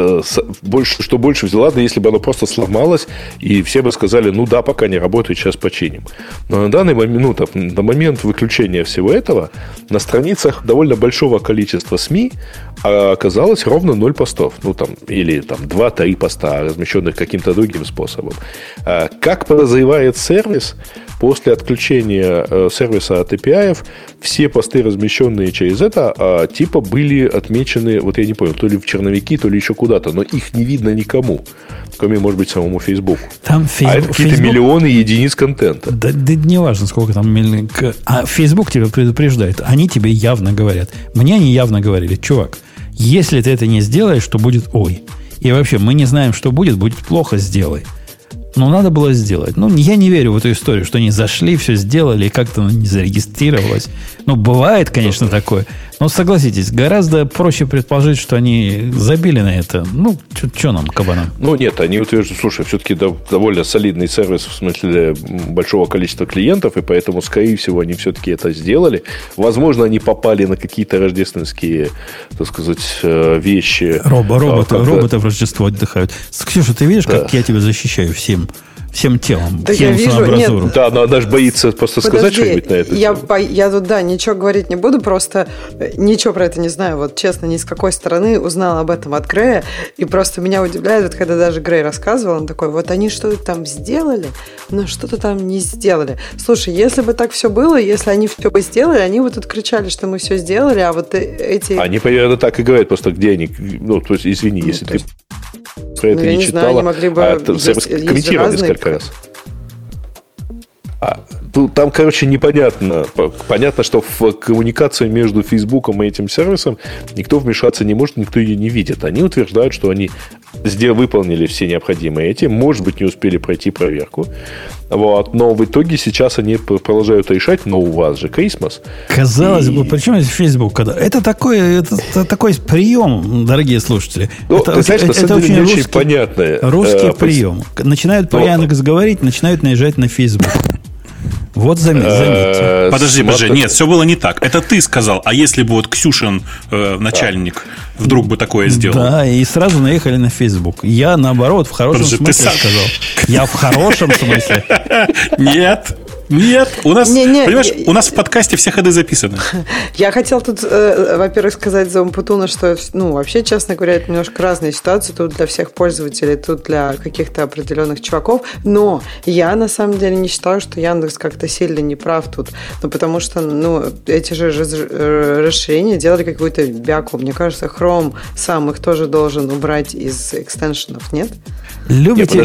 больше взяла, да если бы оно просто сломалось, и все бы сказали, ну да, пока не работает, сейчас починим. Но на данный момент, на момент выключения всего этого, на страницах довольно большого количества СМИ оказалось ровно 0 постов. Ну, там, или там 2-3 поста, размещенных каким-то другим способом. Как подозревает сервис, после отключения сервиса от API все посты, размещенные через это, типа были отмечены, вот я не понял, то ли в черновики, то ли еще куда-то, но их не видно никому, кроме, может быть, самому Facebook. Там а это какие-то миллионы единиц контента. Да не важно, сколько там миллионов. А Facebook тебя предупреждает. Они тебе явно говорят. Мне они явно говорили, чувак, если ты это не сделаешь, то будет ой. И вообще, мы не знаем, что будет плохо, сделай. Но надо было сделать. Ну, я не верю в эту историю, что они зашли, все сделали, и как-то оно не зарегистрировалось. Ну, бывает, конечно, такое. Но согласитесь, гораздо проще предположить, что они забили на это. Ну, что нам, кабанам? Ну, нет, они утверждают, слушай, все-таки довольно солидный сервис в смысле большого количества клиентов, и поэтому, скорее всего, они все-таки это сделали. Возможно, они попали на какие-то рождественские, так сказать, вещи. Роботы в Рождество отдыхают. Ксюша, ты видишь, как я тебя защищаю всем телом, да всем самообразуром. Да, но она же боится просто сказать что-нибудь на это. Я тут, ничего говорить не буду, просто ничего про это не знаю. Вот честно, ни с какой стороны узнала об этом от Грея. И просто меня удивляет, вот когда даже Грей рассказывал, он такой, вот они что-то там сделали, но что-то там не сделали. Слушай, если бы так все было, если они все бы сделали, они бы тут кричали, что мы все сделали, а вот эти... Они, примерно, так и говорят, просто где они... Ну, то есть, извини, если ты... Про это не читала, они могли бы комментировал несколько раз. Там, короче, непонятно. Понятно, что в коммуникации между Фейсбуком и этим сервисом никто вмешаться не может, никто ее не видит. Они утверждают, что они выполнили все необходимые эти, может быть, не успели пройти проверку. Вот. Но в итоге сейчас они продолжают решать, но у вас же Christmas. Казалось бы, причем здесь Facebook? Это такой прием, дорогие слушатели. Ну, это знаешь, это очень русский, понятный прием. Начинают про Яндекс говорить, начинают наезжать на Facebook. Вот заметьте. Подожди, нет, все было не так. Это ты сказал, а если бы вот Ксюшин начальник вдруг бы такое сделал? Да, и сразу наехали на Facebook. Я, наоборот, в хорошем смысле сказал. Я в хорошем смысле. Нет. Нет, у нас, понимаешь, у нас в подкасте все ходы записаны. Я хотел тут, во-первых, сказать за Умпутуна, что, вообще, честно говоря, это немножко разные ситуации. Тут для всех пользователей, тут для каких-то определенных чуваков. Но я, на самом деле, не считаю, что Яндекс как-то сильно не прав тут. Потому что, эти же расширения делали какую-то бяку. Мне кажется, Chrome сам их тоже должен убрать из экстеншенов, нет? Любите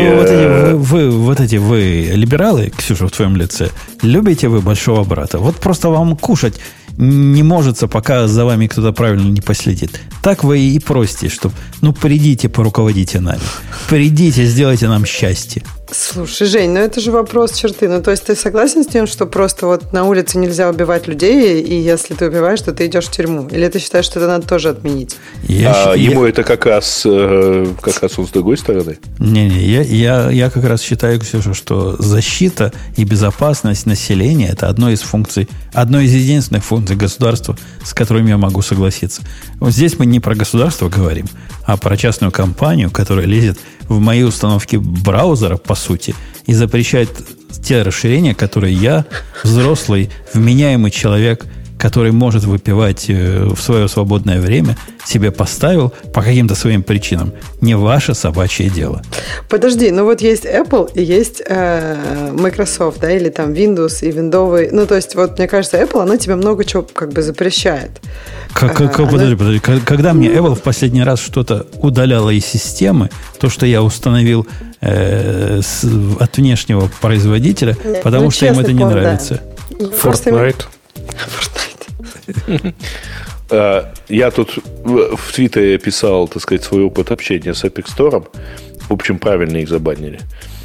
вы либералы, Ксюша, в твоем лице, любите вы большого брата? Вот просто вам кушать не может, пока за вами кто-то правильно не последит. Так вы и просите, что придите, поруководите нами. Придите, сделайте нам счастье. Слушай, Жень, это же вопрос черты. То есть ты согласен с тем, что просто на улице нельзя убивать людей, и если ты убиваешь, то ты идешь в тюрьму? Или ты считаешь, что это надо тоже отменить? Ему это как раз он с другой стороны? Не-не, я как раз считаю, Ксюша, что защита и безопасность населения – это одной из единственных функций государства, с которыми я могу согласиться. Вот здесь мы не про государство говорим, а про частную компанию, которая лезет в мои установки браузера, по сути, и запрещает те расширения, которые я, взрослый, вменяемый человек, который может выпивать в свое свободное время, себе поставил по каким-то своим причинам. Не ваше собачье дело. Подожди, есть Apple и есть Microsoft, да, или там Windows и виндовый. То есть, мне кажется, Apple, она тебе много чего запрещает. Подожди. Когда мне Apple в последний раз что-то удаляла из системы, то, что я установил от внешнего производителя, потому что им это не нравится. Fortnite. Я тут в Твиттере писал, свой опыт общения с Epic Store. В общем, правильно их забанили.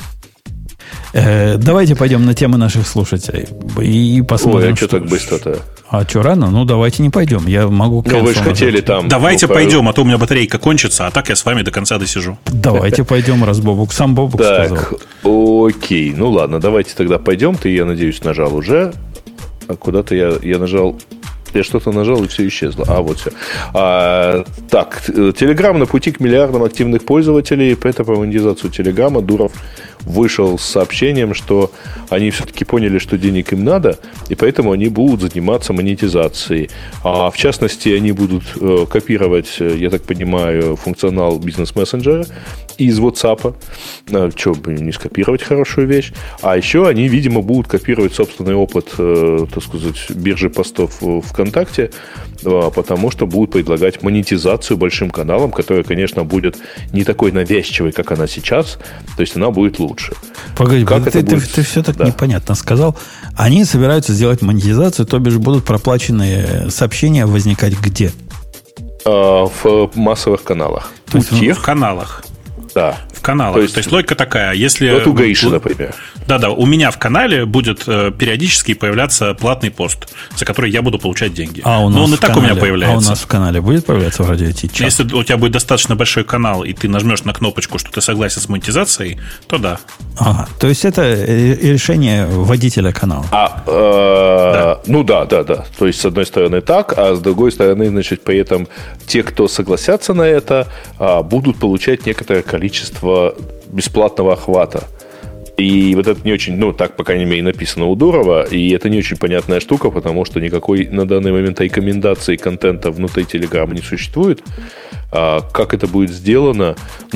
Давайте пойдем на темы наших слушателей и посмотрим. Ой, а что так быстро-то? А что рано? Давайте не пойдем. Я могу... вы же хотели там... Давайте пойдем, а то у меня батарейка кончится, а так я с вами до конца досижу. Давайте пойдем, раз Бобук. Сам Бобук сказал. Окей. Ладно, давайте тогда пойдем. Ты, я надеюсь, нажал уже. А куда-то я нажал... Я что-то нажал, и все исчезло. Вот все. Так, Telegram на пути к миллиардам активных пользователей. Это про монетизацию Телеграма. Дуров вышел с сообщением, что они все-таки поняли, что денег им надо, и поэтому они будут заниматься монетизацией. В частности, они будут копировать, я так понимаю, функционал бизнес-мессенджера из WhatsApp. Чего бы не скопировать хорошую вещь. А еще они, видимо, будут копировать собственный опыт, так сказать, биржи постов ВКонтакте, потому что будут предлагать монетизацию большим каналам, которая, конечно, будет не такой навязчивой, как она сейчас, то есть она будет лучше. Погоди, ты все так непонятно сказал. Они собираются сделать монетизацию, то бишь будут проплаченные сообщения возникать где? В массовых каналах. В каналах. Да. В каналах. То есть логика такая, если... Вот у Гейши, например. Да, у меня в канале будет периодически появляться платный пост, за который я буду получать деньги. Но он и так у меня появляется. А у нас в канале будет появляться в радио Ти? Если у тебя будет достаточно большой канал, и ты нажмешь на кнопочку, что ты согласен с монетизацией, то да. То есть это решение водителя канала. Да. Да. То есть, с одной стороны так, а с другой стороны, значит, при этом те, кто согласятся на это, будут получать некоторое количество бесплатного охвата. И вот это не очень, так, по крайней мере, написано у Дурова, и это не очень понятная штука, потому что никакой на данный момент рекомендации контента внутри Телеграма не существует. Как это будет сделано,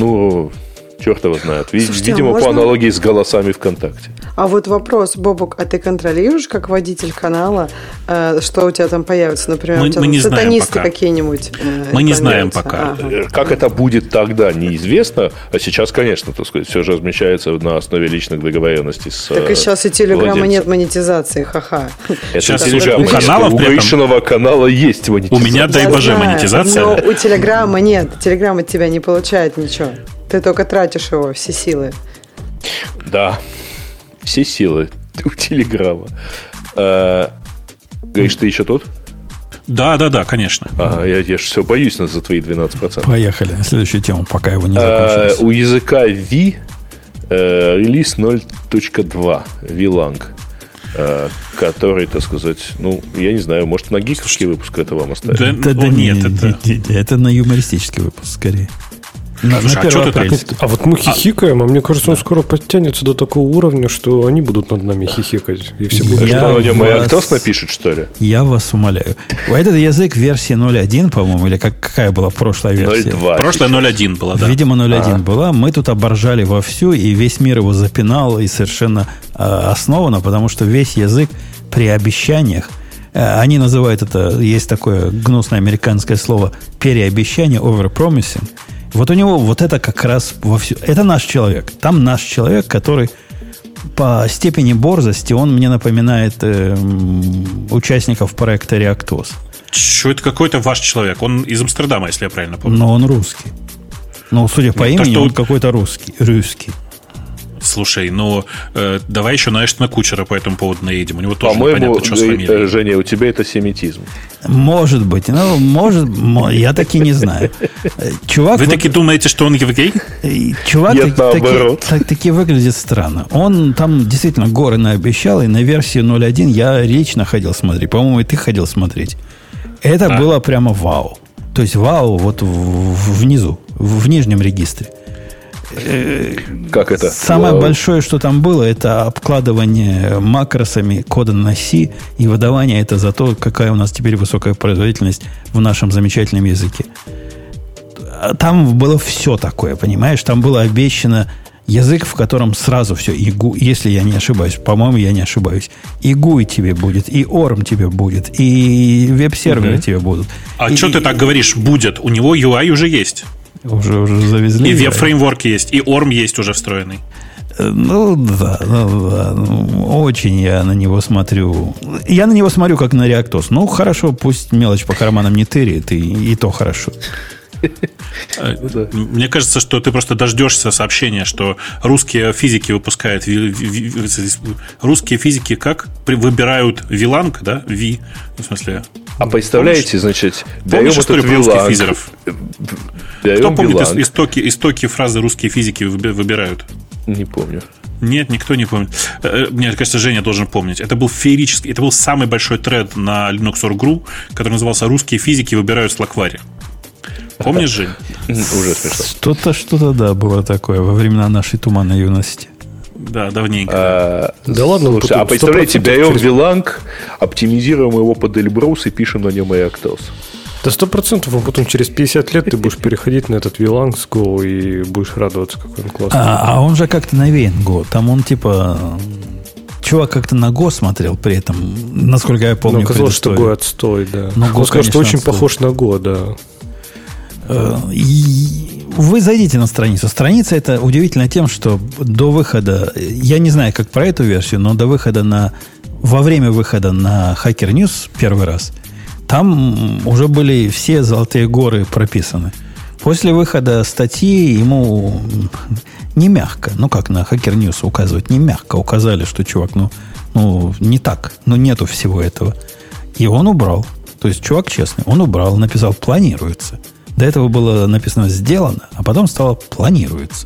черт его знает. Слушайте, видимо, по аналогии с голосами ВКонтакте. А вот вопрос, Бобук, а ты контролируешь, как водитель канала, что у тебя там появится? Например, у тебя сатанисты какие-нибудь? Мы не знаем пока. Как это будет тогда, неизвестно. А сейчас, конечно, так сказать, все же размещается на основе личных договоренностей с Так и сейчас и Телеграма нет монетизации, ха-ха. Сейчас у каналов, у Гришиного канала есть монетизация. У меня, дай боже, монетизация. Но у Телеграма нет. Телеграм от тебя не получает ничего. Ты только тратишь его, все силы. Да, все силы у Телеграма. Говоришь, ты еще тут? Да, конечно. Я же все боюсь за твои 12%. Поехали на следующую тему, пока его не закончилось. У языка V релиз 0.2 VLang, который, так сказать, я не знаю, может, на гиковский выпуск это вам оставить? Да нет, это на юмористический выпуск, скорее. Слушай, а что ты так? А вот мы хихикаем, а мне кажется, он скоро подтянется до такого уровня, что они будут над нами хихикать. И все будут что, на нем Actos напишет, что ли? Я вас умоляю. Этот язык версии 0.1, по-моему, или какая была прошлая версия? 0.2. Прошлая 0.1 была, да. Видимо, 0.1 была. Мы тут оборжали вовсю, и весь мир его запинал, и совершенно основано, потому что весь язык при обещаниях, они называют это, есть такое гнусное американское слово, переобещание, overpromising. Вот у него вот это как раз вовсю. Это наш человек. Там наш человек, который по степени борзости, он мне напоминает участников проекта ReactOS. Что это какой-то ваш человек? Он из Амстердама, если я правильно помню. Но он русский. Ну, судя по имени, он какой-то русский. Слушай, давай еще на Эштона Кучера по этому поводу наедем. У него тоже непонятно, что с фамилией. Женя, у тебя это семитизм. Может быть. Я таки не знаю. Чувак, вы таки думаете, что он гей? Чувак таки выглядит странно. Он там действительно горы наобещал, и на версию 0.1 я лично ходил смотреть. По-моему, и ты ходил смотреть. Это было прямо вау. То есть вау вот внизу, в нижнем регистре. Как это? Самое большое, что там было, это обкладывание макросами кода на C и выдавание это за то, какая у нас теперь высокая производительность в нашем замечательном языке. Там было все такое, понимаешь? Там было обещано язык, в котором сразу все, и GUI, если я не ошибаюсь, по-моему, я не ошибаюсь, и GUI тебе будет, и ORM тебе будет, и веб-серверы тебе будут. А что ты так говоришь, будет? У него UI уже есть. Уже завезли. И веб-фреймворк есть, и ORM есть уже встроенный. Очень я на него смотрю. Я на него смотрю как на ReactOS. Ну, хорошо, пусть мелочь по карманам не тырит, и то хорошо. Мне кажется, что ты просто дождешься сообщения, что русские физики выпускают... Русские физики как? Выбирают VLAN, да? V, в смысле... А представляете, значит, помнишь историю про русских физеров? Кто помнит истоки фразы «русские физики выбирают»? Не помню. Нет, никто не помнит. Мне кажется, Женя должен помнить. Это был феерический... Это был самый большой тред на Linux.org.ru, который назывался «Русские физики выбирают Слаквари». Помнишь, Жень? Уже смешно. Что-то, да, было такое во времена нашей туманной юности. Да, давненько. Да ладно. Слушай, а представляете, берем VLAN, оптимизируем его под Эльбрус и пишем на нем ReactOS. Да 100%, а потом через 50 лет ты будешь переходить на этот VLAN с Go и будешь радоваться, какой он классный. А он же как-то навеян Go. Там он типа... Чувак как-то на Go смотрел при этом, насколько я помню. Но оказалось, что Go отстой, да. Он сказал, что очень похож на Go, да. Вы зайдите на страницу. Страница это удивительно тем, что до выхода, я не знаю, как про эту версию, но до выхода во время выхода на Hacker News первый раз, там уже были все золотые горы прописаны. После выхода статьи ему не мягко, как на Hacker News указывать, не мягко указали, что чувак, не так, нету всего этого. И он убрал. То есть чувак честный, он убрал, написал «планируется». До этого было написано «сделано», а потом стало «планируется».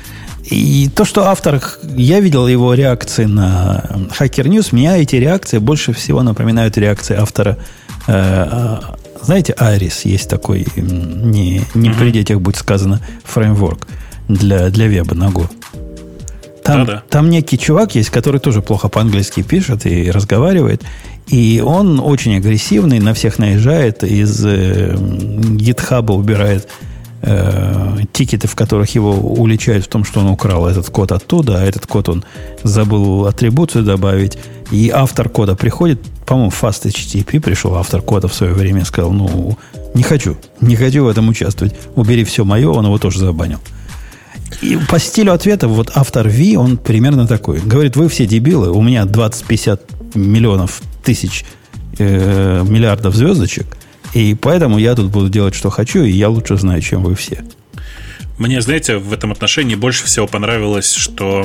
И то, что автор... Я видел его реакции на Hacker News. Меня эти реакции больше всего напоминают реакции автора... знаете, Iris есть такой, не при детях будет сказано, фреймворк для веба на Go. Там некий чувак есть, который тоже плохо по-английски пишет и разговаривает. И он очень агрессивный, на всех наезжает, из GitHub убирает тикеты, в которых его уличают в том, что он украл этот код оттуда, а этот код он забыл атрибуцию добавить. И автор кода приходит, по-моему, FastHTTP пришел автор кода в свое время и сказал, не хочу в этом участвовать, убери все мое, он его тоже забанил. И по стилю ответа вот автор V, он примерно такой. Говорит, вы все дебилы, у меня 20-50 миллионов тысяч миллиардов звездочек, и поэтому я тут буду делать, что хочу, и я лучше знаю, чем вы все. Мне, знаете, в этом отношении больше всего понравилось, что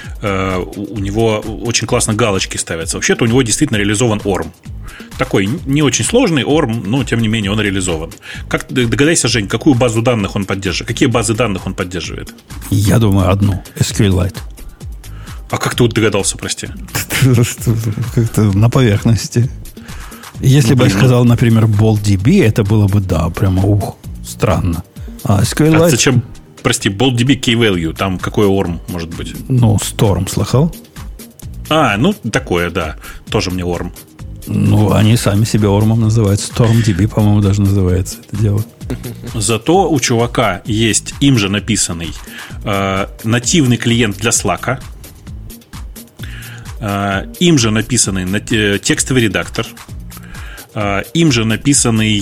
у него очень классно галочки ставятся. Вообще-то у него действительно реализован ORM. Такой не очень сложный ORM, но тем не менее он реализован. Как догадайся, Жень, какую базу данных он поддерживает? Какие базы данных он поддерживает? Я думаю, одну. SQLite. А как ты догадался, прости? Как-то на поверхности. Если бы я сказал, например, BoldDB, это было бы, да, прямо странно. А SQLite... зачем? прости, BoltDB Key-Value, там какой ORM может быть? Ну, Storm слыхал? Ну, такое, да. Тоже мне ORM. Ну, они сами себя ORM называют. StormDB, по-моему, даже называется это дело. Зато у чувака есть им же написанный нативный клиент для Slack, им же написанный текстовый редактор, им же написанный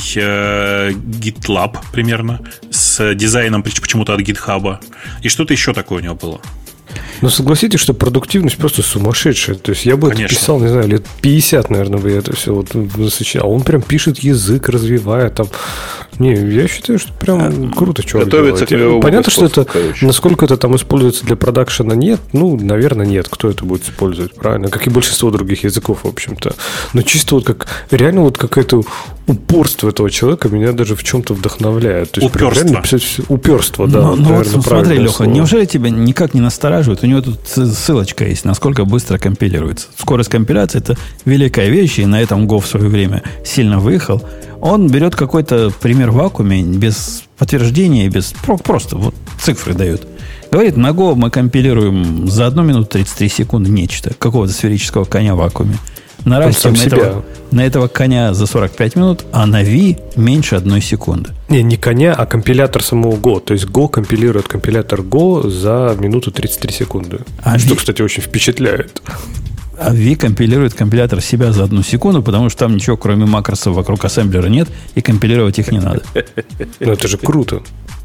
GitLab примерно с дизайном почему-то от GitHub. И что-то еще такое у него было. Но согласитесь, что продуктивность просто сумасшедшая. То есть я бы это писал, не знаю, лет 50, наверное, бы я это все вот засочинял. А он прям пишет язык, развивая там. Не, я считаю, что прям круто, чувак. Готовится делает. Понятно, что это, насколько это там используется для продакшена, нет. Ну, наверное, нет. Кто это будет использовать, правильно? Как и большинство других языков, в общем-то. Но чисто вот как, реально вот какое-то упорство этого человека меня даже в чем-то вдохновляет. То есть упорство. Прям писать упорство, да. Ну, наверное, вот смотри, Леха, неужели тебя никак не настораживает? У него тут ссылочка есть, насколько быстро компилируется. Скорость компиляции – это великая вещь, и на этом Go в свое время сильно выехал. Он берет какой-то пример в вакууме, без подтверждения, без просто вот цифры дает. Говорит, на Go мы компилируем за 1 минуту 33 секунды нечто, какого-то сферического коня в вакууме. На расте на этого коня за 45 минут, а на V меньше 1 секунды. Не коня, а компилятор самого Go. То есть Go компилирует компилятор Go за минуту 33 секунды. Что, кстати, очень впечатляет. А V компилирует компилятор себя за 1 секунду, потому что там ничего, кроме макросов, вокруг ассемблера нет, и компилировать их не надо. Ну, это же круто.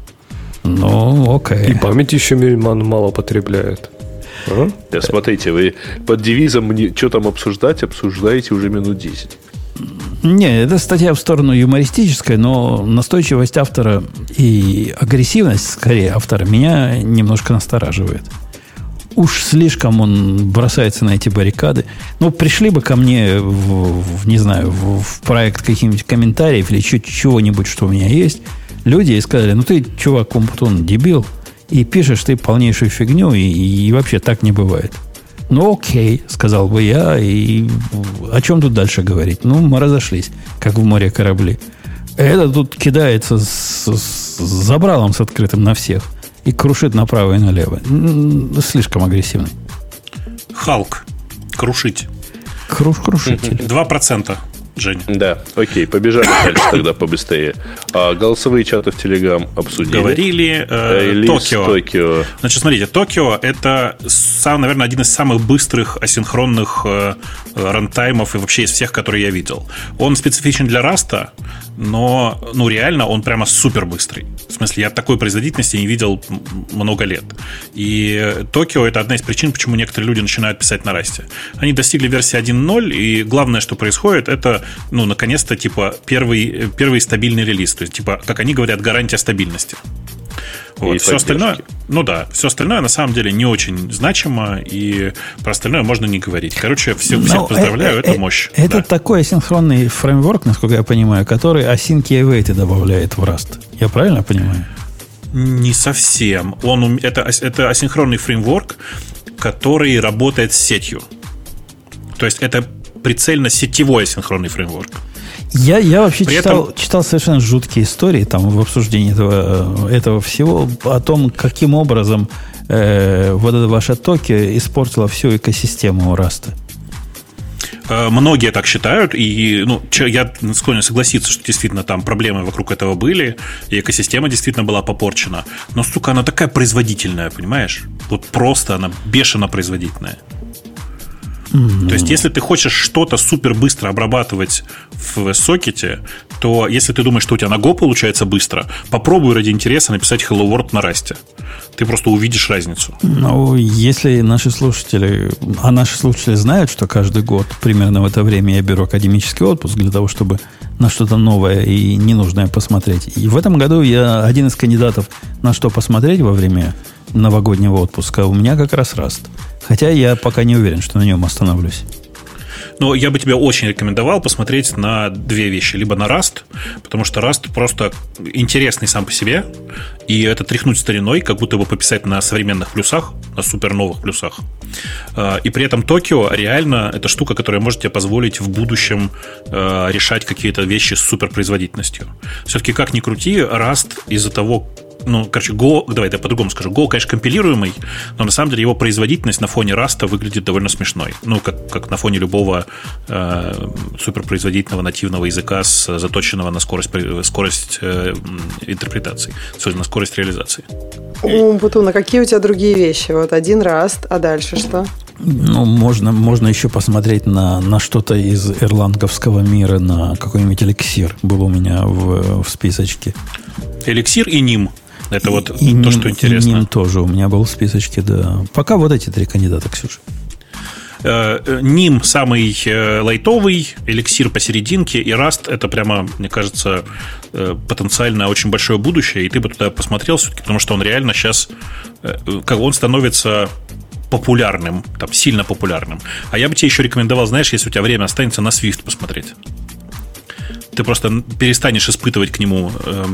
Ну, окей. И память еще мало потребляет. Да, смотрите, вы под девизом что там обсуждаете уже минут 10. Не, это статья в сторону юмористическая, но настойчивость автора и агрессивность, скорее, автора меня немножко настораживает. Уж слишком он бросается на эти баррикады. Ну, пришли бы ко мне в проект каких-нибудь комментариев или чего-нибудь, что у меня есть, люди и сказали, ну ты, чувак, Умпутун, дебил, и пишешь ты полнейшую фигню, и вообще так не бывает. Ну, окей, сказал бы я, и о чем тут дальше говорить? Ну, мы разошлись, как в море корабли. Это тут кидается с забралом с открытым на всех и крушит направо и налево. Слишком агрессивный. Халк. Крушить. Крушитель. 2%. Жень. Да, окей, побежали дальше тогда побыстрее. Голосовые чаты в Telegram обсудили. Говорили Токио. Значит, смотрите, Токио это, наверное, один из самых быстрых асинхронных рантаймов и вообще из всех, которые я видел. Он специфичен для Rust, но реально он прямо супер быстрый. В смысле, я такой производительности не видел много лет. И Токио это одна из причин, почему некоторые люди начинают писать на Rust. Они достигли версии 1.0, и главное, что происходит, это наконец-то, типа, первый стабильный релиз. То есть, типа, как они говорят, гарантия стабильности. Вот. Все остальное, все остальное на самом деле не очень значимо, и про остальное можно не говорить. Короче, всех поздравляю, это мощь. Это такой асинхронный фреймворк, насколько я понимаю, который async и await добавляет в Rust. Я правильно понимаю? Не совсем. Это асинхронный фреймворк, который работает с сетью. То есть это прицельно сетевой асинхронный фреймворк. Я вообще читал совершенно жуткие истории там в обсуждении этого всего о том, каким образом вот эта ваша Токио испортила всю экосистему Раста. Многие так считают, и я склонен согласиться, что действительно там проблемы вокруг этого были, и экосистема действительно была попорчена. Но, сука, она такая производительная, понимаешь? Вот просто она бешено производительная. То есть, если ты хочешь что-то супер быстро обрабатывать в сокете, то если ты думаешь, что у тебя на Go получается быстро, попробуй ради интереса написать Hello World на Rust. Ты просто увидишь разницу. Ну, если наши слушатели знают, что каждый год примерно в это время я беру академический отпуск для того, чтобы на что-то новое и ненужное посмотреть. И в этом году я один из кандидатов на что посмотреть во время новогоднего отпуска у меня как раз Rust. Хотя я пока не уверен, что на нем остановлюсь. Но я бы тебе очень рекомендовал посмотреть на две вещи. Либо на Rust, потому что Rust просто интересный сам по себе, и это тряхнуть стариной, как будто бы пописать на современных плюсах, на супер новых плюсах. И при этом Токио реально это штука, которая может тебе позволить в будущем решать какие-то вещи с суперпроизводительностью. Все-таки, как ни крути, Rust из-за того, Go, давай я по-другому скажу. Go, конечно, компилируемый, но на самом деле его производительность на фоне Rust выглядит довольно смешной. Как на фоне любого суперпроизводительного нативного языка, заточенного на скорость интерпретации, на скорость реализации. Путун, а какие у тебя другие вещи? Вот один Rust, а дальше что? Можно еще посмотреть на что-то из эрланговского мира, на какой-нибудь эликсир. Был у меня в списочке. Эликсир и Ним. Это вот и то, Ним, что интересно. И Ним тоже у меня был в списочке, да. Пока вот эти 3 кандидата, Ксюша. Ним самый лайтовый, эликсир посерединке, и Rust это прямо, мне кажется, потенциально очень большое будущее, и ты бы туда посмотрел все-таки, потому что он реально сейчас, он становится популярным, там, сильно популярным. А я бы тебе еще рекомендовал, знаешь, если у тебя время останется, на Swift посмотреть. Ты просто перестанешь испытывать к нему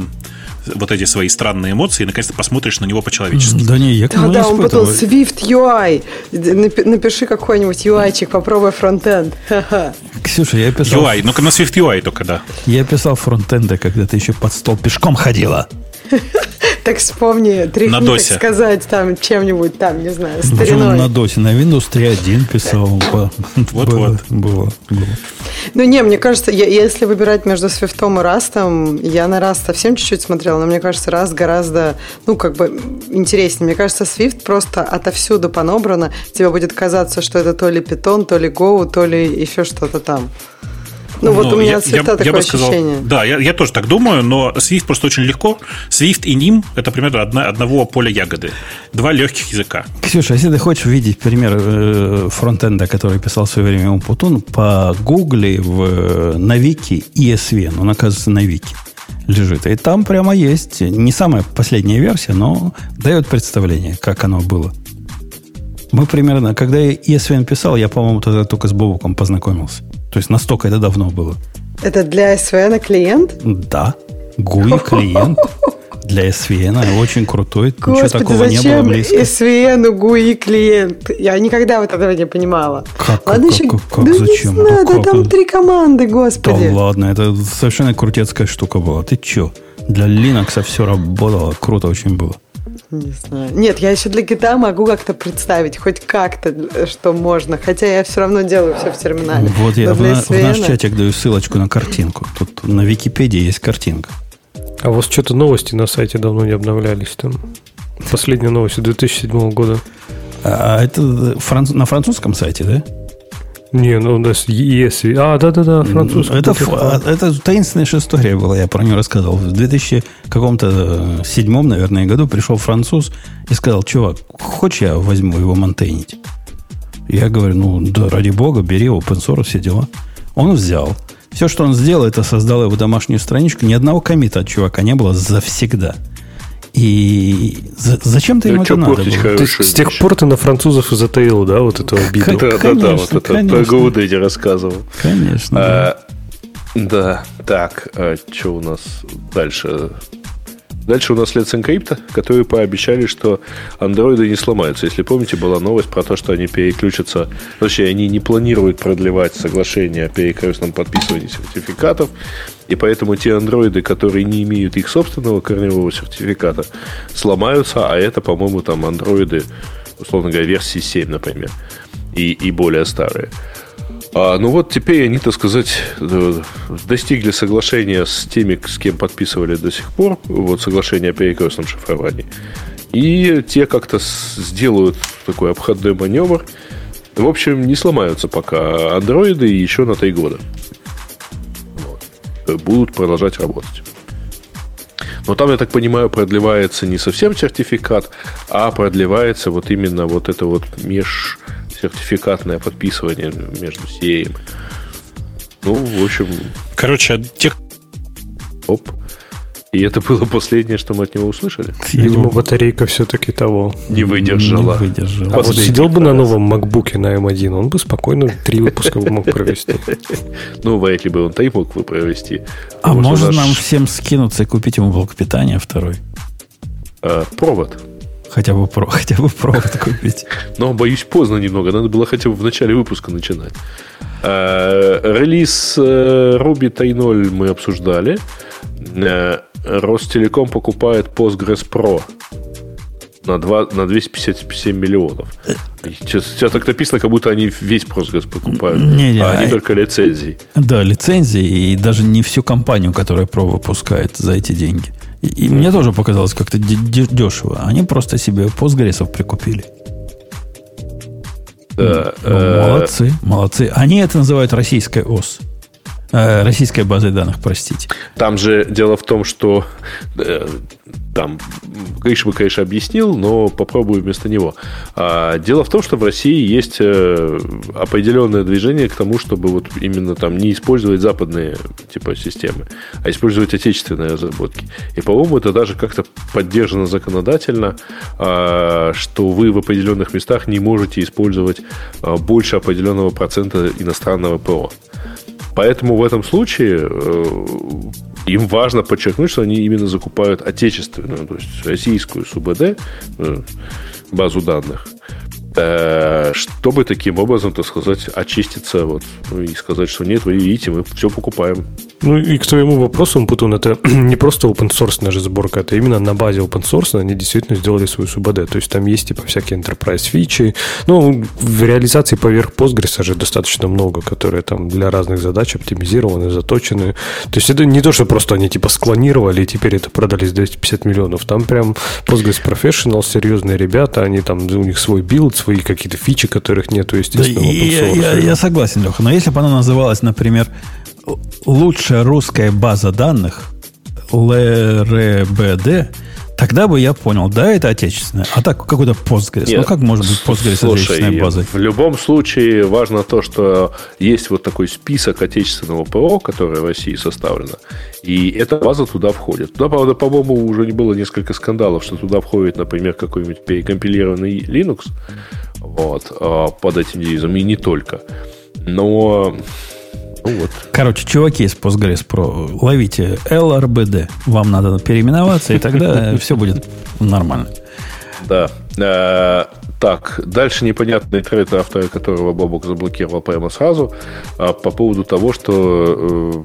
вот эти свои странные эмоции и наконец-то посмотришь на него по-человечески. Да не, я к нему не он потом Swift UI. Напиши какой-нибудь UI-чик, попробуй фронтенд. Ксюша, я писал... UI, ну-ка на Swift UI только, да. Я писал фронтенда, когда ты еще под стол пешком ходила. Так вспомни, тряхни, так сказать, там, чем-нибудь, там, не знаю, стариной. На досе, на Windows 3.1 писал. Вот. Было. Ну, не, мне кажется, если выбирать между Swift и Rust, я на Rust совсем чуть-чуть смотрела, но мне кажется, Rust гораздо, интереснее. Мне кажется, Swift просто отовсюду понабрано. Тебе будет казаться, что это то ли Python, то ли Go, то ли еще что-то там. У меня от Swift такое ощущение. Да, я тоже так думаю, но Swift просто очень легко. Swift и Nim – это примерно одного поля ягоды. 2 легких языка. Ксюша, если ты хочешь видеть пример фронтенда, который писал в свое время Умпутун, по гугли на вики ESVN, он, оказывается, на вики лежит. И там прямо есть не самая последняя версия, но дает представление, как оно было. Мы примерно, когда я ESVN писал, я, по-моему, тогда только с Бобуком познакомился. То есть настолько это давно было. Это для SVN клиент? Да. GUI клиент для SVN. Очень крутой. Господи, ничего такого не было близко. SVN GUI клиент? Я никогда вот этого не понимала. Как зачем? Не надо, там 3 команды, господи. Да ладно, это совершенно крутецкая штука была. Ты че? Для Linux все работало. Круто очень было. Не знаю. Нет, я еще для гита могу как-то представить, хоть как-то, что можно. Хотя я все равно делаю все в терминале. Вот я в наш чатик даю ссылочку на картинку. Тут на Википедии есть картинка. А у вас что-то новости на сайте давно не обновлялись там? Последняя новость 2007 года. А это на французском сайте, да? Не, у нас ESV. Да, французский. Это таинственная же история была, я про нее рассказывал. В 2007, наверное, году пришел француз и сказал: чувак, хочешь я возьму его монтейнить? Я говорю, да, ради бога, бери open source, все дела. Он взял. Все, что он сделал, это создал его домашнюю страничку. Ни одного коммита от чувака не было завсегда. И зачем-то ему это надо было? То есть с тех пор ты на французов и затаил, да, вот эту обиду? Да, вот это про GoDaddy рассказывал. Конечно. Да, так, что у нас дальше? Дальше у нас Let's Encrypt, которые пообещали, что андроиды не сломаются. Если помните, была новость про то, что они переключатся, точнее, они не планируют продлевать соглашение о перекрестном подписывании сертификатов, и поэтому те андроиды, которые не имеют их собственного корневого сертификата, сломаются, а это, по-моему, там андроиды, условно говоря, версии 7, например, и более старые. Вот теперь они, так сказать, достигли соглашения с теми, с кем подписывали до сих пор, вот соглашение о перекрестном шифровании. И те как-то сделают такой обходной маневр. В общем, не сломаются пока андроиды еще на 3 года. Будут продолжать работать. Но там, я так понимаю, продлевается не совсем сертификат, а продлевается вот именно вот это вот межсертификатное подписывание между сериями. В общем... Короче, Оп. И это было последнее, что мы от него услышали. Видимо, батарейка все-таки того. Не выдержала. А вот сидел бы на новом MacBook на M1, он бы спокойно 3 выпуска мог провести. Вряд ли бы он 3 мог бы провести. А можно нам всем скинуться и купить ему блок питания второй? Провод. Хотя бы провод купить. Но, боюсь, поздно немного. Надо было хотя бы в начале выпуска начинать. Релиз Ruby 3.0 мы обсуждали. Ростелеком покупает Postgres Pro на 257 миллионов. Сейчас так написано, как будто они весь Postgres покупают, они только лицензии. Да, лицензии, и даже не всю компанию, которая Pro выпускает за эти деньги. И мне тоже показалось как-то дешево. Они просто себе Postgres'ов прикупили. Да, молодцы. Они это называют российской ОС. Российской базой данных, простите. Там же дело в том, что там Гриш бы, конечно, объяснил, но попробую вместо него. Дело в том, что в России есть определенное движение к тому, чтобы вот именно там не использовать западные типа системы, а использовать отечественные разработки. И, по-моему, это даже как-то поддержано законодательно, что вы в определенных местах не можете использовать больше определенного процента иностранного ПО. Поэтому в этом случае им важно подчеркнуть, что они именно закупают отечественную, то есть российскую СУБД, базу данных, чтобы таким образом, так сказать, очиститься вот, и сказать, что нет, вы видите, мы все покупаем. Ну и к твоему вопросу, Умпутун, это не просто open-source же сборка, это именно на базе open-source они действительно сделали свою СУБД. То есть там есть типа всякие enterprise фичи. Ну, в реализации поверх Postgres же достаточно много, которые там для разных задач оптимизированы, заточены. То есть это не то, что просто они типа склонировали и теперь это продали за 250 миллионов. Там прям Postgres Professional, серьезные ребята, они там, у них свой билд, свои какие-то фичи, которых нету, естественно, open-source. Я согласен, Леха, но если бы она называлась, например, лучшая русская база данных ЛРБД, тогда бы я понял, да, это отечественная. А так какой-то Postgres. Нет, ну как может быть Postgres отечественной базой? В любом случае важно то, что есть вот такой список отечественного ПО, которое в России составлено, и эта база туда входит. Туда, правда, по-моему, уже не было несколько скандалов, что туда входит, например, какой-нибудь перекомпилированный Linux вот, под этим девизом, и не только. Но... Ну, вот. Короче, чуваки из Postgres Pro, ловите LRBD. Вам надо переименоваться, и тогда все будет нормально. Да. Так, дальше непонятный тред, автора которого Бобок заблокировал прямо сразу, по поводу того, что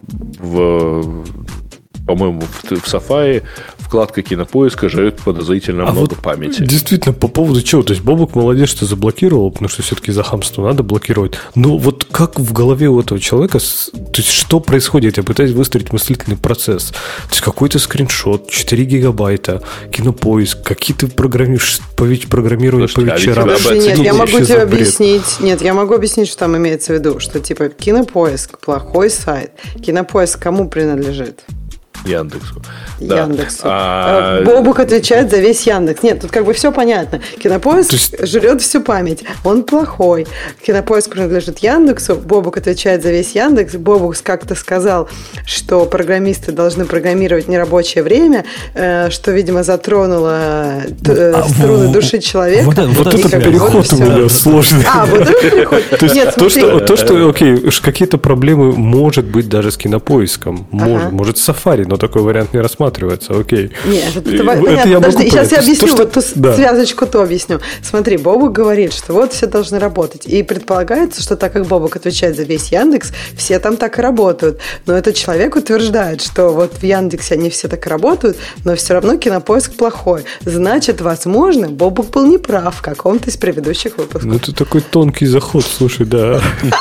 по-моему, в Safari вкладка Кинопоиска жрет подозрительно много вот памяти. Действительно, по поводу чего? То есть Бобок молодец, что заблокировал, потому что все-таки за хамство надо блокировать. Но вот как в голове у этого человека, то есть что происходит? Я пытаюсь выстроить мыслительный процесс. То есть какой-то скриншот, 4 гигабайта, Кинопоиск, какие-то программирования по вечерам. Нет, я могу тебе объяснить. Нет, я могу объяснить, что там имеется в виду, что типа Кинопоиск плохой сайт. Кинопоиск кому принадлежит? Яндексу. Яндексу. Да. Бобук отвечает за весь Яндекс. Нет, тут как бы все понятно. Кинопоиск жрет всю память. Он плохой. Кинопоиск принадлежит Яндексу. Бобук отвечает за весь Яндекс. Бобук как-то сказал, что программисты должны программировать в нерабочее время, что, видимо, затронуло струны души человека. Вот этот переход у меня сложный. Вот этот переход. То, что, окей, какие-то проблемы может быть даже с Кинопоиском. Может, с Safari, но такой вариант не рассматривается, окей. Нет, это понятно. Подожди, сейчас я объясню, вот ту связочку-то объясню. Смотри, Бобук говорит, что вот все должны работать. И предполагается, что так как Бобук отвечает за весь Яндекс, все там так и работают. Но этот человек утверждает, что вот в Яндексе они все так и работают, но все равно Кинопоиск плохой. Значит, возможно, Бобук был неправ в каком-то из предыдущих выпусков. Ну, это такой тонкий заход, слушай, да.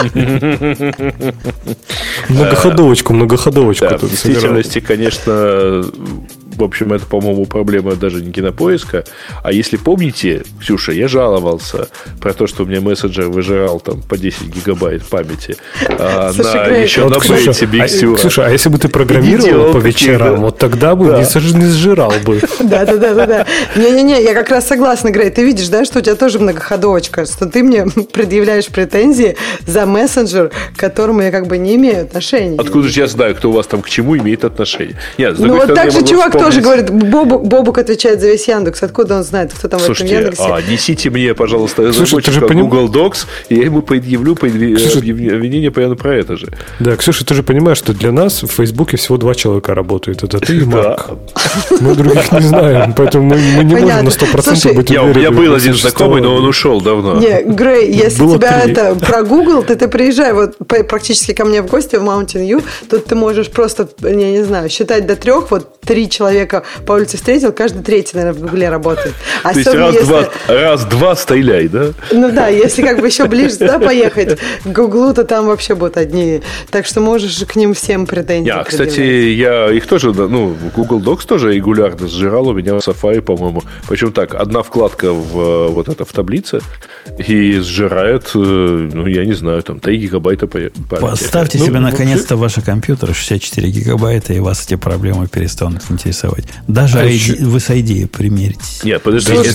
Многоходовочку тут собирал. Конечно, в общем, это, по-моему, проблема даже не Кинопоиска. А если помните, Ксюша, я жаловался про то, что у меня мессенджер выжирал там по 10 гигабайт памяти еще на бейте Биг Сюра. Ксюша, а если бы ты программировал по вечерам, вот тогда бы не сжирал бы. Да. Не-не-не, я как раз согласна, Грей. Ты видишь, да, что у тебя тоже многоходовочка, что ты мне предъявляешь претензии за мессенджер, к которому я как бы не имею отношения. Откуда же я знаю, кто у вас там к чему имеет отношение? Нет, ну вот так же чувак тоже тоже говорит, Бобук отвечает за весь Яндекс. Откуда он знает, кто там в этом Яндексе? Слушайте, несите мне, пожалуйста, разработчика Google Docs, и я ему предъявлю обвинение прямо про это же. Да, Ксюша, ты же понимаешь, что для нас в Фейсбуке всего 2 человека работают. Это ты и Марк. Мы других не знаем, поэтому мы не можем на 100% быть уверены. У меня был один знакомый, но он ушел давно. Не, Грей, если тебя про Google, ты приезжай вот практически ко мне в гости в Mountain View, тут ты можешь просто, я не знаю, считать до 3, вот 3 человека по улице встретил, каждый 3, наверное, в Гугле работает. То есть раз-два стреляй, да? Ну да, если как бы еще ближе туда поехать к Гуглу, то там вообще будут одни. Так что можешь к ним всем претензии предъявлять. Кстати, я их тоже, Google Docs тоже регулярно сжирал у меня в Safari, по-моему. Причем так, одна вкладка в таблице и сжирает, я не знаю, там 3 гигабайта памяти. Поставьте себе наконец-то ваши компьютеры 64 гигабайта, и вас эти проблемы перестанут интересовать. Даже вы с ID примеритесь. Нет, подожди, у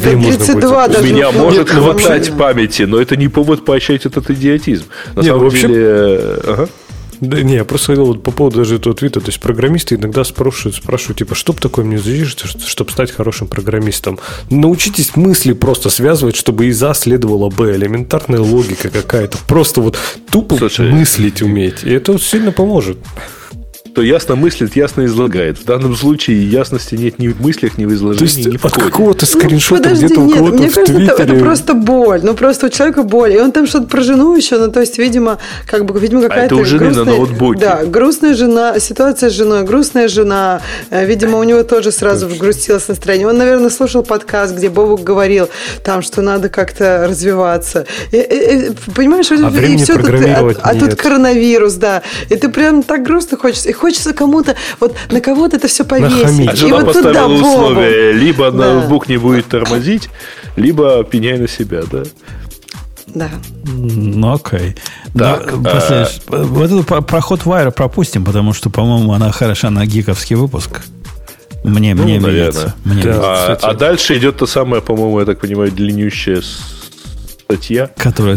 меня может хватать памяти, но это не повод поощрять этот идиотизм. На самом деле... Да не, я просто говорил по поводу даже этого твита. То есть программисты иногда спрашивают, типа, что такое мне зажижется, чтобы стать хорошим программистом? Научитесь мысли просто связывать, чтобы из А следовало Б. Элементарная логика какая-то. Просто вот тупо мыслить уметь. И это сильно поможет. Кто ясно мыслит, ясно излагает. В данном случае ясности нет ни в мыслях, ни в изложении, ни в коде. Какого-то скриншота где-то у кого-то мне в кажется, Твиттере. это просто боль. Просто у человека боль. И он там что-то про жену еще, то есть, видимо, какая-то это у жены грустная, на ноутбуке. Да, грустная жена, ситуация с женой, грустная жена. Видимо, у него тоже сразу вгрустилось настроение. Он, наверное, слушал подкаст, где Бобук говорил, там, что надо как-то развиваться. Понимаешь, и все тут, тут коронавирус, да. И ты прям так грустно хочется. И хочется кому-то, вот на кого-то это все повесить. А жена поставила условие, либо ноутбук не будет тормозить, либо пеняй на себя, да? Да. Ну, окей. Так, вот этот проход Wire пропустим, потому что, по-моему, она хороша на гиковский выпуск. Мне видится. А дальше идет то самое, по-моему, я так понимаю, длиннющая статья, которую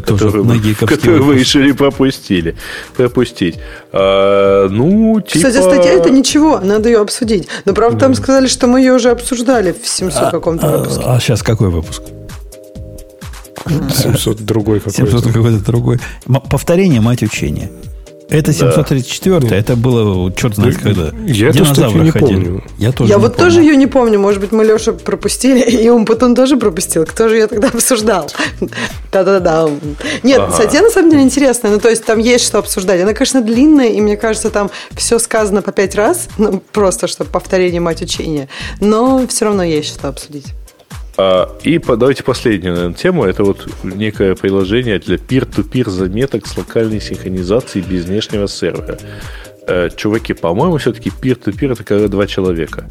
вы решили пропустить. Кстати, статья это ничего, надо ее обсудить. Но, правда, там сказали, что мы ее уже обсуждали в 700 каком-то выпуске. А сейчас какой выпуск? 700 другой какой-то. 700 какой-то другой. Повторение, мать учения. Это 734, это было черт знает когда. Я эту статью не помню. Я вот тоже ее не помню. Может быть, мы Леша пропустили, и он потом тоже пропустил. Кто же ее тогда обсуждал? Да-да-да. Нет, статья на самом деле интересная. То есть там есть что обсуждать. Она, конечно, длинная, и мне кажется, там все сказано по 5 раз. Просто, чтобы повторение мать учения. Но все равно есть что обсудить. И давайте последнюю, наверное, тему. Это вот некое приложение для peer-to-peer заметок с локальной синхронизацией без внешнего сервера. Чуваки, по-моему, все-таки peer-to-peer это когда 2 человека.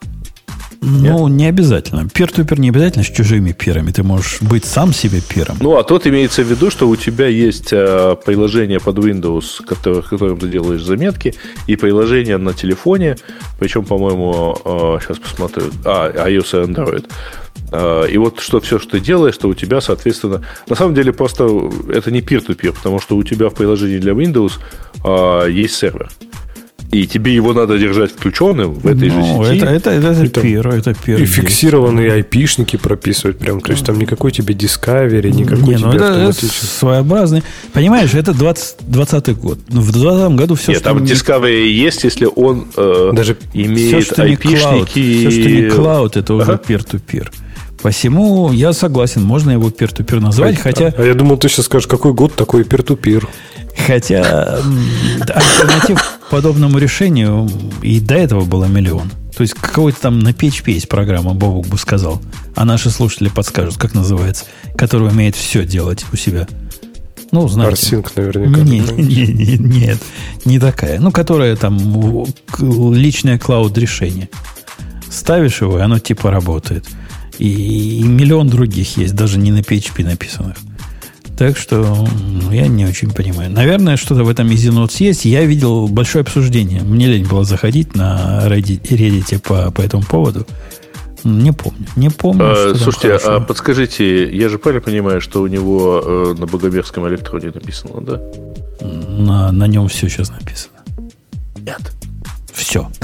Не обязательно. Peer-to-peer не обязательно с чужими пирами. Ты можешь быть сам себе пиром. А тут имеется в виду, что у тебя есть приложение под Windows, которым ты делаешь заметки, и приложение на телефоне, причем, по-моему, сейчас посмотрю, iOS и Android. И вот все, что ты делаешь, что у тебя, соответственно... На самом деле, просто это не peer-to-peer, потому что у тебя в приложении для Windows есть сервер. И тебе его надо держать включенным в этой же сети. Это пир. И фиксированные айпишники прописывать прям. То есть там никакой тебе Discovery, никакой тебе автоматический. Это своеобразный. Понимаешь, это 2020 год. В 2020 году все, Нет, там Discovery есть, если он даже имеет айпишники. Все, что не клауд, это уже peer-to-peer. Посему я согласен, можно его peer-to-peer назвать, хотя... А я думал, ты сейчас скажешь, какой год такой peer-to-peer. Хотя альтернатив подобному решению и до этого было миллион. То есть какой-то там на PHP есть программа, Бобук бы сказал. А наши слушатели подскажут, как называется, которая умеет все делать у себя. Знаете. Rsync наверняка. Нет, не такая. Которая там личное клауд-решение. Ставишь его, и оно типа работает. И миллион других есть, даже не на PHP написанных. Так что я не очень понимаю. Наверное, что-то в этом Easy Notes есть. Я видел большое обсуждение. Мне лень было заходить на Reddit по этому поводу. Не помню. Слушайте, а подскажите, я же правильно понимаю, что у него на богомерзком электроне написано, да? На нем все сейчас написано. Нет. Все.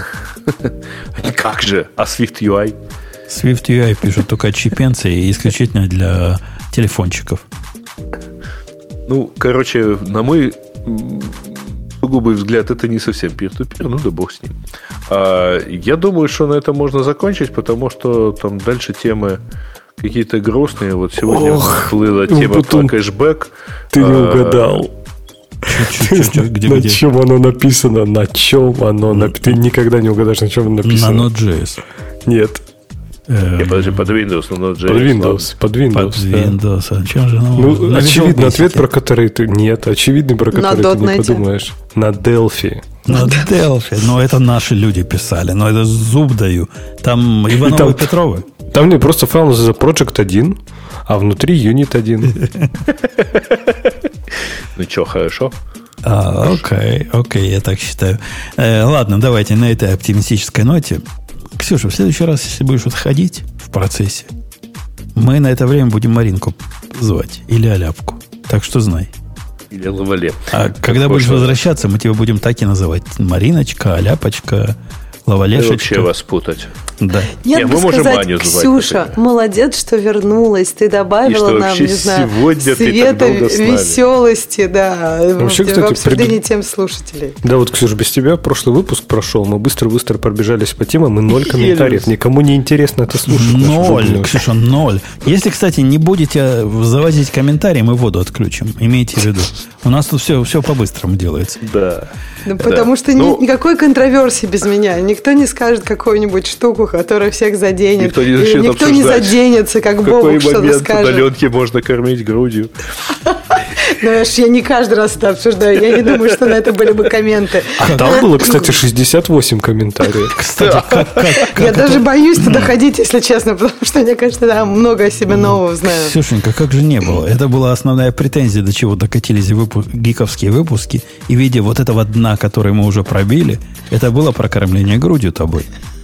Как же? А Swift UI? Swift UI пишут только чипенцы и исключительно для телефончиков. Ну, короче, на мой сугубый взгляд, это не совсем peer-to-peer, ну да бог с ним. Я думаю, что на этом можно закончить, потому что там дальше темы какие-то грустные. Вот сегодня всплыла тема про кэшбэк. Ты не угадал. На чем оно написано? На чем оно написано? Ты никогда не угадаешь, на чем оно написано. На Node.js. Нет. Подожди, под Windows, но Node.js. Под Windows. Под Windows. А чем же оно? Ну, очевидный ответ, про который ты... Нет, очевидный, про который ты не подумаешь. На Delphi. На Delphi. Но это наши люди писали. Но это зуб даю. Там Ивановы и Петровы. Там не просто файл называется Project 1, а внутри Unit 1. Ну что, хорошо? Окей, я так считаю. Ладно, давайте на этой оптимистической ноте. Ксюша, в следующий раз, если будешь отходить в процессе, мы на это время будем Маринку звать. Или Аляпку. Так что знай. Или Лавале. А когда будешь возвращаться, мы тебя будем так и называть. Мариночка, Аляпочка, Лавалешечка. Вообще вас путать. Да. Нет, мы можем Аню звать. Ксюша, молодец, что вернулась. Ты добавила нам, не знаю, света, веселости, да, вообще, кстати, в обсуждении тем слушателей. Да, вот, Ксюша, без тебя прошлый выпуск прошел. Мы быстро-быстро пробежались по темам, и 0 комментариев. Никому не интересно это слушать. 0, Ксюша, 0. Если, кстати, не будете завозить комментарии, мы воду отключим. Имейте в виду. У нас тут все по-быстрому делается. Да. Потому что никакой контроверсии без меня. Никто не скажет какую-нибудь штуку, которая всех заденет. Никто не заденется, как Бобук что-то скажет. В какой момент удаленки можно кормить грудью? Ну, я не каждый раз это обсуждаю. Я не думаю, что на это были бы комменты. А там было, кстати, 68 комментариев. Кстати, я даже боюсь туда ходить, если честно, потому что, мне кажется, там много о себе нового знаю. Ксюшенька, как же не было? Это была основная претензия, до чего докатились гиковские выпуски. И видя вот этого дна, который мы уже пробили, это было прокормление грудью тобой.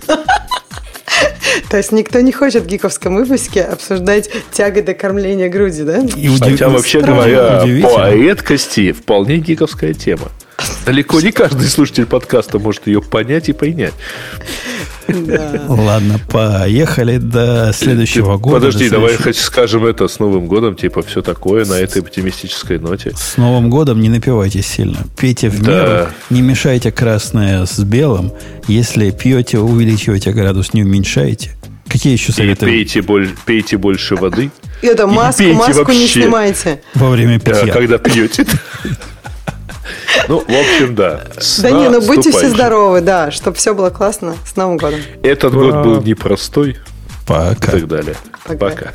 То есть никто не хочет в гиковском выпуске обсуждать тяготы кормления груди, да? Хотя, вообще говоря, по редкости вполне гиковская тема. Далеко не каждый слушатель подкаста может ее понять и принять. Да. Ладно, поехали до следующего года. Подожди, давай хоть скажем это с Новым годом, типа все такое на этой оптимистической ноте. С Новым годом не напивайтесь сильно. Пейте в меру, не мешайте красное с белым. Если пьете, увеличивайте градус, не уменьшайте. Какие еще советы? Пейте больше воды. Это маску не снимайте. Во время питья. Когда пьете. Ну, в общем, да. Да будьте все здоровы, да, чтобы все было классно. С Новым годом. Этот год был непростой. Пока. И так далее. Пока.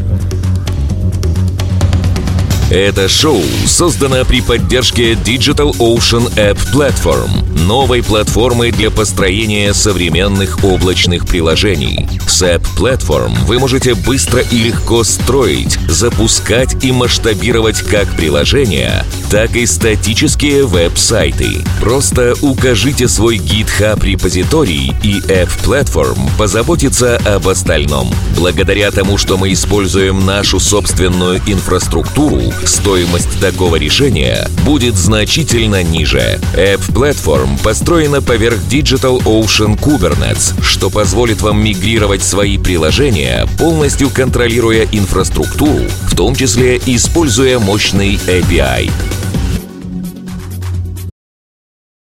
Это шоу создано при поддержке Digital Ocean App Platform, новой платформы для построения современных облачных приложений. С App Platform вы можете быстро и легко строить, запускать и масштабировать как приложения, так и статические веб-сайты. Просто укажите свой GitHub-репозиторий, и App Platform позаботится об остальном. Благодаря тому, что мы используем нашу собственную инфраструктуру, стоимость такого решения будет значительно ниже. App Platform построена поверх Digital Ocean Kubernetes, что позволит вам мигрировать свои приложения, полностью контролируя инфраструктуру, в том числе используя мощный API.